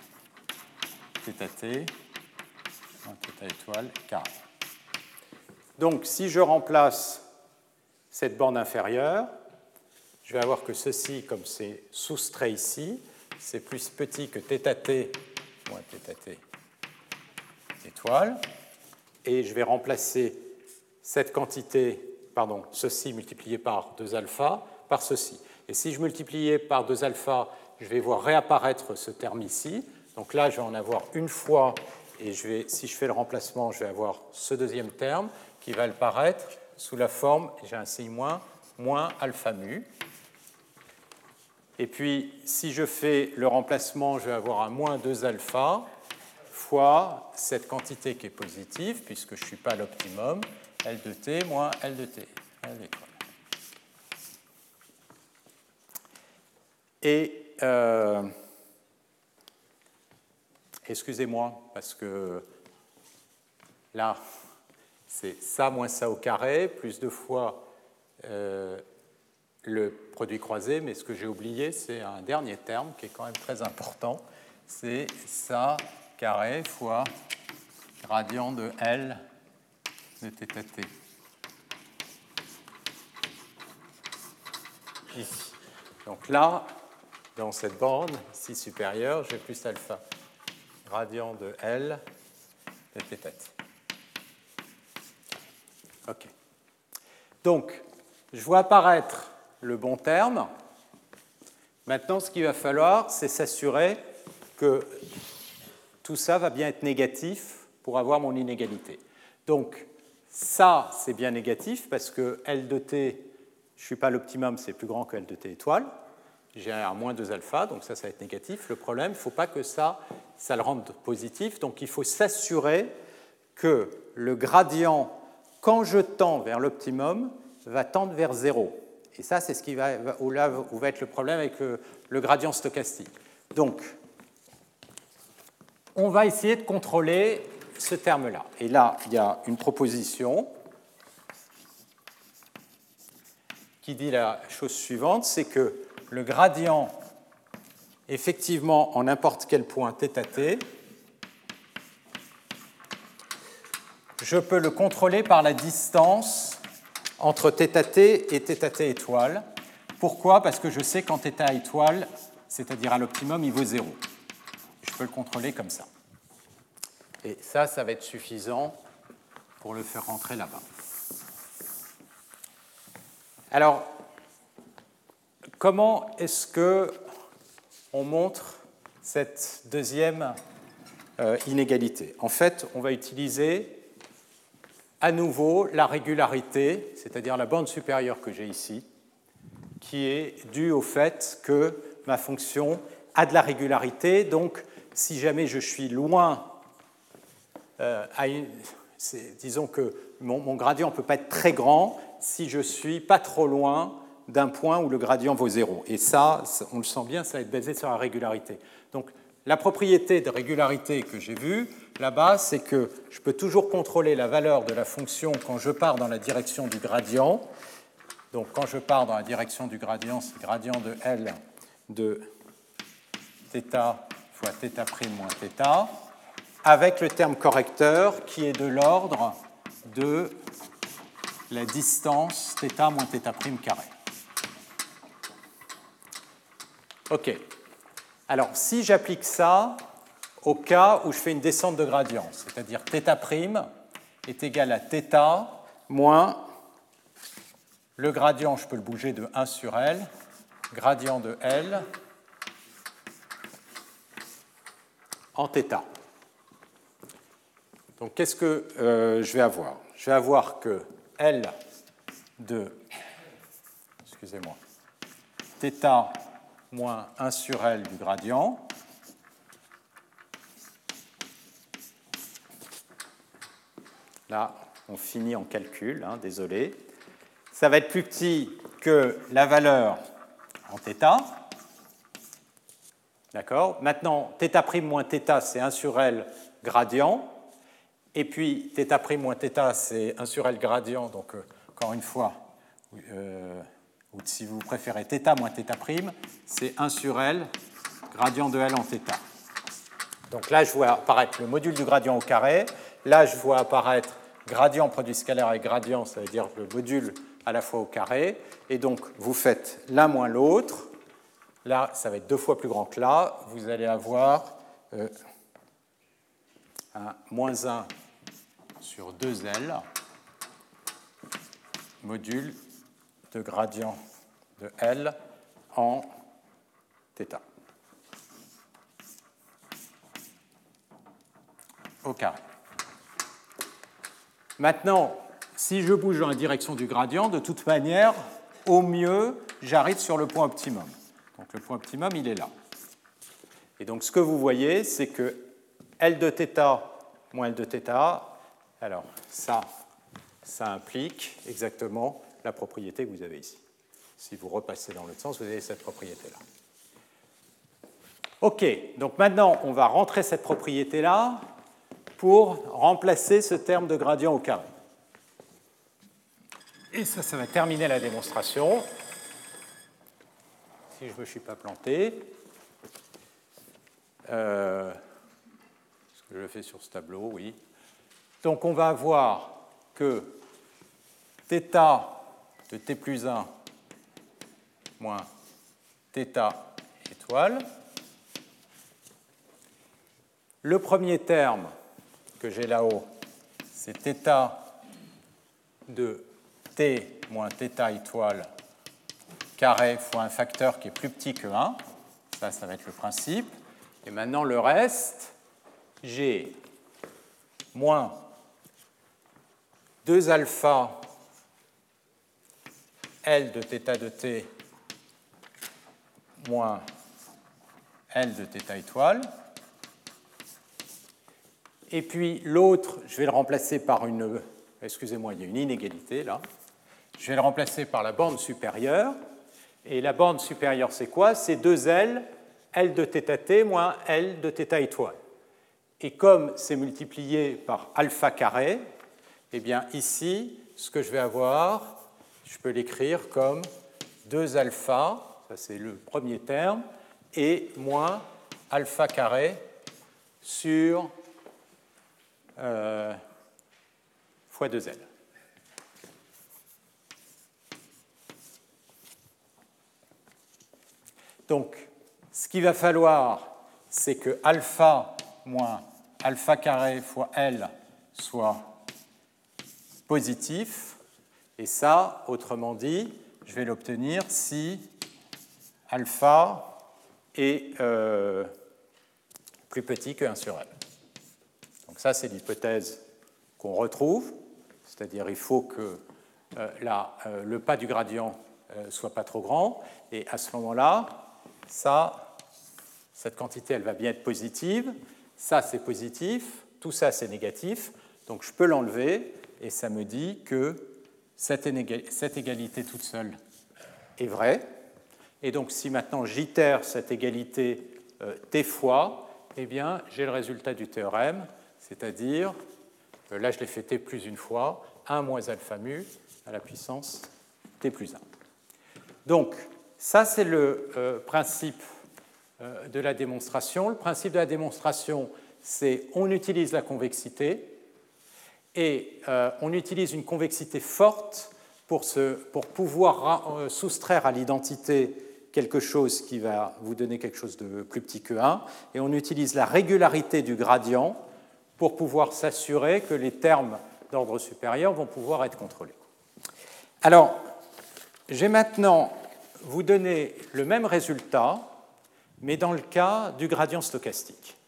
θt moins θ étoile carré. Donc, si je remplace cette borne inférieure, je vais avoir que ceci, comme c'est soustrait ici, c'est plus petit que θt moins θt étoile, et je vais remplacer cette quantité, ceci multiplié par 2α, par ceci. Et si je multipliais par 2α, je vais voir réapparaître ce terme ici. Donc là, je vais en avoir une fois, et si je fais le remplacement, je vais avoir ce deuxième terme qui va apparaître sous la forme, j'ai un signe moins, moins alpha mu. Et puis, si je fais le remplacement, je vais avoir un moins 2 alpha fois cette quantité qui est positive, puisque je ne suis pas à l'optimum, L de t moins L de t. Et excusez-moi, parce que là, c'est ça moins ça au carré, plus 2 fois le produit croisé, mais ce que j'ai oublié, c'est un dernier terme qui est quand même très important, c'est ça carré fois gradient de L de θt. Ici. Donc là, dans cette borne, ici supérieure, j'ai plus alpha gradient de L de θt. OK. Donc, je vois apparaître le bon terme. Maintenant, ce qu'il va falloir, c'est s'assurer que tout ça va bien être négatif pour avoir mon inégalité. Donc, ça, c'est bien négatif parce que L de t, je ne suis pas à l'optimum, c'est plus grand que L de t étoile. J'ai un moins 2 alpha, donc ça va être négatif. Le problème, il ne faut pas que ça le rende positif. Donc, il faut s'assurer que le gradient, quand je tends vers l'optimum, va tendre vers 0. Et ça, c'est ce qui où va être le problème avec le gradient stochastique. Donc, on va essayer de contrôler ce terme-là. Et là, il y a une proposition qui dit la chose suivante, c'est que le gradient, effectivement, en n'importe quel point θt, je peux le contrôler par la distance entre θt et θt étoile. Pourquoi? Parce que je sais qu'en θ étoile, c'est-à-dire à l'optimum, il vaut 0. Je peux le contrôler comme ça. Et ça va être suffisant pour le faire rentrer là-bas. Alors, comment est-ce qu'on montre cette deuxième inégalité? En fait, on va utiliser à nouveau la régularité, c'est-à-dire la bande supérieure que j'ai ici, qui est due au fait que ma fonction a de la régularité. Donc, si jamais je suis loin, disons que mon gradient ne peut pas être très grand si je ne suis pas trop loin d'un point où le gradient vaut 0. Et ça, on le sent bien, ça va être basé sur la régularité. Donc, la propriété de régularité que j'ai vue là-bas, c'est que je peux toujours contrôler la valeur de la fonction quand je pars dans la direction du gradient. Donc, quand je pars dans la direction du gradient, c'est gradient de L de θ fois θ' moins θ, avec le terme correcteur qui est de l'ordre de la distance θ moins θ' carré. OK. Alors, si j'applique ça au cas où je fais une descente de gradient, c'est-à-dire θ' est égal à θ moins le gradient, je peux le bouger de 1 sur L, gradient de L en θ. Donc, qu'est-ce que je vais avoir? Je vais avoir que L de, excusez-moi, θ moins 1 sur L du gradient là, on finit en calcul, hein, désolé. Ça va être plus petit que la valeur en θ. D'accord? Maintenant, θ' moins θ, c'est 1 sur L gradient. Et puis, θ' moins θ, c'est 1 sur L gradient. Donc, encore une fois, ou si vous préférez θ moins θ', c'est 1 sur L gradient de L en θ. Donc là, je vois apparaître le module du gradient au carré. Là, je vois apparaître gradient produit scalaire avec gradient, ça veut dire le module à la fois au carré. Et donc, vous faites l'un moins l'autre. Là, ça va être 2 fois plus grand que là. Vous allez avoir un moins 1 sur 2L, module de gradient de L en θ. Au carré. Maintenant, si je bouge dans la direction du gradient, de toute manière, au mieux, j'arrive sur le point optimum. Donc le point optimum, il est là. Et donc ce que vous voyez, c'est que L de θ moins L de θ, alors ça implique exactement la propriété que vous avez ici. Si vous repassez dans l'autre sens, vous avez cette propriété-là. OK, donc maintenant, on va rentrer cette propriété-là pour remplacer ce terme de gradient au carré. Et ça va terminer la démonstration. Si je ne me suis pas planté. Est-ce que je le fais sur ce tableau? Oui. Donc on va avoir que θ de t plus 1 moins θ étoile. Le premier terme que j'ai là-haut, c'est θ de t moins θ étoile carré fois un facteur qui est plus petit que 1. Ça va être le principe. Et maintenant, le reste, j'ai moins 2 alpha L de θ de t moins L de θ étoile. Et puis l'autre, je vais le remplacer par une... Excusez-moi, il y a une inégalité là. Je vais le remplacer par la borne supérieure. Et la borne supérieure, c'est quoi? C'est 2L, L de θt moins L de θ étoile. Et comme c'est multiplié par alpha carré, eh bien ici, ce que je vais avoir, je peux l'écrire comme 2 alpha, ça c'est le premier terme, et moins alpha carré sur fois 2L. Donc, ce qu'il va falloir, c'est que alpha moins alpha carré fois L soit positif. Et ça, autrement dit, je vais l'obtenir si alpha est plus petit que 1 sur L. Donc ça, c'est l'hypothèse qu'on retrouve, c'est-à-dire il faut que le pas du gradient soit pas trop grand, et à ce moment-là, cette quantité, elle va bien être positive, ça c'est positif, tout ça c'est négatif, donc je peux l'enlever, et ça me dit que cette égalité toute seule est vraie, et donc si maintenant j'itère cette égalité t fois, eh bien j'ai le résultat du théorème, c'est-à-dire, là je l'ai fait t plus une fois, 1 moins alpha mu à la puissance t plus 1. Donc, ça c'est le principe de la démonstration. Le principe de la démonstration, c'est on utilise la convexité, et on utilise une convexité forte pour pouvoir soustraire à l'identité quelque chose qui va vous donner quelque chose de plus petit que 1, et on utilise la régularité du gradient pour pouvoir s'assurer que les termes d'ordre supérieur vont pouvoir être contrôlés. Alors, je vais maintenant vous donner le même résultat, mais dans le cas du gradient stochastique.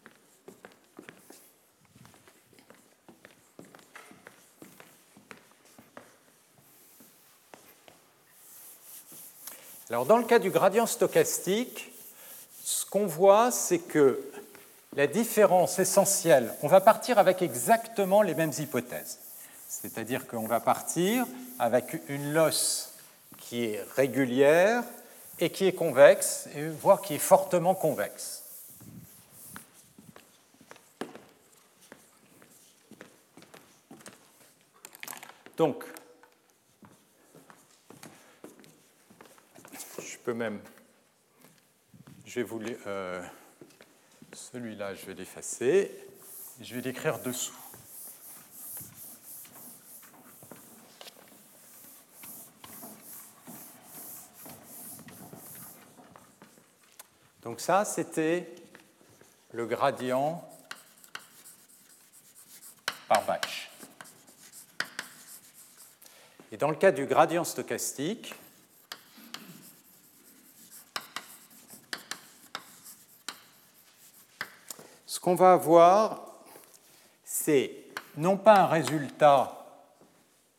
Alors, dans le cas du gradient stochastique, ce qu'on voit, c'est que la différence essentielle, on va partir avec exactement les mêmes hypothèses. C'est-à-dire qu'on va partir avec une losse qui est régulière et qui est convexe, voire qui est fortement convexe. Donc, je peux même... Je vais vous... celui-là, je vais l'effacer. Je vais l'écrire dessous. Donc ça, c'était le gradient par batch. Et dans le cas du gradient stochastique, ce qu'on va avoir, c'est non pas un résultat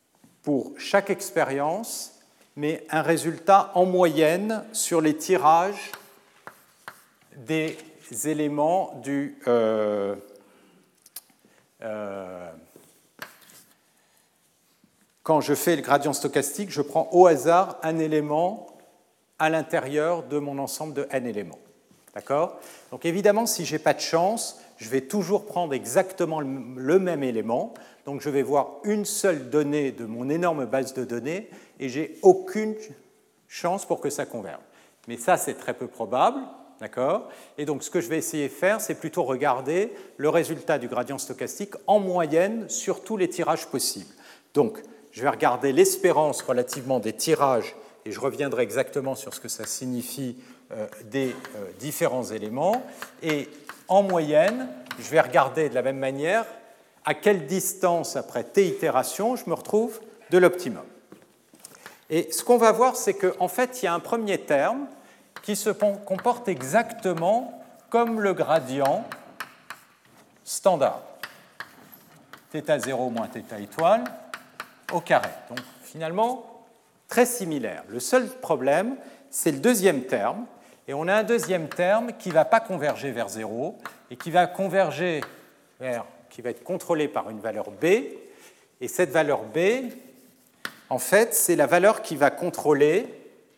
pour chaque expérience, mais un résultat en moyenne sur les tirages des éléments du... quand je fais le gradient stochastique, je prends au hasard un élément à l'intérieur de mon ensemble de n éléments. D'accord ? Donc évidemment, si je n'ai pas de chance, je vais toujours prendre exactement le même élément. Donc je vais voir une seule donnée de mon énorme base de données et j'ai aucune chance pour que ça converge. Mais ça, c'est très peu probable. D'accord ? Et donc ce que je vais essayer de faire, c'est plutôt regarder le résultat du gradient stochastique en moyenne sur tous les tirages possibles. Donc je vais regarder l'espérance relativement des tirages, et je reviendrai exactement sur ce que ça signifie des différents éléments. Et en moyenne, je vais regarder de la même manière à quelle distance, après t itérations, je me retrouve de l'optimum. Et ce qu'on va voir, c'est qu'en fait, il y a un premier terme qui se comporte exactement comme le gradient standard. θ0 moins θ étoile au carré. Donc finalement, très similaire. Le seul problème, c'est le deuxième terme. Et on a un deuxième terme qui ne va pas converger vers 0 et qui va converger qui va être contrôlé par une valeur b. Et cette valeur b, en fait, c'est la valeur qui va contrôler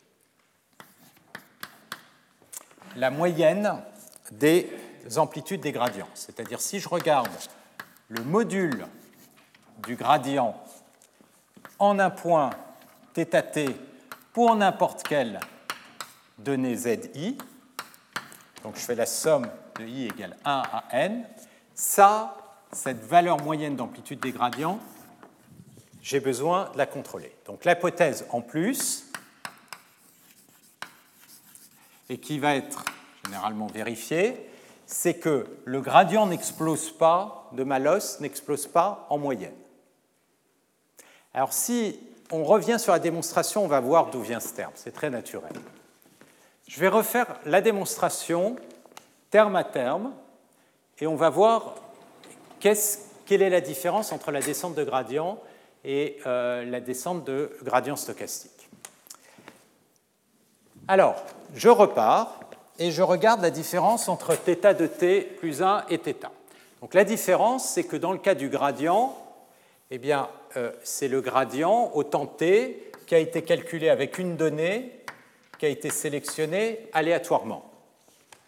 la moyenne des amplitudes des gradients. C'est-à-dire, si je regarde le module du gradient en un point θt pour n'importe quelle donnée zi, donc je fais la somme de i égale 1 à n, cette valeur moyenne d'amplitude des gradients, j'ai besoin de la contrôler. Donc l'hypothèse en plus, et qui va être généralement vérifiée, c'est que le gradient n'explose pas, de Mallos n'explose pas en moyenne. Alors si on revient sur la démonstration, on va voir d'où vient ce terme, c'est très naturel. Je vais refaire la démonstration terme à terme, et on va voir quelle est la différence entre la descente de gradient et la descente de gradient stochastique. Alors, je repars et je regarde la différence entre θ de t plus 1 et θ. Donc la différence, c'est que dans le cas du gradient, eh bien, c'est le gradient au temps t qui a été calculé avec une donnée qui a été sélectionnée aléatoirement. D'accord ?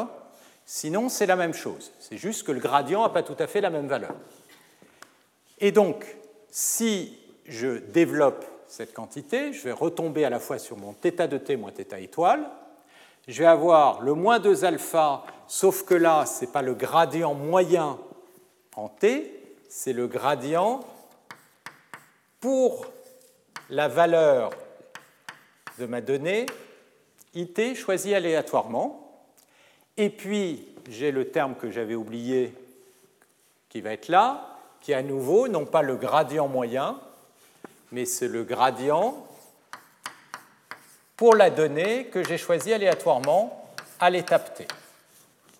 Sinon, c'est la même chose. C'est juste que le gradient n'a pas tout à fait la même valeur. Et donc, si je développe cette quantité, je vais retomber à la fois sur mon θ de t moins θ étoile. Je vais avoir le moins 2 alpha, sauf que là, ce n'est pas le gradient moyen en t, c'est le gradient pour la valeur de ma donnée it choisie aléatoirement. Et puis, j'ai le terme que j'avais oublié qui va être là, qui est à nouveau non pas le gradient moyen, mais c'est le gradient pour la donnée que j'ai choisie aléatoirement à l'étape t. OK ?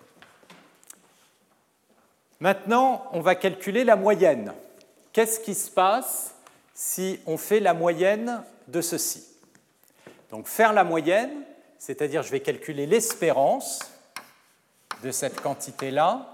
Maintenant, on va calculer la moyenne. Qu'est-ce qui se passe si on fait la moyenne de ceci ? Donc, faire la moyenne, c'est-à-dire je vais calculer l'espérance de cette quantité-là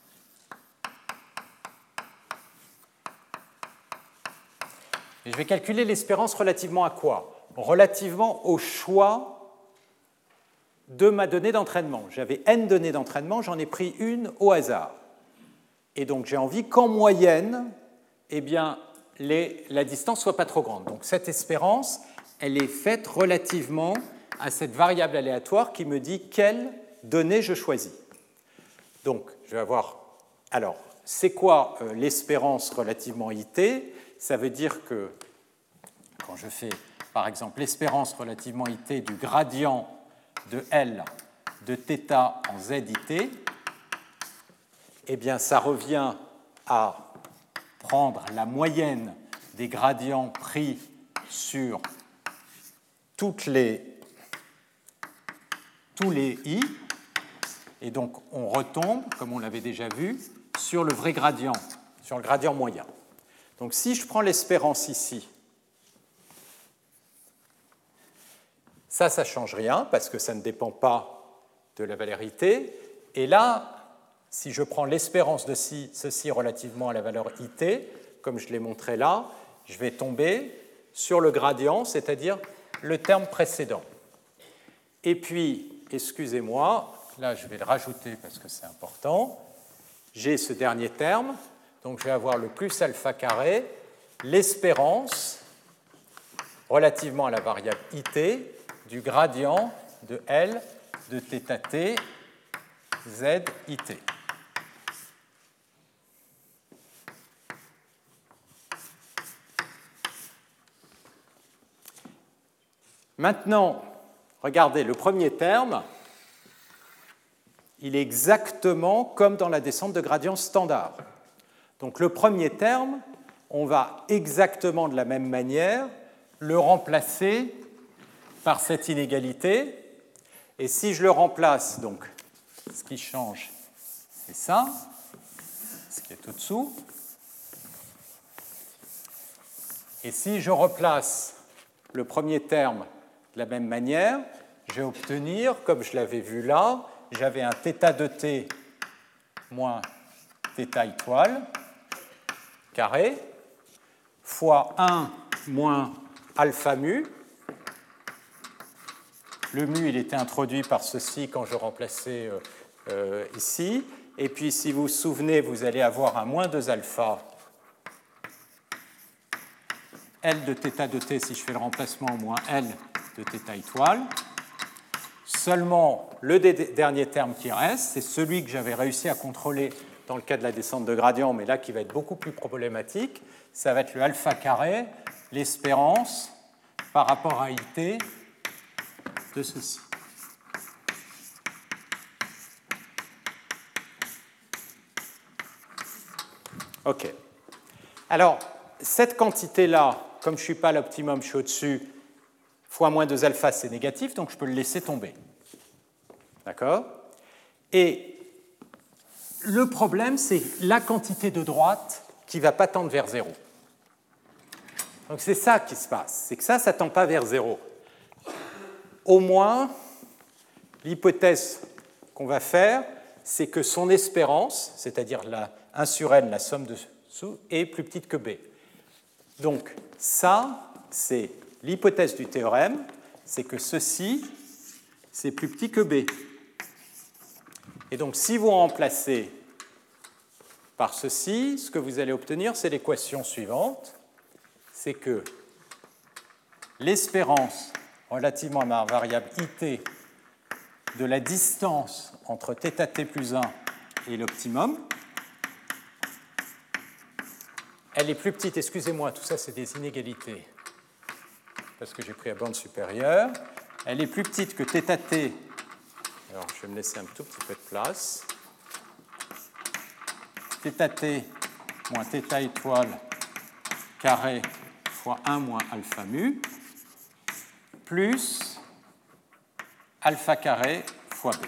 et je vais calculer l'espérance relativement à quoi ? Relativement au choix de ma donnée d'entraînement. J'avais n données d'entraînement, j'en ai pris une au hasard. Et donc j'ai envie qu'en moyenne, eh bien, la distance ne soit pas trop grande. Donc cette espérance, elle est faite relativement à cette variable aléatoire qui me dit quelle donnée je choisis. Donc, je vais avoir... Alors, c'est quoi l'espérance relativement IT ? Ça veut dire que, quand je fais, par exemple, l'espérance relativement IT du gradient de L de θ en ZIT, eh bien, ça revient à prendre la moyenne des gradients pris sur tous les i, et donc on retombe, comme on l'avait déjà vu, sur le vrai gradient, sur le gradient moyen. Donc si je prends l'espérance ici, ça ne change rien parce que ça ne dépend pas de la valeur IT. Et là, si je prends l'espérance de ceci relativement à la valeur IT, comme je l'ai montré là, je vais tomber sur le gradient, c'est-à-dire le terme précédent. Et puis, excusez-moi, là je vais le rajouter parce que c'est important, j'ai ce dernier terme, donc je vais avoir le plus alpha carré, l'espérance relativement à la variable IT du gradient de L de θt ZIT. Maintenant, regardez, le premier terme, il est exactement comme dans la descente de gradient standard. Donc le premier terme, on va exactement de la même manière le remplacer par cette inégalité. Et si je le remplace, donc ce qui change, c'est ça, ce qui est tout dessous. Et si je replace le premier terme de la même manière, je vais obtenir, comme je l'avais vu là, j'avais un θ de t moins θ étoile carré fois 1 moins alpha mu. Le mu, il était introduit par ceci quand je remplaçais ici. Et puis, si vous vous souvenez, vous allez avoir un moins 2 alpha L de θ de t, si je fais le remplacement, moins L de θ étoile. Seulement, le dernier terme qui reste, c'est celui que j'avais réussi à contrôler dans le cas de la descente de gradient, mais là qui va être beaucoup plus problématique. Ça va être le alpha carré, l'espérance par rapport à IT de ceci. OK. Alors, cette quantité-là, comme je ne suis pas à l'optimum, je suis au-dessus, fois moins 2 alpha, c'est négatif, donc je peux le laisser tomber. D'accord? Et le problème, c'est la quantité de droite qui ne va pas tendre vers 0. Donc c'est ça qui se passe, c'est que ça ne tend pas vers 0. Au moins, l'hypothèse qu'on va faire, c'est que son espérance, c'est-à-dire la 1 sur n, la somme dessous, est plus petite que b. Donc ça, c'est l'hypothèse du théorème, c'est que ceci, c'est plus petit que b. Et donc si vous remplacez par ceci, ce que vous allez obtenir, c'est l'équation suivante, c'est que l'espérance relativement à ma variable IT de la distance entre θt plus 1 et l'optimum, elle est plus petite, excusez-moi, tout ça c'est des inégalités, parce que j'ai pris la bande supérieure, elle est plus petite que θt, alors je vais me laisser un tout petit peu de place, θt moins θ étoile carré fois 1 moins alpha mu, plus alpha carré fois b.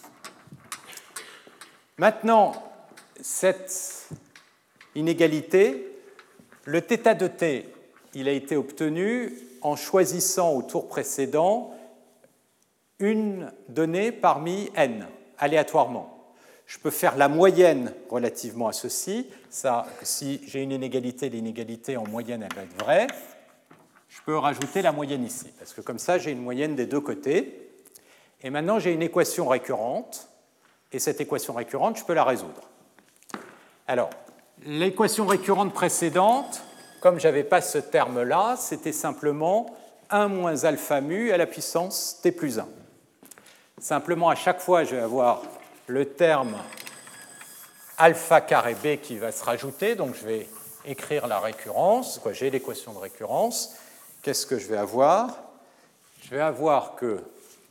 Maintenant, cette inégalité, le θ de t, il a été obtenu en choisissant au tour précédent une donnée parmi n, aléatoirement. Je peux faire la moyenne relativement à ceci. Ça, si j'ai une inégalité, l'inégalité en moyenne, elle va être vraie. Je peux rajouter la moyenne ici, parce que comme ça, j'ai une moyenne des deux côtés. Et maintenant, j'ai une équation récurrente, et cette équation récurrente, je peux la résoudre. Alors, l'équation récurrente précédente, comme je n'avais pas ce terme-là, c'était simplement 1 moins alpha mu à la puissance t plus 1. Simplement, à chaque fois, je vais avoir le terme alpha carré b qui va se rajouter, donc je vais écrire la récurrence. J'ai l'équation de récurrence. Qu'est-ce que je vais avoir? Je vais avoir que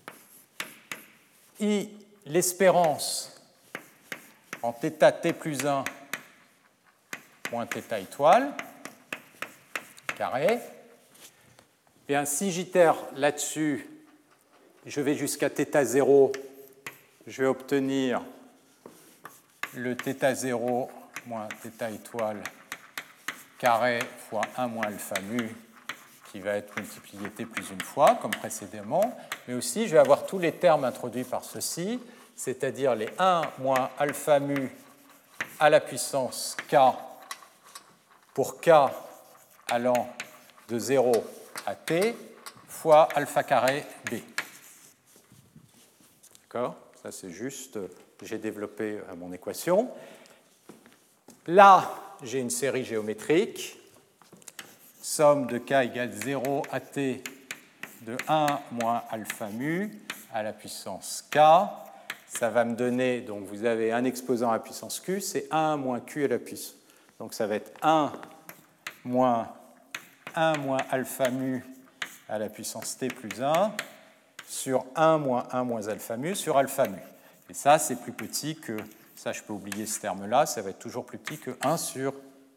I, l'espérance en θ t plus 1 moins θ étoile, carré. Bien, si j'itère là-dessus, je vais jusqu'à θ0, je vais obtenir le θ0 moins θ étoile carré fois 1 moins alpha mu qui va être multiplié t plus une fois, comme précédemment, mais aussi je vais avoir tous les termes introduits par ceci, c'est-à-dire les 1 moins alpha mu à la puissance k pour k allant de 0 à t fois alpha carré b. D'accord? Ça, c'est juste, j'ai développé mon équation. Là, j'ai une série géométrique, somme de k égale 0 à t de 1 moins alpha mu à la puissance k. Ça va me donner, donc vous avez un exposant à la puissance q, c'est 1 moins q à la puissance. Donc ça va être 1 moins alpha mu à la puissance t plus 1 sur 1 moins alpha mu sur alpha mu. Et ça, c'est plus petit que, ça je peux oublier ce terme-là, ça va être toujours plus petit que 1 sur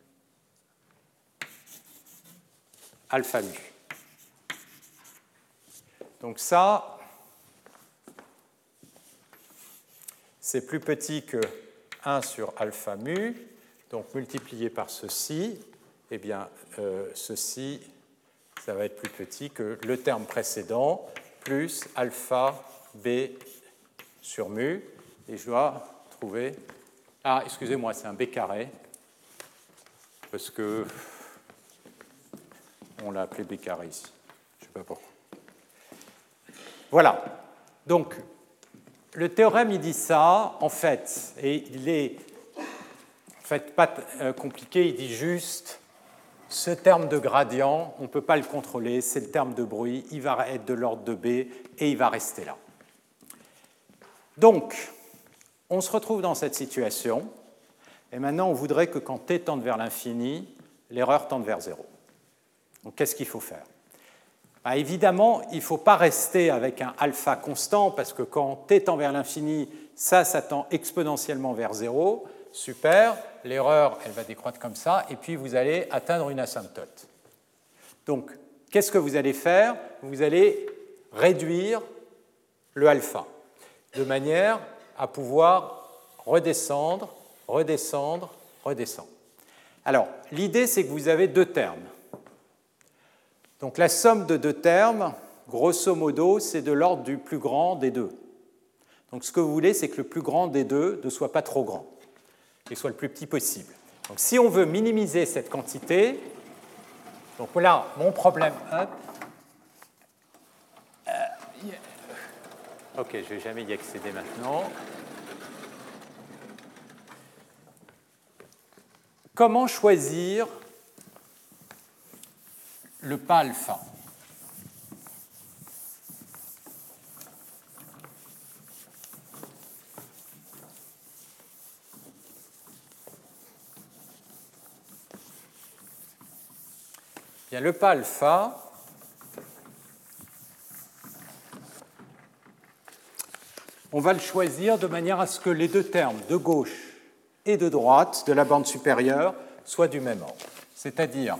alpha mu. Donc ça, c'est plus petit que 1 sur alpha mu, donc multiplié par ceci, eh bien, ceci, ça va être plus petit que le terme précédent, plus alpha b sur mu, et je dois trouver... Ah, excusez-moi, c'est un b carré, parce que on l'a appelé b carré ici. Je ne sais pas pourquoi. Voilà. Donc, le théorème, il dit ça, en fait, et il est en fait pas compliqué, il dit juste ce terme de gradient, on ne peut pas le contrôler, c'est le terme de bruit, il va être de l'ordre de b et il va rester là. Donc, on se retrouve dans cette situation, et maintenant on voudrait que quand t tende vers l'infini, l'erreur tende vers 0. Donc, qu'est-ce qu'il faut faire? Évidemment, il ne faut pas rester avec un alpha constant, parce que quand t tend vers l'infini, ça tend exponentiellement vers 0. Super, l'erreur, elle va décroître comme ça, et puis vous allez atteindre une asymptote. Donc, qu'est-ce que vous allez faire? Vous allez réduire le alpha, de manière à pouvoir redescendre, redescendre, redescendre. Alors, l'idée, c'est que vous avez deux termes. Donc la somme de deux termes, grosso modo, c'est de l'ordre du plus grand des deux. Donc ce que vous voulez, c'est que le plus grand des deux ne soit pas trop grand, qu'il soit le plus petit possible. Donc si on veut minimiser cette quantité, donc voilà mon problème. Ok, je ne vais jamais y accéder maintenant. Comment choisir le pas alpha? Bien, le pas alpha, on va le choisir de manière à ce que les deux termes de gauche et de droite de la bande supérieure soient du même ordre. C'est-à-dire,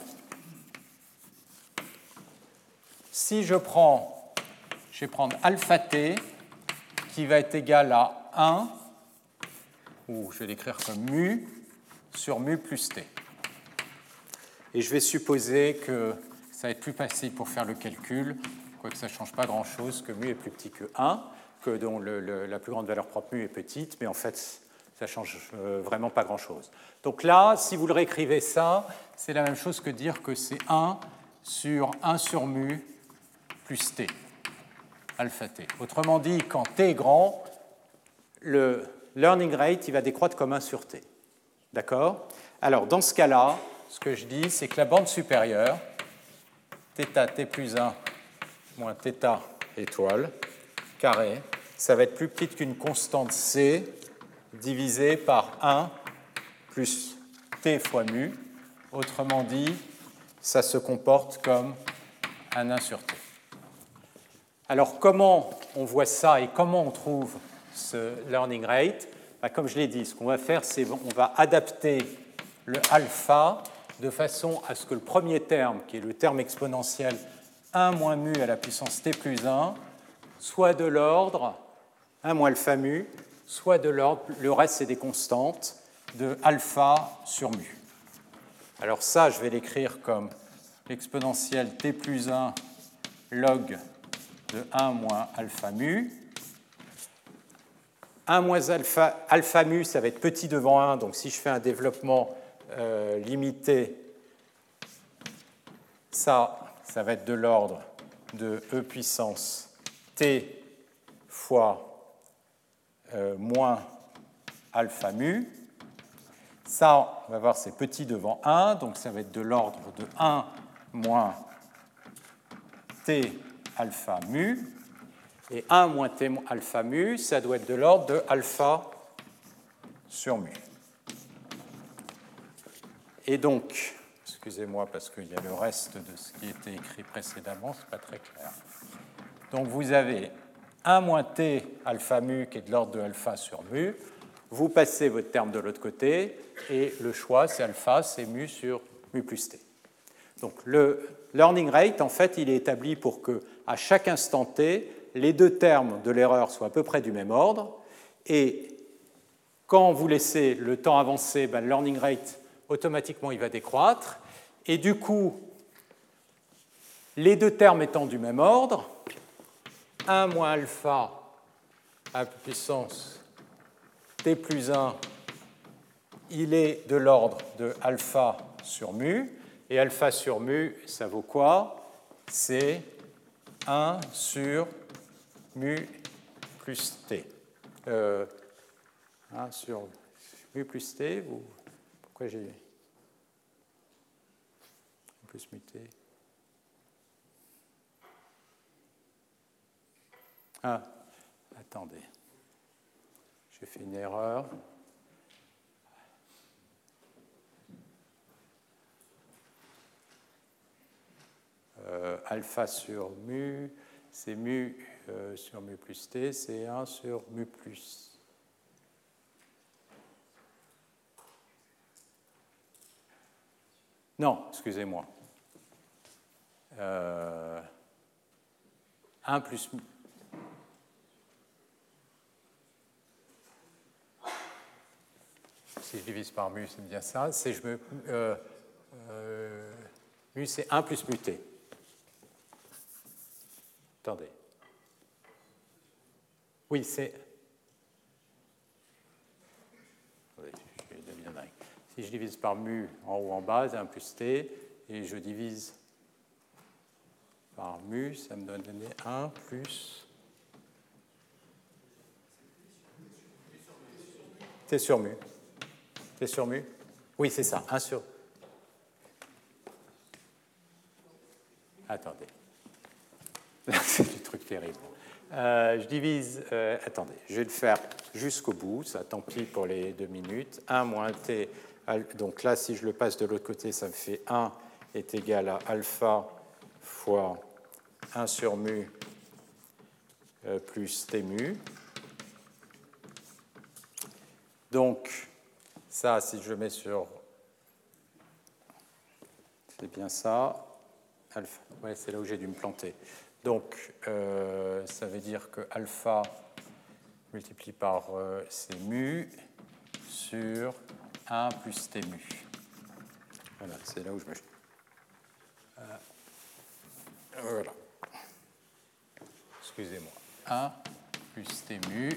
si je vais prendre alpha t qui va être égal à 1, ou je vais l'écrire comme mu, sur mu plus t. Et je vais supposer que ça va être plus facile pour faire le calcul, quoique ça ne change pas grand-chose, que mu est plus petit que 1, que dont la plus grande valeur propre mu est petite, mais en fait, ça ne change vraiment pas grand-chose. Donc là, si vous le réécrivez ça, c'est la même chose que dire que c'est 1 sur mu plus t, alpha t. Autrement dit, quand t est grand, le learning rate il va décroître comme 1 sur t. D'accord? Alors, dans ce cas-là, ce que je dis, c'est que la bande supérieure, θ t plus 1 moins θ étoile, carré, ça va être plus petite qu'une constante c divisée par 1 plus t fois mu. Autrement dit, ça se comporte comme un 1 sur t. Alors, comment on voit ça et comment on trouve ce learning rate? Comme je l'ai dit, ce qu'on va faire, c'est qu'on va adapter le alpha de façon à ce que le premier terme, qui est le terme exponentiel 1 moins mu à la puissance t plus 1, soit de l'ordre 1 moins alpha mu, soit de l'ordre, le reste c'est des constantes, de alpha sur mu. Alors ça, je vais l'écrire comme l'exponentielle t plus 1 log de 1 moins alpha mu. 1 moins alpha mu, ça va être petit devant 1, donc si je fais un développement limité, ça va être de l'ordre de e puissance t fois moins alpha mu. Ça, on va voir, c'est petit devant 1, donc ça va être de l'ordre de 1 moins t alpha mu. Et 1 moins t alpha mu, ça doit être de l'ordre de alpha sur mu. Et donc, excusez-moi parce qu'il y a le reste de ce qui était écrit précédemment, ce n'est pas très clair. Donc vous avez 1 moins t alpha mu qui est de l'ordre de alpha sur mu. Vous passez votre terme de l'autre côté et le choix, c'est alpha, c'est mu sur mu plus t. Donc le learning rate, en fait, il est établi pour que à chaque instant t, les deux termes de l'erreur soient à peu près du même ordre. Et quand vous laissez le temps avancer, le learning rate, automatiquement, il va décroître. Et du coup, les deux termes étant du même ordre, 1 moins alpha à puissance t plus 1, il est de l'ordre de alpha sur mu. Et alpha sur mu, ça vaut quoi? C'est 1 sur mu plus t. 1 sur mu plus t, ou pourquoi j'ai plus mu t? Ah, attendez. J'ai fait une erreur. Alpha sur mu, c'est mu sur mu plus t, c'est 1 sur mu plus. Non, excusez-moi. 1 plus mu. Si je divise par mu, c'est bien ça. Mu, c'est 1 plus mu t. Attendez. Oui, c'est... Si je divise par mu en haut en bas, c'est 1 plus t, et je divise par mu, ça me donne 1 plus... t sur mu. T sur mu? Oui, c'est ça, 1 sur... Attendez. C'est du truc terrible. Je divise... attendez, je vais le faire jusqu'au bout, ça tant pis pour les 2 minutes. 1 moins t... Donc là, si je le passe de l'autre côté, ça me fait 1 est égal à alpha fois 1 sur mu plus t mu. Donc, ça, si je le mets sur... C'est bien ça. Alpha. Ouais, c'est là où j'ai dû me planter. Donc, ça veut dire que alpha multiplié par c'est mu sur 1 plus t mu. Voilà, c'est là où je me... voilà. Excusez-moi. 1 plus t mu.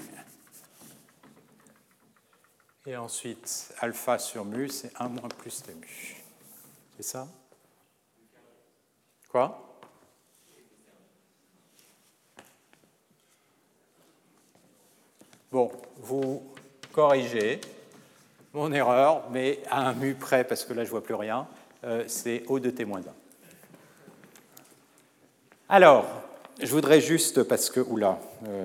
Et ensuite, alpha sur mu, c'est 1 moins plus t mu. C'est ça? Quoi? Bon, vous corrigez mon erreur, mais à un mu près, parce que là, je ne vois plus rien, c'est O de t moins 1. Alors, je voudrais juste, parce que, oula,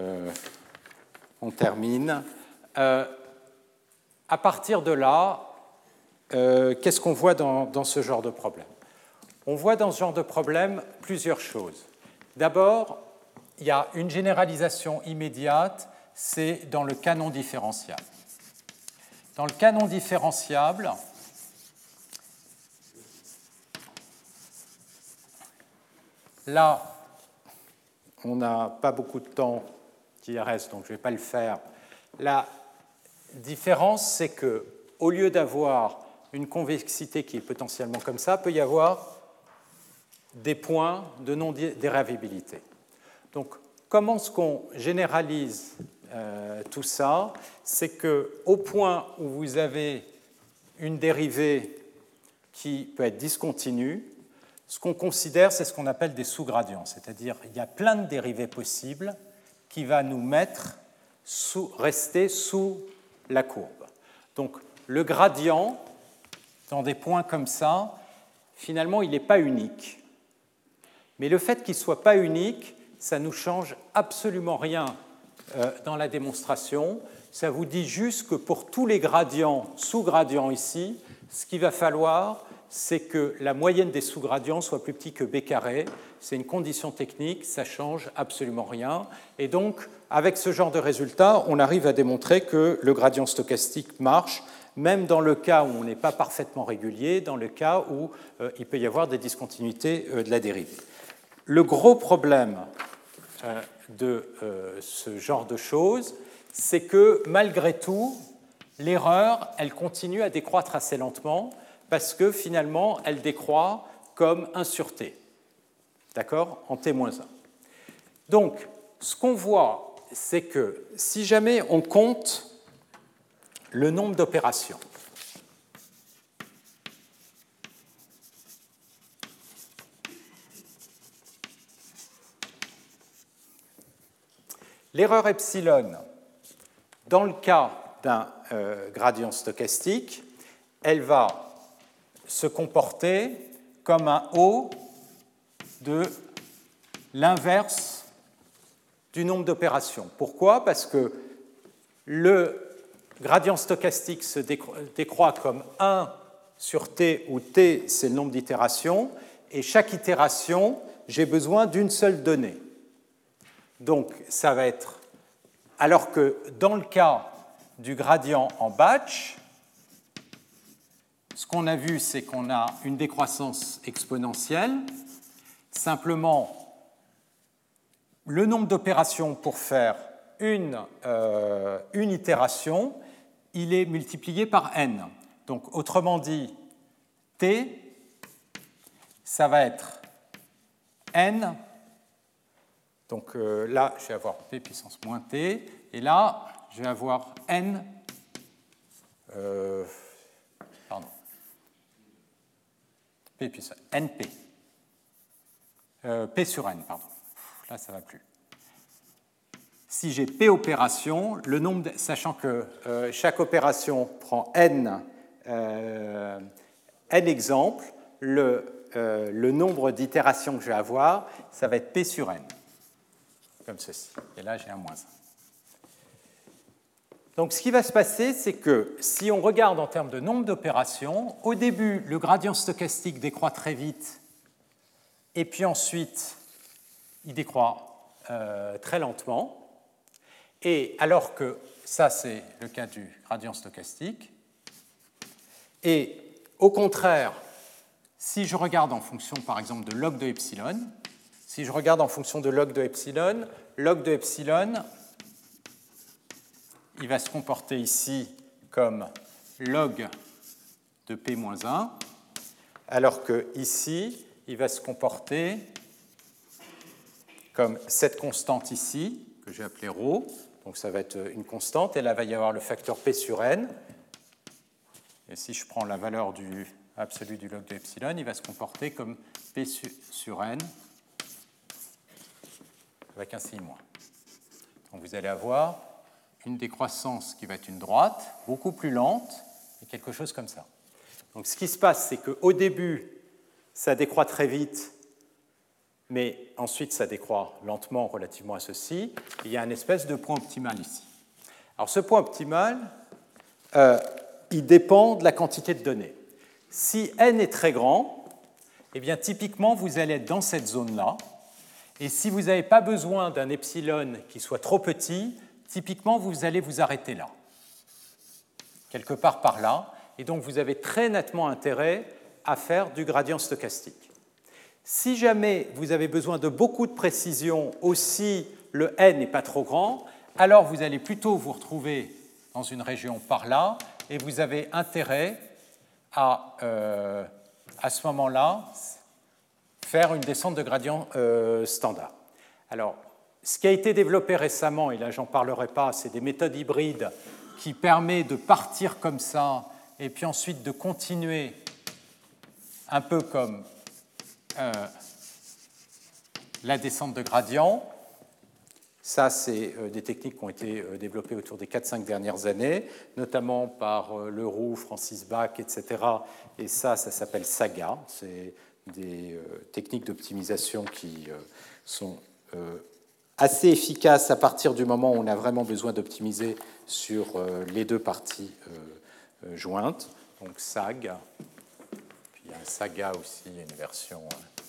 on termine. À partir de là, qu'est-ce qu'on voit dans ce genre de problème? On voit dans ce genre de problème plusieurs choses. D'abord, il y a une généralisation immédiate, c'est dans le canon différentiable. Dans le canon différentiable, là, on n'a pas beaucoup de temps qui reste, donc je ne vais pas le faire. La différence, c'est que au lieu d'avoir une convexité qui est potentiellement comme ça, peut y avoir des points de non-dérivabilité. Donc, comment est-ce qu'on généralise tout ça? C'est qu'au point où vous avez une dérivée qui peut être discontinue, ce qu'on considère, c'est ce qu'on appelle des sous-gradients, c'est-à-dire il y a plein de dérivées possibles qui va nous rester sous la courbe. Donc, le gradient, dans des points comme ça, finalement, il n'est pas unique. Mais le fait qu'il ne soit pas unique, ça ne nous change absolument rien dans la démonstration. Ça vous dit juste que pour tous les gradients, sous-gradients ici, ce qu'il va falloir, c'est que la moyenne des sous-gradients soit plus petite que b carré. C'est une condition technique, ça ne change absolument rien. Et donc, avec ce genre de résultat, on arrive à démontrer que le gradient stochastique marche, même dans le cas où on n'est pas parfaitement régulier, dans le cas où il peut y avoir des discontinuités de la dérivée. Le gros problème de ce genre de choses, c'est que malgré tout, l'erreur, elle continue à décroître assez lentement parce que finalement, elle décroît comme 1 sur t, d'accord, en t-1. Donc, ce qu'on voit, c'est que si jamais on compte le nombre d'opérations, l'erreur epsilon, dans le cas d'un gradient stochastique, elle va se comporter comme un O de l'inverse du nombre d'opérations. Pourquoi? Parce que le gradient stochastique se décroît comme 1 sur t, où t, c'est le nombre d'itérations, et chaque itération, j'ai besoin d'une seule donnée. Donc, ça va être... Alors que dans le cas du gradient en batch, ce qu'on a vu, c'est qu'on a une décroissance exponentielle. Simplement, le nombre d'opérations pour faire une itération, il est multiplié par n. Donc, autrement dit, t, ça va être n. Donc là, je vais avoir p puissance moins t, et là, je vais avoir n, p puissance, np, p sur n, pardon. Là, ça ne va plus. Si j'ai p opérations, le nombre, sachant que chaque opération prend n exemples, le nombre d'itérations que je vais avoir, ça va être p sur n. Comme ceci. Et là, j'ai un moins 1. Donc, ce qui va se passer, c'est que si on regarde en termes de nombre d'opérations, au début, le gradient stochastique décroît très vite, et puis ensuite, il décroît très lentement. Et alors que ça, c'est le cas du gradient stochastique. Et au contraire, si je regarde en fonction, par exemple, de log de epsilon, si je regarde en fonction de log de epsilon, il va se comporter ici comme log de p-1, alors que ici, il va se comporter comme cette constante ici, que j'ai appelée ρ, donc ça va être une constante, et là, il va y avoir le facteur p sur n, et si je prends la valeur absolue du log de epsilon, il va se comporter comme p sur n, avec un signe moins. Donc vous allez avoir une décroissance qui va être une droite, beaucoup plus lente, et quelque chose comme ça. Donc ce qui se passe, c'est qu'au début, ça décroît très vite, mais ensuite ça décroît lentement relativement à ceci. Il y a une espèce de point optimal ici. Alors ce point optimal, il dépend de la quantité de données. Si n est très grand, eh bien typiquement vous allez être dans cette zone-là. Et si vous n'avez pas besoin d'un epsilon qui soit trop petit, typiquement, vous allez vous arrêter là, quelque part par là, et donc vous avez très nettement intérêt à faire du gradient stochastique. Si jamais vous avez besoin de beaucoup de précision, aussi le n n'est pas trop grand, alors vous allez plutôt vous retrouver dans une région par là, et vous avez intérêt à ce moment-là, faire une descente de gradient standard. Alors, ce qui a été développé récemment, et là j'en parlerai pas, c'est des méthodes hybrides qui permettent de partir comme ça et puis ensuite de continuer un peu comme la descente de gradient. Ça, c'est des techniques qui ont été développées autour des 4-5 dernières années, notamment par Leroux, Francis Bach, etc. Et ça s'appelle SAGA. C'est des techniques d'optimisation qui sont assez efficaces à partir du moment où on a vraiment besoin d'optimiser sur les deux parties jointes. Donc SAG, puis il y a un SAGA aussi, il y a une version.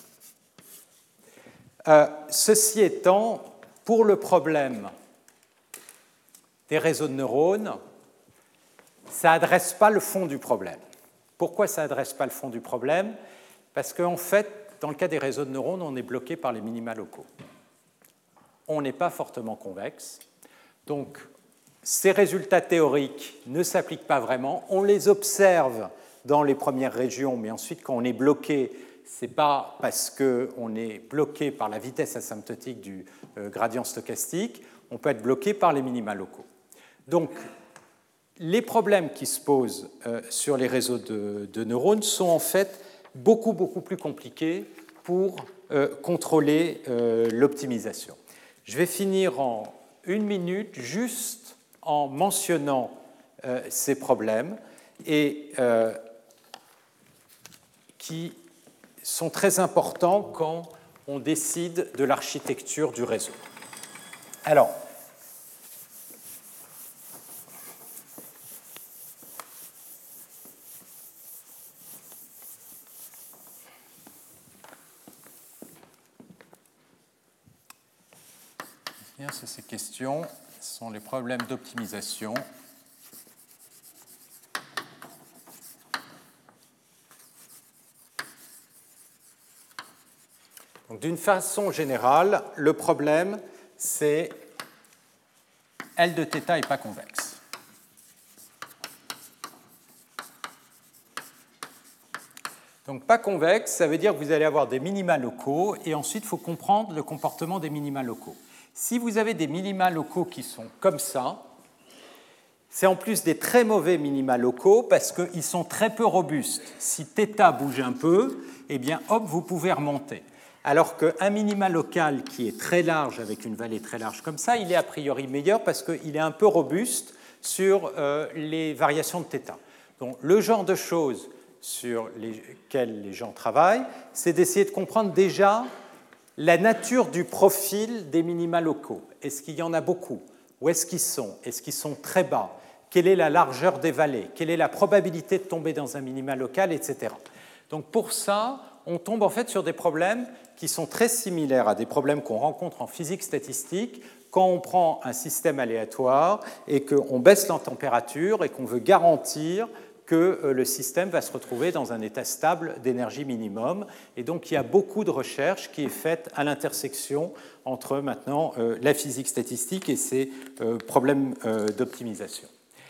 Ceci étant, pour le problème des réseaux de neurones, ça n'adresse pas le fond du problème. Pourquoi ça n'adresse pas le fond du problème? Parce qu'en fait, dans le cas des réseaux de neurones, on est bloqué par les minima locaux. On n'est pas fortement convexe. Donc, ces résultats théoriques ne s'appliquent pas vraiment. On les observe dans les premières régions, mais ensuite, quand on est bloqué, ce n'est pas parce qu'on est bloqué par la vitesse asymptotique du gradient stochastique, on peut être bloqué par les minima locaux. Donc, les problèmes qui se posent sur les réseaux de neurones sont en fait beaucoup plus compliqués pour contrôler l'optimisation. Je vais finir en 1 minute juste en mentionnant ces problèmes et qui sont très importants quand on décide de l'architecture du réseau. Alors, c'est ces questions, ce sont les problèmes d'optimisation. D'une façon générale, le problème, c'est L de θ n'est pas convexe. Donc pas convexe, ça veut dire que vous allez avoir des minima locaux, et ensuite il faut comprendre le comportement des minima locaux. Si vous avez des minima locaux qui sont comme ça, c'est en plus des très mauvais minima locaux parce qu'ils sont très peu robustes. Si θ bouge un peu, eh bien hop, vous pouvez remonter. Alors qu'un minima local qui est très large, avec une vallée très large comme ça, il est a priori meilleur parce qu'il est un peu robuste sur les variations de θ. Donc le genre de choses sur lesquelles les gens travaillent, c'est d'essayer de comprendre déjà la nature du profil des minima locaux. Est-ce qu'il y en a beaucoup? Où est-ce qu'ils sont? Est-ce qu'ils sont très bas? Quelle est la largeur des vallées? Quelle est la probabilité de tomber dans un minima local, etc. Donc pour ça, on tombe en fait sur des problèmes qui sont très similaires à des problèmes qu'on rencontre en physique statistique quand on prend un système aléatoire et qu'on baisse la température et qu'on veut garantir que le système va se retrouver dans un état stable d'énergie minimum. Et donc, il y a beaucoup de recherches qui est faite à l'intersection entre maintenant la physique statistique et ces problèmes d'optimisation.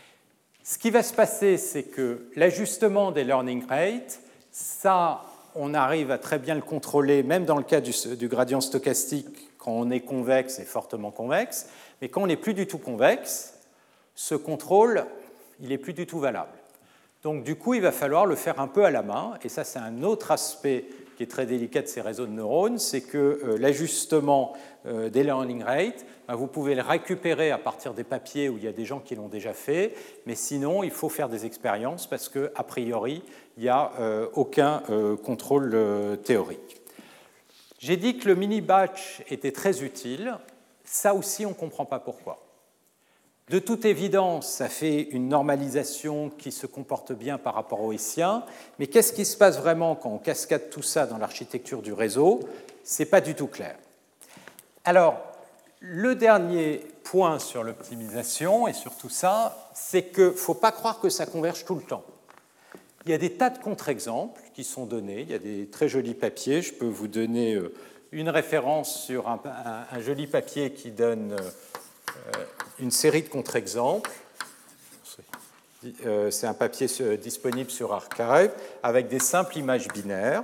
Ce qui va se passer, c'est que l'ajustement des learning rates, ça, on arrive à très bien le contrôler, même dans le cas du gradient stochastique, quand on est convexe et fortement convexe. Mais quand on n'est plus du tout convexe, ce contrôle, il n'est plus du tout valable. Donc du coup, il va falloir le faire un peu à la main, et ça c'est un autre aspect qui est très délicat de ces réseaux de neurones, c'est que l'ajustement des learning rates, vous pouvez le récupérer à partir des papiers où il y a des gens qui l'ont déjà fait, mais sinon il faut faire des expériences parce qu'a priori, il n'y a aucun contrôle théorique. J'ai dit que le mini-batch était très utile, ça aussi on ne comprend pas pourquoi. De toute évidence, ça fait une normalisation qui se comporte bien par rapport au hessien, mais qu'est-ce qui se passe vraiment quand on cascade tout ça dans l'architecture du réseau? Ce n'est pas du tout clair. Alors, le dernier point sur l'optimisation et sur tout ça, c'est qu'il ne faut pas croire que ça converge tout le temps. Il y a des tas de contre-exemples qui sont donnés, il y a des très jolis papiers, je peux vous donner une référence sur un joli papier qui donne une série de contre-exemples. c'est un papier disponible sur Archive, avec des simples images binaires,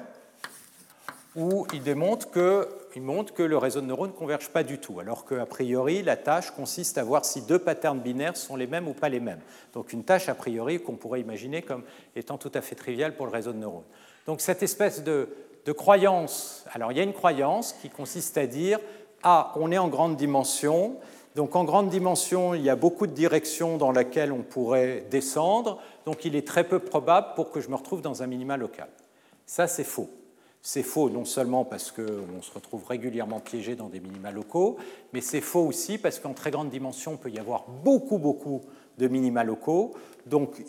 où il montre que le réseau de neurones ne converge pas du tout, alors qu'a priori, la tâche consiste à voir si deux patterns binaires sont les mêmes ou pas les mêmes. Donc une tâche, a priori, qu'on pourrait imaginer comme étant tout à fait triviale pour le réseau de neurones. Donc cette espèce de croyance, alors il y a une croyance qui consiste à dire « Ah, on est en grande dimension, donc en grande dimension, il y a beaucoup de directions dans lesquelles on pourrait descendre, donc il est très peu probable pour que je me retrouve dans un minima local. » Ça, c'est faux. C'est faux non seulement parce qu'on se retrouve régulièrement piégé dans des minima locaux, mais c'est faux aussi parce qu'en très grande dimension, il peut y avoir beaucoup de minima locaux. Donc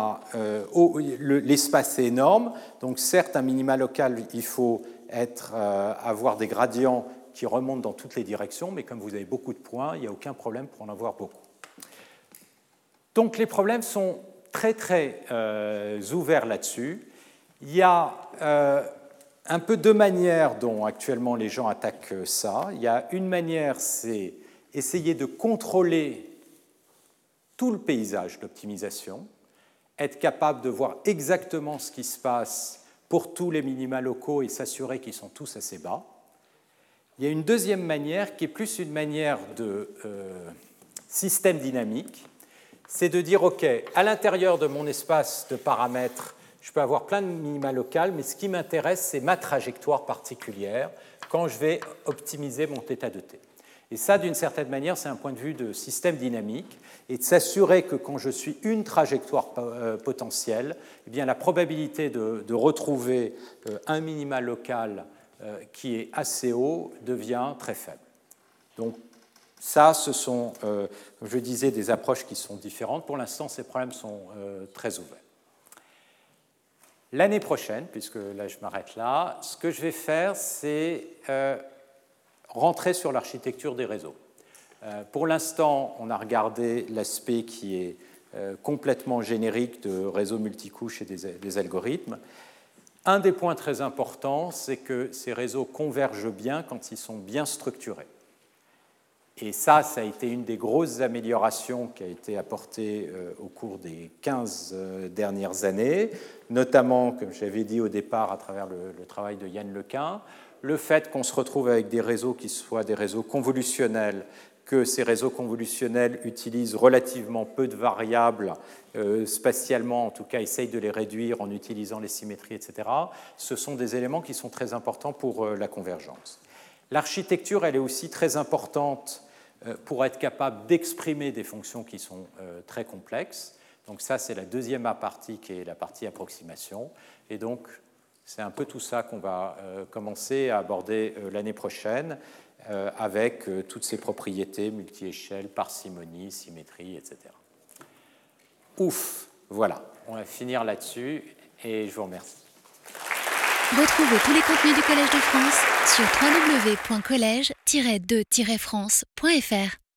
l'espace est énorme. Donc certes, un minima local, il faut avoir des gradients qui remontent dans toutes les directions, mais comme vous avez beaucoup de points, il n'y a aucun problème pour en avoir beaucoup. Donc les problèmes sont très ouverts là-dessus. Il y a un peu deux manières dont actuellement les gens attaquent ça. Il y a une manière, c'est essayer de contrôler tout le paysage d'optimisation, être capable de voir exactement ce qui se passe pour tous les minima locaux et s'assurer qu'ils sont tous assez bas. Il y a une deuxième manière qui est plus une manière de système dynamique, c'est de dire, OK, à l'intérieur de mon espace de paramètres, je peux avoir plein de minima locales, mais ce qui m'intéresse, c'est ma trajectoire particulière quand je vais optimiser mon θ de t. Et ça, d'une certaine manière, c'est un point de vue de système dynamique, et de s'assurer que quand je suis une trajectoire potentielle, eh bien, la probabilité de retrouver un minima local qui est assez haut devient très faible. Donc, ça, ce sont, comme je disais, des approches qui sont différentes. Pour l'instant, ces problèmes sont très ouverts. L'année prochaine, puisque là je m'arrête là, ce que je vais faire, c'est rentrer sur l'architecture des réseaux. Pour l'instant, on a regardé l'aspect qui est complètement générique de réseaux multicouches et des algorithmes. Un des points très importants, c'est que ces réseaux convergent bien quand ils sont bien structurés. Et ça a été une des grosses améliorations qui a été apportée au cours des 15 dernières années, notamment, comme j'avais dit au départ, à travers le travail de Yann Lequin, le fait qu'on se retrouve avec des réseaux qui soient des réseaux convolutionnels, que ces réseaux convolutionnels utilisent relativement peu de variables, spatialement en tout cas, essayent de les réduire en utilisant les symétries, etc. Ce sont des éléments qui sont très importants pour la convergence. L'architecture, elle est aussi très importante pour être capable d'exprimer des fonctions qui sont très complexes. Donc ça, c'est la deuxième partie qui est la partie approximation. Et donc, c'est un peu tout ça qu'on va commencer à aborder l'année prochaine avec toutes ces propriétés, multi-échelle, parcimonie, symétrie, etc. Ouf, voilà, on va finir là-dessus et je vous remercie. Retrouvez tous les contenus du Collège de France sur www.collège-2-france.fr.